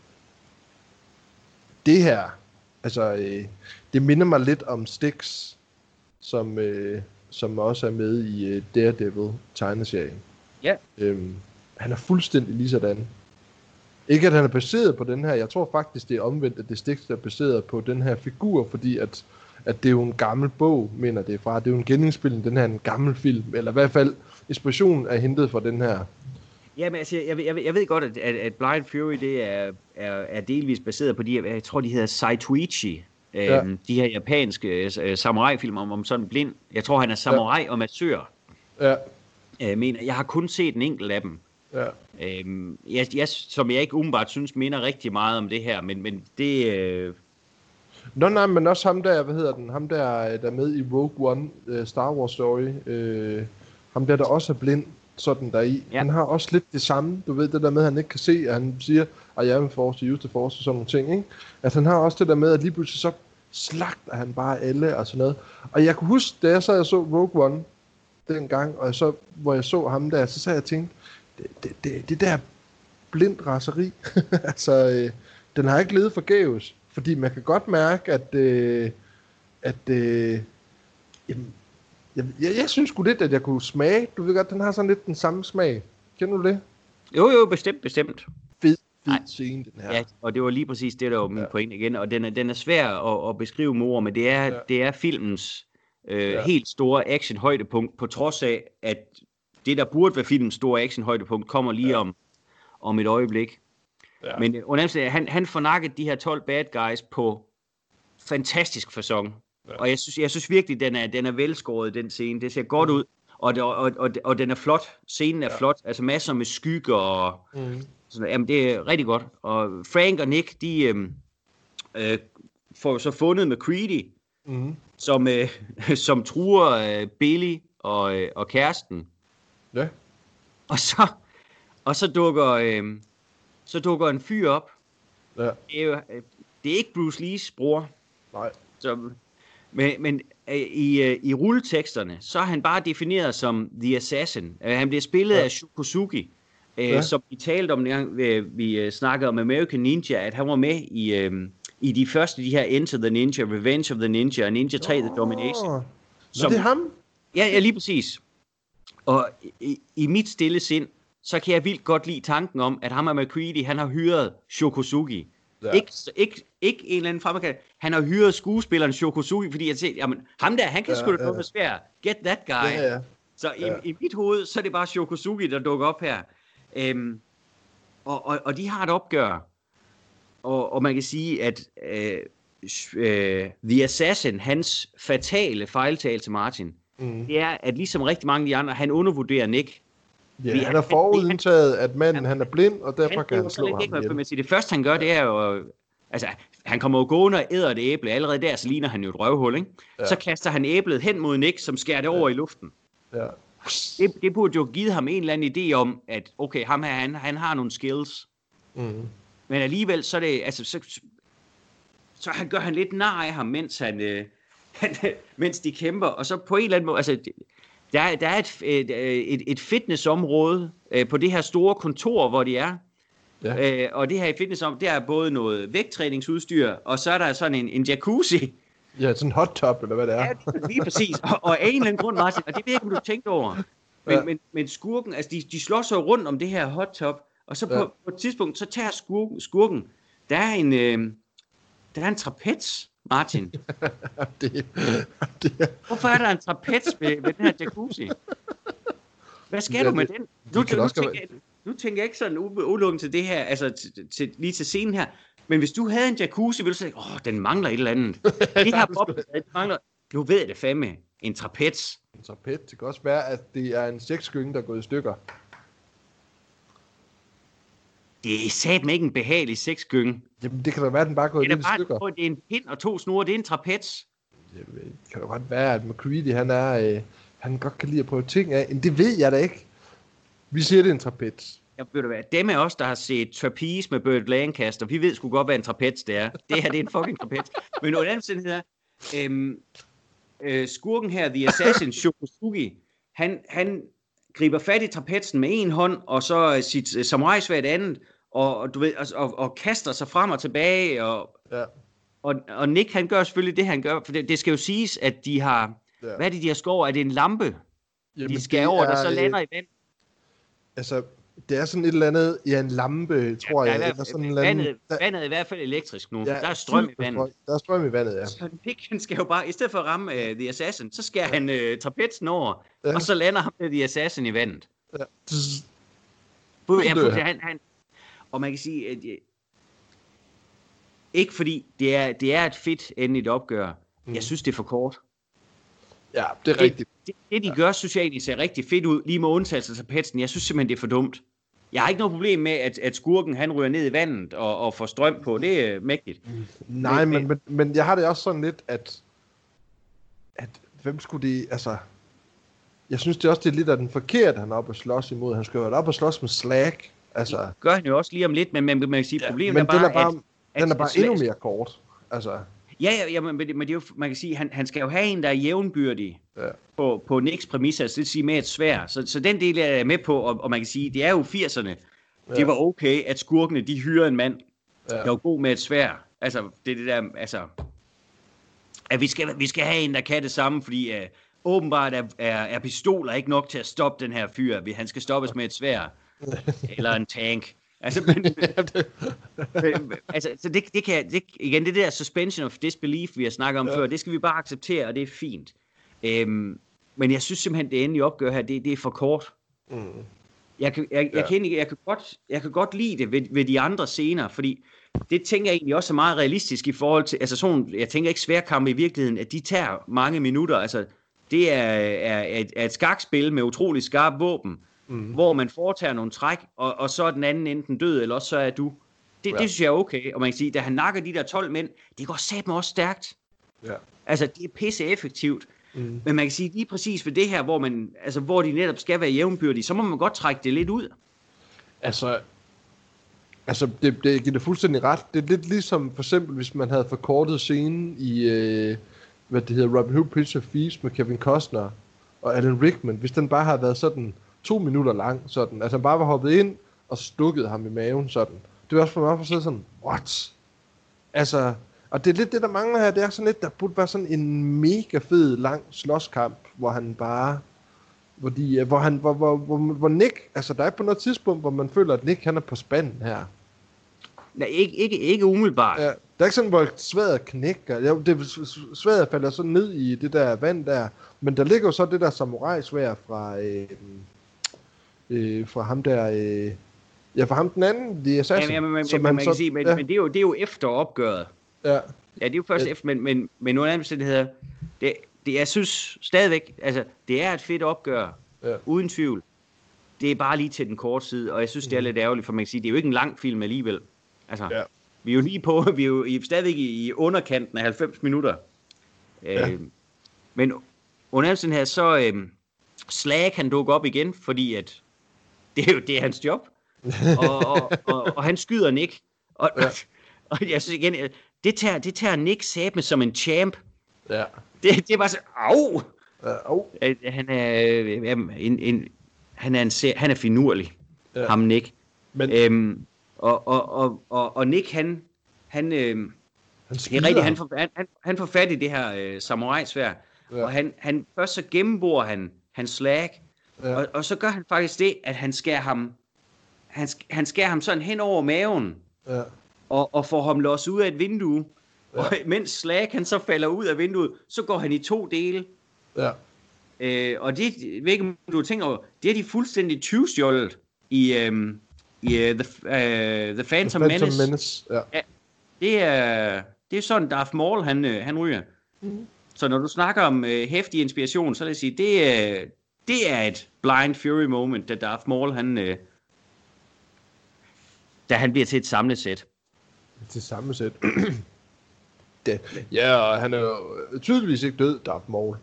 det her, altså, øh, det minder mig lidt om Styx, som, øh, som også er med i øh, Daredevil-tegneserien. Ja. Øhm, han er fuldstændig lige sådan. Ikke at han er baseret på den her, jeg tror faktisk det er omvendt, at det Styx er baseret på den her figur, fordi at, at det er jo en gammel bog, mener det fra. Det er jo en genindspilning, den her en gammel film, eller i hvert fald inspirationen er hentet fra den her. Jamen altså, jeg, jeg, jeg ved godt, at, at, at Blind Fury, det er, er, er delvist baseret på de her, jeg tror, de hedder Saitoichi. Ja. Øhm, de her japanske uh, samurai-film om, om sådan en blind. Jeg tror, han er samurai ja. og massør. Ja, Øh, mener, jeg har kun set en enkelt af dem. Ja. Øhm, jeg, jeg, som jeg ikke umiddelbart synes minder rigtig meget om det her, men, men det... Øh... Nå nej, men også ham der, hvad hedder den, ham der, der er med i Rogue One, uh, Star Wars Story, uh, ham der, der også er blind, sådan der i. Ja. Han har også lidt det samme, du ved, det der med, at han ikke kan se, at han siger, at jeg er med force, use the force og sådan nogle ting, ikke? At han har også det der med, at lige pludselig så slagter han bare alle og sådan noget. Og jeg kunne huske, da jeg så jeg så Rogue One dengang, og så, hvor jeg så ham der, så sagde jeg tænkt, det, det, det, det der blind raseri, altså, øh, den har ikke levet forgæves, fordi man kan godt mærke, at, øh, at øh, jamen, jeg, jeg, jeg synes sgu lidt, at jeg kunne smage, du ved godt, den har sådan lidt den samme smag. Kender du det? Jo, jo, bestemt, bestemt. Fed, fed scene, den her. Ja, og det var lige præcis det, der var min ja. pointe igen, og den er, den er svær at, at beskrive med ord, men det er, ja. det er filmens øh, ja. helt store action-højdepunkt, på trods af, at det, der burde være filmens store action-højdepunkt, kommer lige ja. om, om et øjeblik. Ja. Men øh, han, han fornakkede de her tolv bad guys på fantastisk facon. Ja. Og jeg synes, jeg synes virkelig, den er, den er velskåret, den scene. Det ser godt mm. ud, og, det, og, og, og den er flot. Scenen er ja. flot, altså masser med skygger og mm. sådan, jamen det er rigtig godt. Og Frank og Nick, de øh, øh, får så fundet MacReady, mm. som, øh, som truer øh, Billy og, øh, og kæresten. Ja. Og så, og så dukker øh, så dukker en fyr op. Ja. Det er jo, det er ikke Bruce Lees bror. Nej. Så, men men øh, i, øh, i rulleteksterne, så er han bare defineret som The Assassin. Uh, han bliver spillet ja. af Shukosugi, uh, ja. som vi talte om, dengang vi, vi uh, snakkede om American Ninja, at han var med i, uh, i de første, de her Enter the Ninja, Revenge of the Ninja og Ninja tre, oh. The Domination. Som, er det ham? Ja, ja, lige præcis. Og i, i mit stille sind, så kan jeg vildt godt lide tanken om, at ham og MacReady, han har hyret Shukosugi. Ja. Ikke, ikke, ikke en eller anden fremad. Han har hyret skuespilleren Shukosugi, fordi jeg tænkte, jamen, ham der, han kan ja, sgu da ja. noget svært. Get that guy. Ja, ja. Så ja. i, i mit hoved, så er det bare Shukosugi, der dukker op her. Øhm, og, og, og de har et opgør. Og, og man kan sige, at øh, øh, The Assassin, hans fatale fejltagelse, Martin, mm. det er, at ligesom rigtig mange af de andre, han undervurderer Nick. Ja, han er forudindtaget, at manden han er blind, og derfor han, kan han slå ham ihjel. Det første han gør, det er jo, altså, han kommer jo gående og æder et æble. Allerede der, så ligner han jo et røvhul, ikke? Ja. Så kaster han æblet hen mod Nick, som skærer det over ja. i luften. Ja. Det, det burde jo give ham en eller anden idé om, at okay, ham her, han, han har nogle skills. Mm. Men alligevel, så er det, altså, så, så han gør han lidt nar af ham, mens han, øh, han mens de kæmper, og så på en eller anden måde, altså, Der, der er et, et, et, et fitnessområde øh, på det her store kontor, hvor de er. Ja. Øh, og det her fitnessområde, det er både noget vægttræningsudstyr, og så er der sådan en, en jacuzzi. Ja, sådan en hot tub, eller hvad det er. Ja, lige præcis. Og, og af en eller anden grund, Martin, og det ved jeg ikke, om du tænkte over. Men, ja. men, men skurken, altså de, de slår sig rundt om det her hot tub, og så på, ja. på et tidspunkt, så tager skurken, skurken der er en, øh, der er en trapez, Martin. det, det... Hvorfor er der en trapez ved, ved den her jacuzzi? Hvad skal ja, du med det, den? Nu, nu, nu, tænker jeg, nu tænker jeg ikke sådan udelukkende til det her, altså til, til, lige til scenen her, men hvis du havde en jacuzzi, ville du sige, åh, den mangler et eller andet. Det her boble, det mangler, nu ved jeg det fandme, en trapez. En trapez, det kan også være, at det er en seksskynge, der er gået i stykker. Det er satme ikke en behagelig seksgynge. Jamen, det kan da være, at den bare går i lille stykker. Det er en pind og to snore, det er en trapez. Det kan da godt være, at MacReady, han er, øh, han godt kan lide at prøve ting af. Men det ved jeg da ikke. Vi siger, det er en trapez. Jeg ved det være. Dem af os, der har set Trapeze med Burt Lancaster, vi ved sgu godt, hvad en trapez det er. Det her, det er en fucking trapez. Men under anden side her, øhm, øh, skurken her, The Assassin, Shukosugi, han, han griber fat i trapezen med en hånd, og så sit uh, samurai-sværd andet, og, og, du ved, og, og, og kaster sig frem og tilbage, og, ja. og, og Nick, han gør selvfølgelig det, han gør, for det, det skal jo siges, at de har, ja. hvad er det, de har skåret? Er det en lampe, Jamen, de skal over, er, der så lander i vand? Altså, det er sådan et eller andet, ja, en lampe, tror ja, jeg. Eller sådan en vandet, anden, der... vandet er i hvert fald elektrisk nu, ja, der er strøm i vandet. Der er strøm i vandet, ja. Så Nick, han skal jo bare, i stedet for at ramme uh, The Assassin, så skærer ja. han uh, trapezen over, ja. og så lander ham The Assassin i vandet. Ja. Ja, han, han, og man kan sige, at uh, ikke fordi det er, det er et fedt endeligt opgør, mm. jeg synes, det er for kort. Ja, det er rigtigt. Det, det, det de ja. gør, synes jeg egentlig ser rigtig fedt ud, lige med undtagelse af trapezen. Jeg synes simpelthen, det er for dumt. Jeg har ikke noget problem med, at, at skurken han ryger ned i vandet og, og får strøm på. Det er mægtigt. Nej, men, men, men jeg har det også sådan lidt, at, at hvem skulle det, altså, jeg synes det også, det er lidt af den forkerte, han er oppe at slås imod. Han skal jo være oppe at slås med Slag. Altså, det gør han jo også lige om lidt, men man, man kan sige, ja, problemet men er bare, den er bare, at, den er at, bare at, endnu mere kort. Altså. Ja, ja, ja men, men det er jo, man kan sige, han, han skal jo have en, der er jævnbyrdig ja. på, på Nicks præmisser, så det vil sige med et svær. Så, så den del er jeg med på, og, og man kan sige, det er jo firserne. Ja. Det var okay, at skurkene, de hyrer en mand, ja. der var god med et svær. Altså, det er det der, altså, at vi skal, vi skal have en, der kan det samme, fordi uh, åbenbart er, er, er pistoler ikke nok til at stoppe den her fyr. Han skal stoppes med et svær. Eller en tank. Altså, men, altså så det, det kan det, igen, det der suspension of disbelief, vi har snakket om ja. før, det skal vi bare acceptere, og det er fint. Øhm, men jeg synes simpelthen, det endelige opgør her, det, det er for kort. Mm. Jeg, kan, jeg, jeg, ja. kan, jeg, kan godt, jeg kan godt lide det ved, ved de andre scener, fordi det tænker jeg egentlig også er meget realistisk i forhold til, altså sådan, jeg tænker ikke sværkampe i virkeligheden, at de tager mange minutter, altså det er, er, et, er et skakspil med utrolig skarp våben, mm. hvor man foretager nogle træk, og, og så er den anden enten død, eller også så er du. Det, ja. det synes jeg er okay, og man kan sige, da han nakker de der tolv mænd, det går satme også stærkt. Ja. Altså, det er pisse effektivt. Mm. Men man kan sige, lige præcis ved det her, hvor, man, altså, hvor de netop skal være jævnbyrdige, så må man godt trække det lidt ud. Altså, altså det, det giver det fuldstændig ret. Det er lidt ligesom, for eksempel, hvis man havde forkortet scenen i, øh, hvad det hedder, Robin Hood, Prince of Thieves med Kevin Costner og Alan Rickman. Hvis den bare havde været sådan to minutter lang, sådan, altså han bare var hoppet ind og stukket ham i maven, sådan. Det var også for mig for at sidde sådan, what? Altså, og det er lidt det, der mangler her, det er sådan lidt, der burde være sådan en mega fed, lang slåskamp, hvor han bare, hvor, de, hvor, han, hvor, hvor, hvor, hvor Nick, altså der er på noget tidspunkt, hvor man føler, at Nick han er på spanden her. Nej, ikke, ikke, ikke umiddelbart. Ja, der er ikke sådan, hvor sværdet knækker. Ja, det sværdet falder så ned i det der vand der, men der ligger jo så det der samurai-sværd fra, øh, øh, fra ham der, øh, ja, fra ham den anden, The Assassin. Ja, men, men, som man, man så, kan sige, men, ja. men det, er jo, det er jo efter opgøret. Ja. Ja, det er jo først ja. efter, men, men, men nogle andre omstændigheder, det, det, jeg synes stadigvæk, altså, det er et fedt opgør, ja. uden tvivl. Det er bare lige til den korte side, og jeg synes, det er lidt ærgerligt, for man kan sige, det er jo ikke en lang film alligevel. Altså, ja. vi er jo lige på, vi er jo i, stadigvæk i, i underkanten af halvfems minutter. Ja. Øh, men under den her, så øh, Slag kan dukke op igen, fordi at det er jo det er hans job, og, og, og, og han skyder Nick, og, ja. og, og jeg synes igen, det tager, det tager Nick sæbe som en champ. Ja. Det, det er bare så, au! Ja, au. Han er øh, en, en, han er en, han er finurlig, ja. ham Nick. Men øhm, Og, og, og, og, og Nick, han, han, øh, han, det er rigtigt, han, får, han, han får fat i det her øh, samurai-sværd, ja. og han, han, først så gennembor han hans Slag, ja. og, og så gør han faktisk det, at han skærer ham, han, han skærer ham sådan hen over maven, ja. og, og får ham låst ud af et vindue, ja. og mens Slag han så falder ud af vinduet, så går han i to dele. Ja. Øh, og det, ved ikke, om du tænker over, det er de fuldstændig tyvstjålet i... Øh, i uh, the, uh, the Phantom, the Phantom Menace, Menace. Ja. Ja, det er det er sådan Darth Maul han uh, han ryger. Mm. Så når du snakker om uh, hæftig inspiration, så vil jeg sige det er uh, det er et Blind Fury moment, da Darth Maul han uh, da han bliver til et samlet sæt. Til samlet sæt. det, ja, og han er jo tydeligvis ikke død, Darth Maul.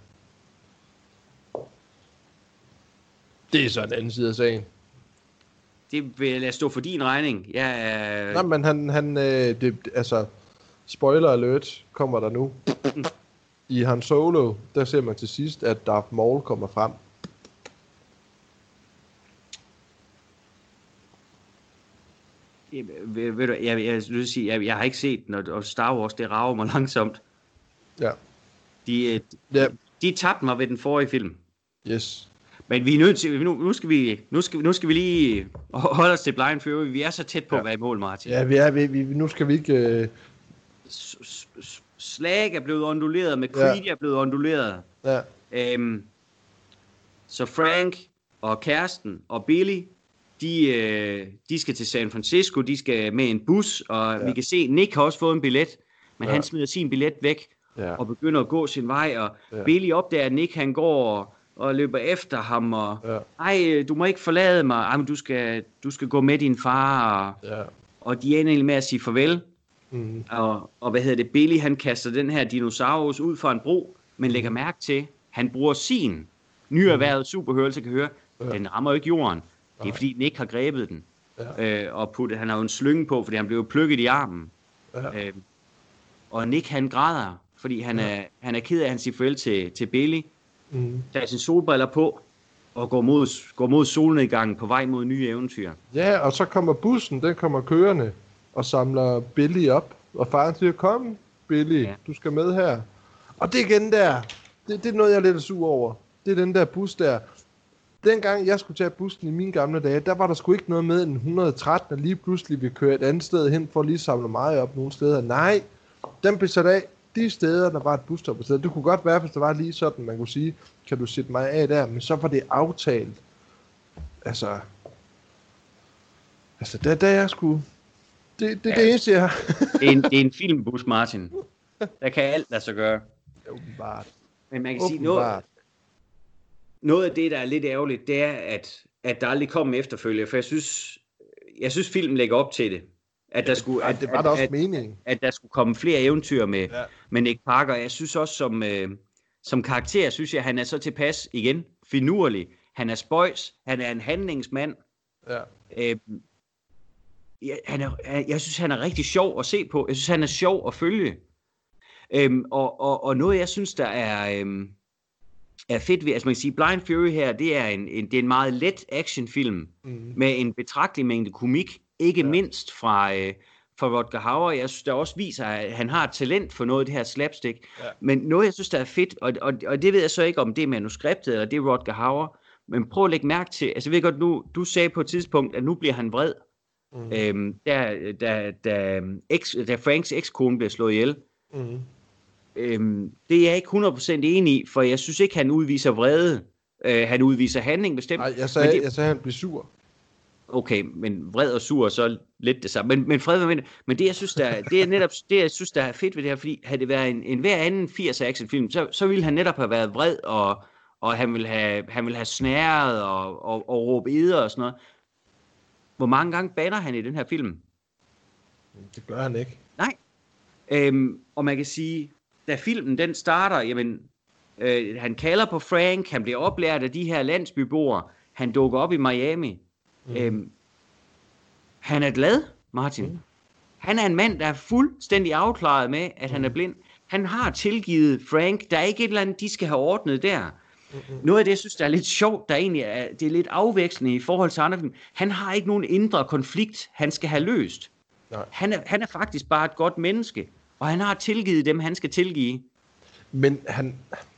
Det er så en anden side af sagen. Det vil jeg stå for din regning. Jeg, øh... Nej, men han, han øh, det, altså, spoiler alert kommer der nu. I Han Solo, der ser man til sidst, at Darth Maul kommer frem. Jeg, ved, ved du, jeg, jeg, jeg, jeg, sige, jeg, jeg har ikke set den, og Star Wars, det rager mig langsomt. Ja. De, de, ja. de tabte mig ved den forrige film. Yes. Men vi er nødt til, nu, nu, skal vi, nu, skal, nu skal vi lige holde os til Blind Fury. Vi er så tæt på ja. at være i mål, Martin. Ja, vi er, vi, vi, nu skal vi ikke... Uh... Slag er blevet onduleret, McCready ja. er blevet onduleret. Ja. Øhm, så Frank og Kirsten og Billy, de, øh, de skal til San Francisco, de skal med en bus, og ja. vi kan se, Nick har også fået en billet, men ja. han smider sin billet væk ja. og begynder at gå sin vej, og ja. Billy opdager, at Nick han går... og løber efter ham, og Ja. ej, du må ikke forlade mig, ej, men du skal, du skal gå med din far, og, Ja. og de ender egentlig med at sige farvel, Mm. og, og hvad hedder det, Billy, han kaster den her dinosaurus ud fra en bro, men lægger mærke til, han bruger sin nyerhvervede superhørelse, kan høre, Ja. den rammer jo ikke jorden, det er Nej. fordi den ikke har grebet den, Ja. øh, og puttet, han har jo en slynge på, fordi han blev plukket i armen, Ja. øh, og Nick han græder, fordi han, Ja. er, han er ked af, at han siger farvel til, til Billy, Mm. tager sine solbriller på, og går mod, går mod solnedgangen på vej mod nye eventyr. Ja, og så kommer bussen, den kommer kørende og samler Billy op. Og faren siger, kom Billy, Ja. du skal med her. Og det er igen der, det, det er noget, jeg er lidt sur over. Det er den der bus der. Dengang jeg skulle tage bussen i mine gamle dage, der var der sgu ikke noget med en et hundrede og tretten, og lige pludselig vi køre et andet sted hen for at lige samle mig op nogle steder. Nej, den blev sat af de steder, der var et busstop. Det kunne godt være, hvis der var lige sådan, man kunne sige, kan du sætte mig af der, men så var det aftalt. Altså, altså der, der jeg skulle... Det, det er Ja. det eneste, jeg har. Det er en, det er en filmbus, Martin. Der kan alt lade sig gøre. Åbenbart. Men man kan sige, noget, Åbenbart. noget af det, der er lidt ærgerligt, det er, at, at der aldrig kom en efterfølger. For jeg synes, jeg synes filmen lægger op til det. At der skulle, Ej, at, det var at, da også at, meningen. at der skulle komme flere eventyr med, Ja. med Nick Parker. Jeg synes også, som, øh, som karakter, synes jeg, han er så tilpas igen, finurlig. Han er spøjs, han er en handlingsmand. Ja. Øh, ja, han er, jeg synes, han er rigtig sjov at se på. Jeg synes, han er sjov at følge. Øhm, og, og, og noget, jeg synes, der er, øhm, er fedt ved, altså man kan sige, Blind Fury her, det er en, en, det er en meget let actionfilm, Mm. med en betragtelig mængde komik, ikke Ja. mindst fra, øh, fra Rutger Hauer. Jeg synes, der også viser, at han har et talent for noget af det her slapstick. Ja. Men noget, jeg synes, der er fedt, og, og, og det ved jeg så ikke, om det er manuskriptet, eller det er Rutger Hauer, men prøv at lægge mærke til, altså jeg ved godt, nu, du sagde på et tidspunkt, at nu bliver han vred, Mm. øhm, da, da, da, ex, da Franks ekskone bliver slået ihjel. Mm. Øhm, det er jeg ikke hundrede procent enig i, for jeg synes ikke, han udviser vrede. Øh, han udviser handling bestemt. Nej, jeg sagde, men det, jeg sagde, at han blev sur. okay, men vred og sur er så lidt det samme. Men, men fred med men det jeg synes, der, det er netop det, jeg synes, der er fedt ved det her, fordi havde det været en, en hver anden firs actionfilm, så, så ville han netop have været vred, og, og han ville have, han ville have snæret og, og, og råbe eder og sådan noget. Hvor mange gange banner han i den her film? Det gør han ikke. Nej. Øhm, og man kan sige, da filmen den starter, jamen, øh, han kalder på Frank, han bliver oplært af de her landsbyboere, han dukker op i Miami. Mm. Øhm, han er glad, Martin. Mm. Han er en mand, der er fuldstændig afklaret med, at mm. han er blind. Han har tilgivet Frank. Der er ikke et eller andet, de skal have ordnet der. Mm-hmm. Noget af det, jeg synes, der er lidt sjovt, der egentlig er, det er lidt afvekslende i forhold til andre film. Han har ikke nogen indre konflikt, han skal have løst. Nej. Han er, han er faktisk bare et godt menneske, og han har tilgivet dem, han skal tilgive. Men han...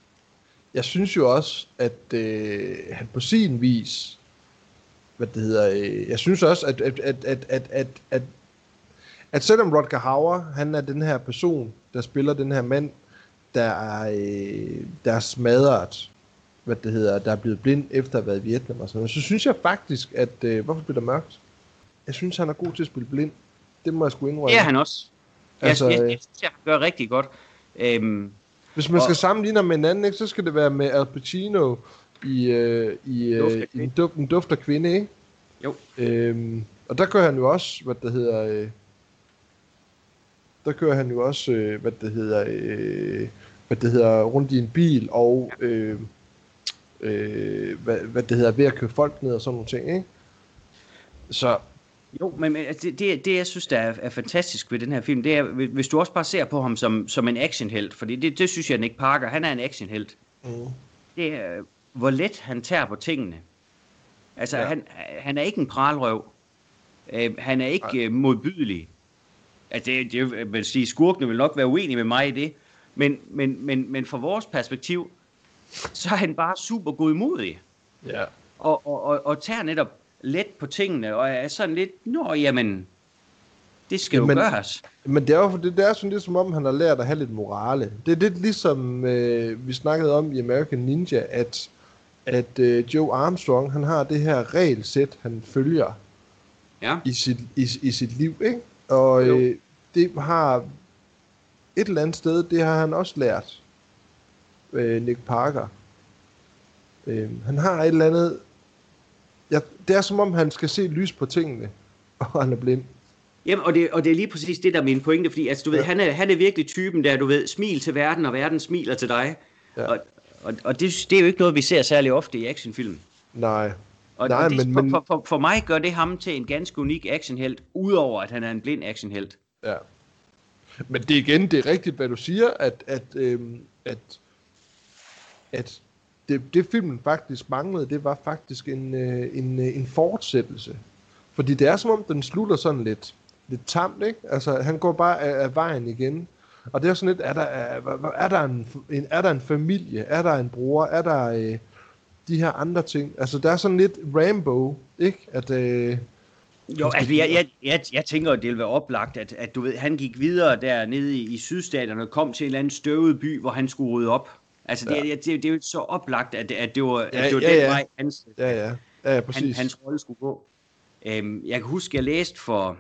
Jeg synes jo også, at øh, han på sin vis... Hvad det hedder... Øh, jeg synes også, at... At, at, at, at, at, at, at selvom Rutger Hauer, han er den her person, der spiller den her mand, der er, øh, der er smadret, hvad det hedder, der er blevet blind efter at have været i Vietnam og sådan noget, så synes jeg faktisk, at... Øh, hvorfor bliver der mørkt? Jeg synes, han er god til at spille blind. Det må jeg sgu indrømme. Det er han også. Jeg, Altså, jeg, jeg synes, jeg gør rigtig godt. Øhm, Hvis man skal og- sammenligne ham med en anden, ikke, så skal det være med Al Pacino i, øh, i, Duft af øh, i kvinde. en, duft, en duft af kvinde, ikke? jo. Øhm, og der kører han jo også, hvad det hedder, øh, der kører han jo også, øh, hvad det hedder, øh, hvad det hedder, rundt i en bil, og øh, øh, hvad, hvad det hedder, ved at køre folk ned og sådan nogle ting, ikke? Så, Jo, men, men altså, det, det, det, jeg synes, der er, er fantastisk ved den her film, det er, hvis- hvis du også bare ser på ham som, som en actionhelt, fordi det, det synes jeg, Nick Parker, han er en actionhelt. mm, Det er, hvor let han tager på tingene. Altså, Ja. ja. han, han er ikke en pralrøv. Øh, han er ikke øh, modbydelig. Altså, det, det jeg vil sige, skurkene vil nok være uenige med mig i det, men, men, men, men fra vores perspektiv, så er han bare super godmodig. ja. Og, og, og, og tager netop let på tingene, og er sådan lidt, nå, jamen, det skal Jamen, jo gøres. Men det er jo det, det er sådan lidt som om, han har lært at have lidt morale. Det er lidt ligesom øh, vi snakkede om i American Ninja, at, at øh, Joe Armstrong, han har det her regelsæt, han følger Ja. i sit, i, i sit liv, ikke? Og Jo. øh, det har et eller andet sted, det har han også lært, øh, Nick Parker. Øh, han har et eller andet... Ja, det er som om, han skal se lys på tingene, og han er blind. Jamen, og det, og det er lige præcis det, der er min pointe, fordi altså, du ved, Ja. han, er, han er virkelig typen der, du ved, smil til verden, og verden smiler til dig. Ja. Og, og, og det, det er jo ikke noget, vi ser særlig ofte i actionfilm. Nej. Og, Nej, og det, men, for, men... for, for, for mig gør det ham til en ganske unik actionhelt, udover at han er en blind actionhelt. Ja. Men det igen, det er rigtigt, hvad du siger, at, at, øhm, at, at det, det filmen faktisk manglede, det var faktisk en, øh, en, øh, en fortsættelse. Fordi det er som om, den slutter sådan lidt, lidt tamt, ikke? Altså, han går bare af, af vejen igen. Og det er sådan lidt, er der, er, er der, en, en, er der en familie? Er der en bror? Er der øh, de her andre ting? Altså, der er sådan lidt Rambo, ikke? At... Øh, Jo, altså jeg, jeg, jeg, jeg tænker, at det ville være oplagt, at, at du ved, han gik videre dernede i, i sydstaterne og kom til en eller anden støvet by, hvor han skulle rydde op. Altså det, ja. det, det er jo så oplagt, at, at det var, at ja, det var ja, den ja. vej, hans, ja, ja. Ja, ja, præcis. Han, hans rolle skulle gå. Øhm, jeg kan huske, jeg læste for,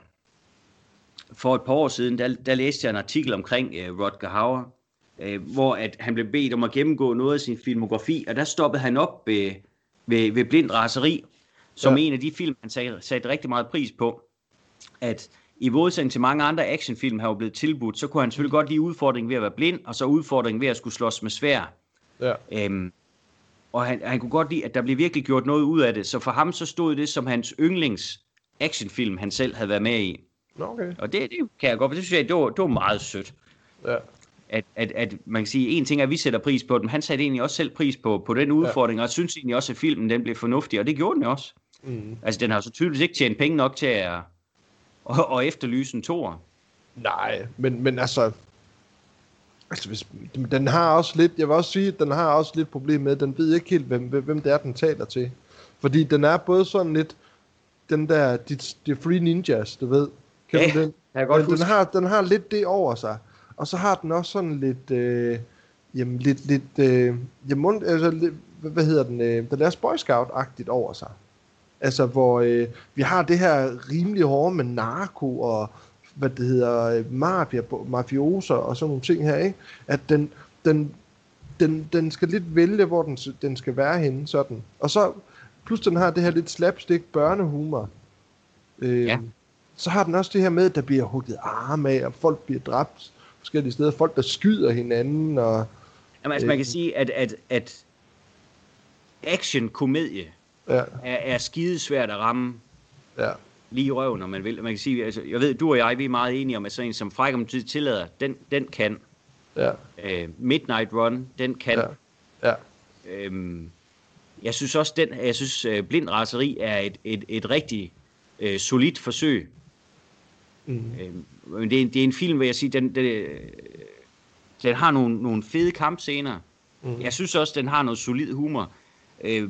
for et par år siden, der, der læste jeg en artikel omkring uh, Rutger Hauer, uh, hvor at han blev bedt om at gennemgå noget af sin filmografi, og der stoppede han op ved, ved, ved Blind raseri, som ja. en af de film, han sagde, satte rigtig meget pris på, at i modsætning til mange andre actionfilm, han var blevet tilbudt, så kunne han selvfølgelig godt lide udfordringen ved at være blind, og så udfordringen ved at skulle slås med sværd. Ja. Øhm, og han, han kunne godt lide, at der blev virkelig gjort noget ud af det, så for ham så stod det som hans yndlings actionfilm, han selv havde været med i. Okay. Og det, det kan jeg godt, for det synes jeg, det var, det var meget sødt. Ja. At, at, at man kan sige, en ting er, at vi sætter pris på dem, han satte egentlig også selv pris på, på den udfordring, ja. Og synes egentlig også, at filmen den blev fornuftig, og det gjorde den også. Mm. Altså, den har så tydeligvis ikke tjent penge nok til at, at, at efterlyse en toer. Nej, men, men altså, altså hvis, den har også lidt, jeg vil også sige, at den har også lidt problem med, den ved ikke helt, hvem, hvem det er, den taler til. Fordi den er både sådan lidt, den der, de, de Free Ninjas, du ved, kan ja, du den? Jeg godt den, den, har, den har lidt det over sig, og så har den også sådan lidt, øh, jamen lidt, lidt, øh, jamen, altså, lidt, hvad hedder den, øh, den er Boy Scout-agtigt over sig. Altså, hvor øh, vi har det her rimelig hårde med narko og, hvad det hedder, mafia, mafioser og sådan nogle ting her, ikke? At den, den, den, den skal lidt vælge, hvor den, den skal være henne, sådan. Og så, plus den har det her lidt slapstick børnehumor. Øh, ja. Så har den også det her med, at der bliver hugget arme af, og folk bliver dræbt forskellige steder. Folk, der skyder hinanden, og... Jamen, altså, øh, man kan sige, at, at, at action-komedie ja. er, er skidesvært at ramme ja. lige i røven, når man vil. Man kan sige, altså, jeg ved, du og jeg, vi er meget enige om, at sådan en som Fræk om tid tillader, den, den kan. Ja. Øh, Midnight Run, den kan. Ja. Ja. Øhm, jeg synes også, den, jeg synes, uh, Blind raseri er et, et, et rigtig uh, solidt forsøg. Mm. Øhm, det, er en, det er en film, hvor jeg siger, den, den, den har nogle, nogle fede kampscener. Mm. Jeg synes også, den har noget solid humor. Øh,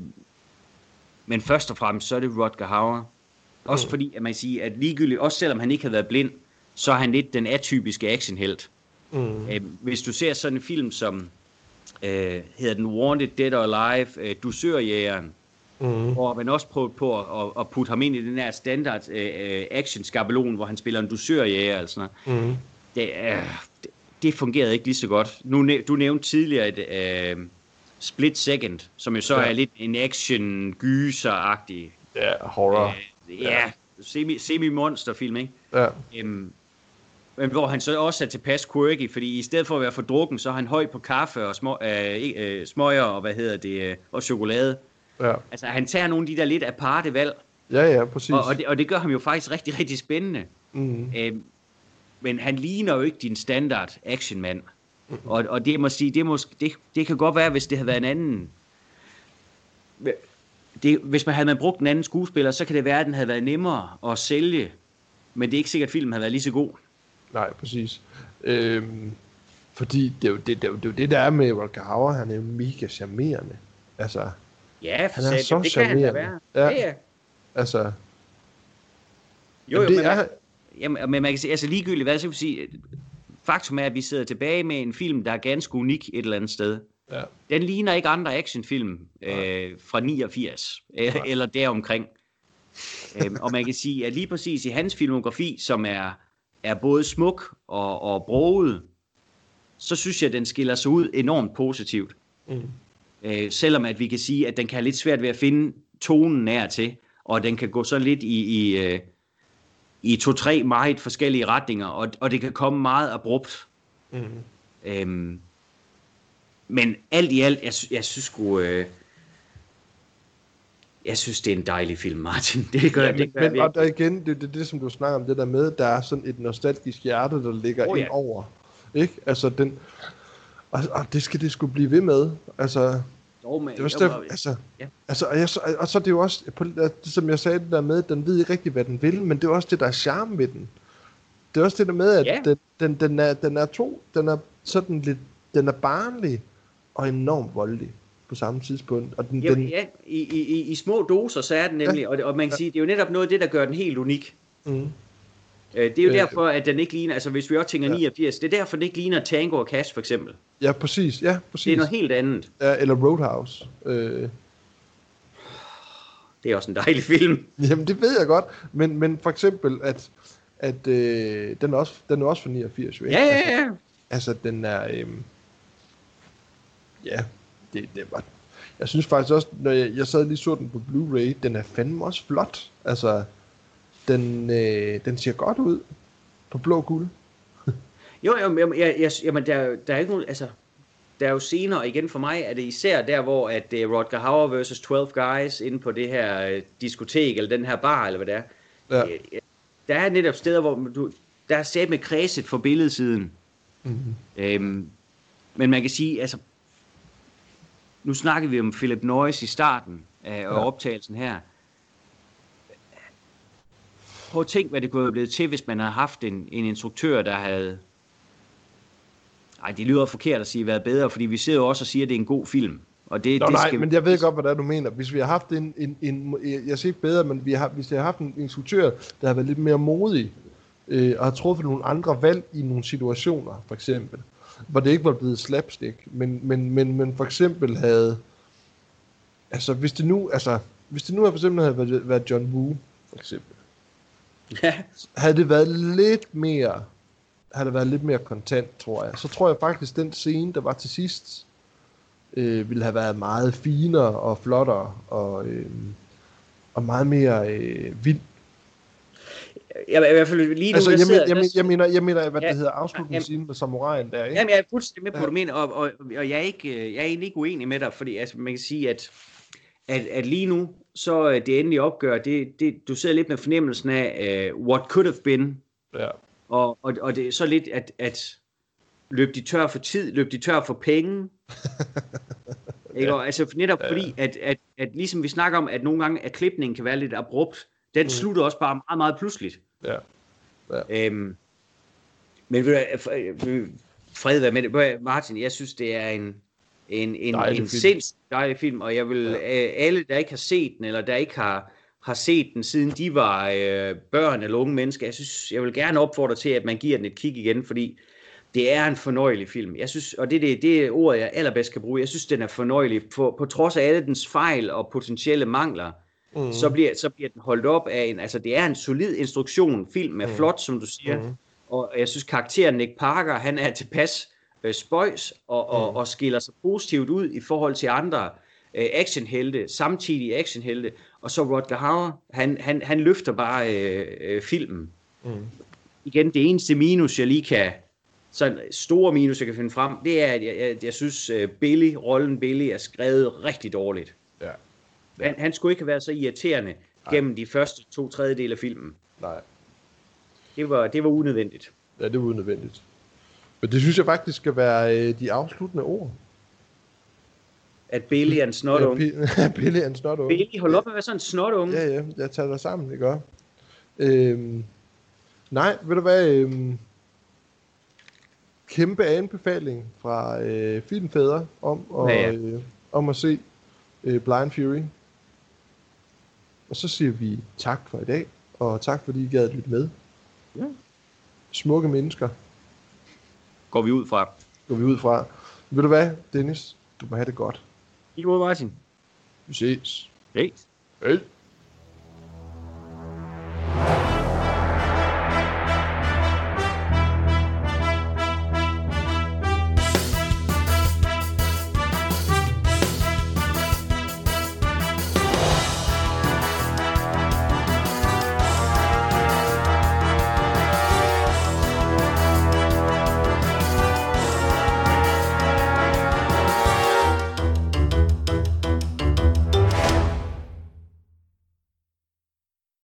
men først og fremmest, så er det Rutger Hauer. Også mm. fordi, at man siger, at ligegyldigt, også selvom han ikke havde været blind, så er han lidt den atypiske actionhelt. Mm. Øh, hvis du ser sådan en film som, øh, hedder den Wanted, Dead or Alive, øh, Dusørjægeren, mm. hvor man også prøvede på at, at putte ham ind i den her standard øh, action-skabelon, hvor han spiller en dusørjæger eller sådan noget. Mm. Det, øh, det, det fungerede ikke lige så godt. Nu, du nævnte tidligere et... Øh, Split Second, som jo så ja. er lidt en action-gyser-agtig. Ja, horror. Øh, ja, ja. Semi, semi-monsterfilm, ikke? Ja. Øhm, men hvor han så også er tilpas quirky, fordi i stedet for at være for drukken, så er han høj på kaffe og små, øh, øh, smøger og hvad hedder det, øh, og chokolade. Ja. Altså, han tager nogle af de der lidt aparte valg. Ja, ja, præcis. Og, og, det, og det gør ham jo faktisk rigtig, rigtig spændende. Mm. Øhm, men han ligner jo ikke din standard actionmand. Og, og det må sige, det, må, det, det kan godt være, hvis det havde været en anden... Det, hvis man havde man brugt en anden skuespiller, så kan det være, at den havde været nemmere at sælge. Men det er ikke sikkert, at filmen havde været lige så god. Nej, præcis. Øhm, fordi det er, jo, det, det, er jo, det er jo det, der er med Rutger Hauer. Han er jo mega charmerende. Altså, ja, han er så det charmerende. Kan han ja. Ja, ja. Altså... Jo, jo, det men, er... man, jamen, men man kan sige, altså ligegyldigt, hvad så kan sige... Faktum er, at vi sidder tilbage med en film, der er ganske unik et eller andet sted. Ja. Den ligner ikke andre actionfilm øh, fra niogfirs, øh, eller deromkring. øhm, og man kan sige, at lige præcis i hans filmografi, som er, er både smuk og, og broget, så synes jeg, at den skiller sig ud enormt positivt. Mm. Øh, selvom at vi kan sige, at den kan have lidt svært ved at finde tonen nær til, og den kan gå så lidt i, i, øh, i to-tre meget forskellige retninger, og, og det kan komme meget abrupt. Mm. Øhm, men alt i alt, jeg, jeg synes sgu... Øh, Jeg synes, det er en dejlig film, Martin. Det gør, ja, men, det gør men, og der igen, det er det, det, som du snakker om, det der med, der er sådan et nostalgisk hjerte, der ligger oh, ja. ind over. Ikke? Altså, den... Og, og det skal det skulle blive ved med. Altså... Oh, man, det var større, altså, ja. altså, og, jeg, og så er det jo også, på, som jeg sagde det der med, den ved ikke rigtig, hvad den vil, men det er også det, der er charme ved den. Det er også det der med, at ja. den, den, den, er, den er to, den er sådan lidt, den er barnlig og enormt voldelig på samme tidspunkt. Og den, jo, den, ja, i, i, i små doser, så er den nemlig, ja. og, og man kan ja. sige, det er jo netop noget af det, der gør den helt unik. Mm. Det er jo derfor, at den ikke ligner, altså hvis vi også tænker ja. niogfirs, det er derfor, den ikke ligner Tango og Cash for eksempel. Ja, præcis, ja, præcis. Det er noget helt andet. Ja, eller Roadhouse. Øh. Det er også en dejlig film. Jamen, det ved jeg godt, men, men for eksempel, at, at øh, den, er også, den er også fra niogfirs, jo, ikke? Ja, ja, ja. Altså, altså den er, øh, ja, det, det var, jeg synes faktisk også, når jeg, jeg sad lige så den på Blu-ray, den er fandme også flot, altså, den, øh, den ser godt ud på blå guld. jo, jo, jamen, jeg, jeg, jamen der, der er ikke nogen, altså, der er jo senere, igen for mig, er det især der, hvor at uh, Rutger Hauer versus tolv Guys inde på det her uh, diskotek, eller den her bar, eller hvad det er. Ja. Uh, der er netop steder, hvor du, der er sat med kredset for billedsiden. Mm-hmm. Um, men man kan sige, altså, nu snakker vi om Philip Noyce i starten af uh, ja. optagelsen her. Prøv at tænke, hvad det kunne have blevet til, hvis man havde haft en, en instruktør, der havde... Ej, det lyder forkert at sige, været bedre, fordi vi sidder jo også og siger, at det er en god film. Og det, Nå, det nej, skal... men jeg ved godt, hvad det er, du mener. Hvis vi har haft en... en, en jeg siger ikke bedre, men vi har, hvis vi har haft en instruktør, der har været lidt mere modig, øh, og har truffet nogle andre valg i nogle situationer, for eksempel, hvor det ikke var blevet slapstick, men, men, men, men for eksempel havde... Altså, hvis det nu... Altså, hvis det nu for eksempel havde været, været John Woo, for eksempel, ja. havde det været lidt mere... havde det været lidt mere kontant, tror jeg. Så tror jeg faktisk, den scene, der var til sidst, øh, ville have været meget finere og flottere, og, øh, og meget mere øh, vild. Jeg, I hvert fald lige nu, altså, jeg, jeg, sidder, jeg, jeg, jeg, mener, jeg mener, hvad ja, det hedder, afslutningsscenen med samuraien der, ikke? Jamen, jeg er fuldstændig med på, ja. du mener, og, og, og jeg, er ikke, jeg er egentlig ikke uenig med dig, fordi altså, man kan sige, at, at, at lige nu, så det endelige opgør, det, det, du sidder lidt med fornemmelsen af, uh, what could have been, ja. Og, og, og det er så lidt, at, at løb de tør for tid, løb de tør for penge. Ikke? Ja. Og, altså netop ja, ja. fordi, at, at, at ligesom vi snakker om, at nogle gange, at klipningen kan være lidt abrupt, den mm. slutter også bare meget, meget pludseligt. Ja. Ja. Øhm, men fred være med det. Martin, jeg synes, det er en, en, en, en sindssygt dejlig film, og jeg vil, ja. alle, der ikke har set den, eller der ikke har... har set den, siden de var øh, børn eller unge mennesker. Jeg synes, jeg vil gerne opfordre til, at man giver den et kig igen, fordi det er en fornøjelig film. Jeg synes, og det er det, det ord, jeg allerbedst kan bruge. Jeg synes, den er fornøjelig. For, på trods af alle dens fejl og potentielle mangler, mm. så, bliver, så bliver den holdt op af en, altså det er en solid instruktion. Film er mm. flot, som du siger. Mm. Og jeg synes, karakteren Nick Parker, han er tilpas øh, spøjs og, og, mm. og skiller sig positivt ud i forhold til andre øh, actionhelte, samtidige actionhelte. Og så Rutger Hauer, han, han, han løfter bare øh, øh, filmen. Mm. Igen, det eneste minus, jeg lige kan, sådan store minus, jeg kan finde frem, det er, at jeg, jeg, jeg synes, uh, Billy, rollen Billy, er skrevet rigtig dårligt. Ja. Ja. Han, han skulle ikke have været så irriterende Nej. gennem de første to tredjedele af filmen. Nej. Det var, det var unødvendigt. Ja, det var unødvendigt. Men det synes jeg faktisk skal være øh, de afsluttende ord. At Billy er en snotunge. Ja, Billy er en snotunge. Billy, hold op med at være sådan en snotunge. Ja, ja, jeg tager dig sammen, det gør. Øhm, nej, ved du hvad? Øhm, kæmpe anbefaling fra øh, filmfædre om, og, ja, ja. Øh, om at se øh, Blind Fury. Og så siger vi tak for i dag, og tak fordi I gad at lytte med. Ja. Smukke mennesker. Går vi ud fra. Går vi ud fra. Ved du hvad, Dennis? Du må have det godt. I måde, Martin. Vi ses. Hej. Hej.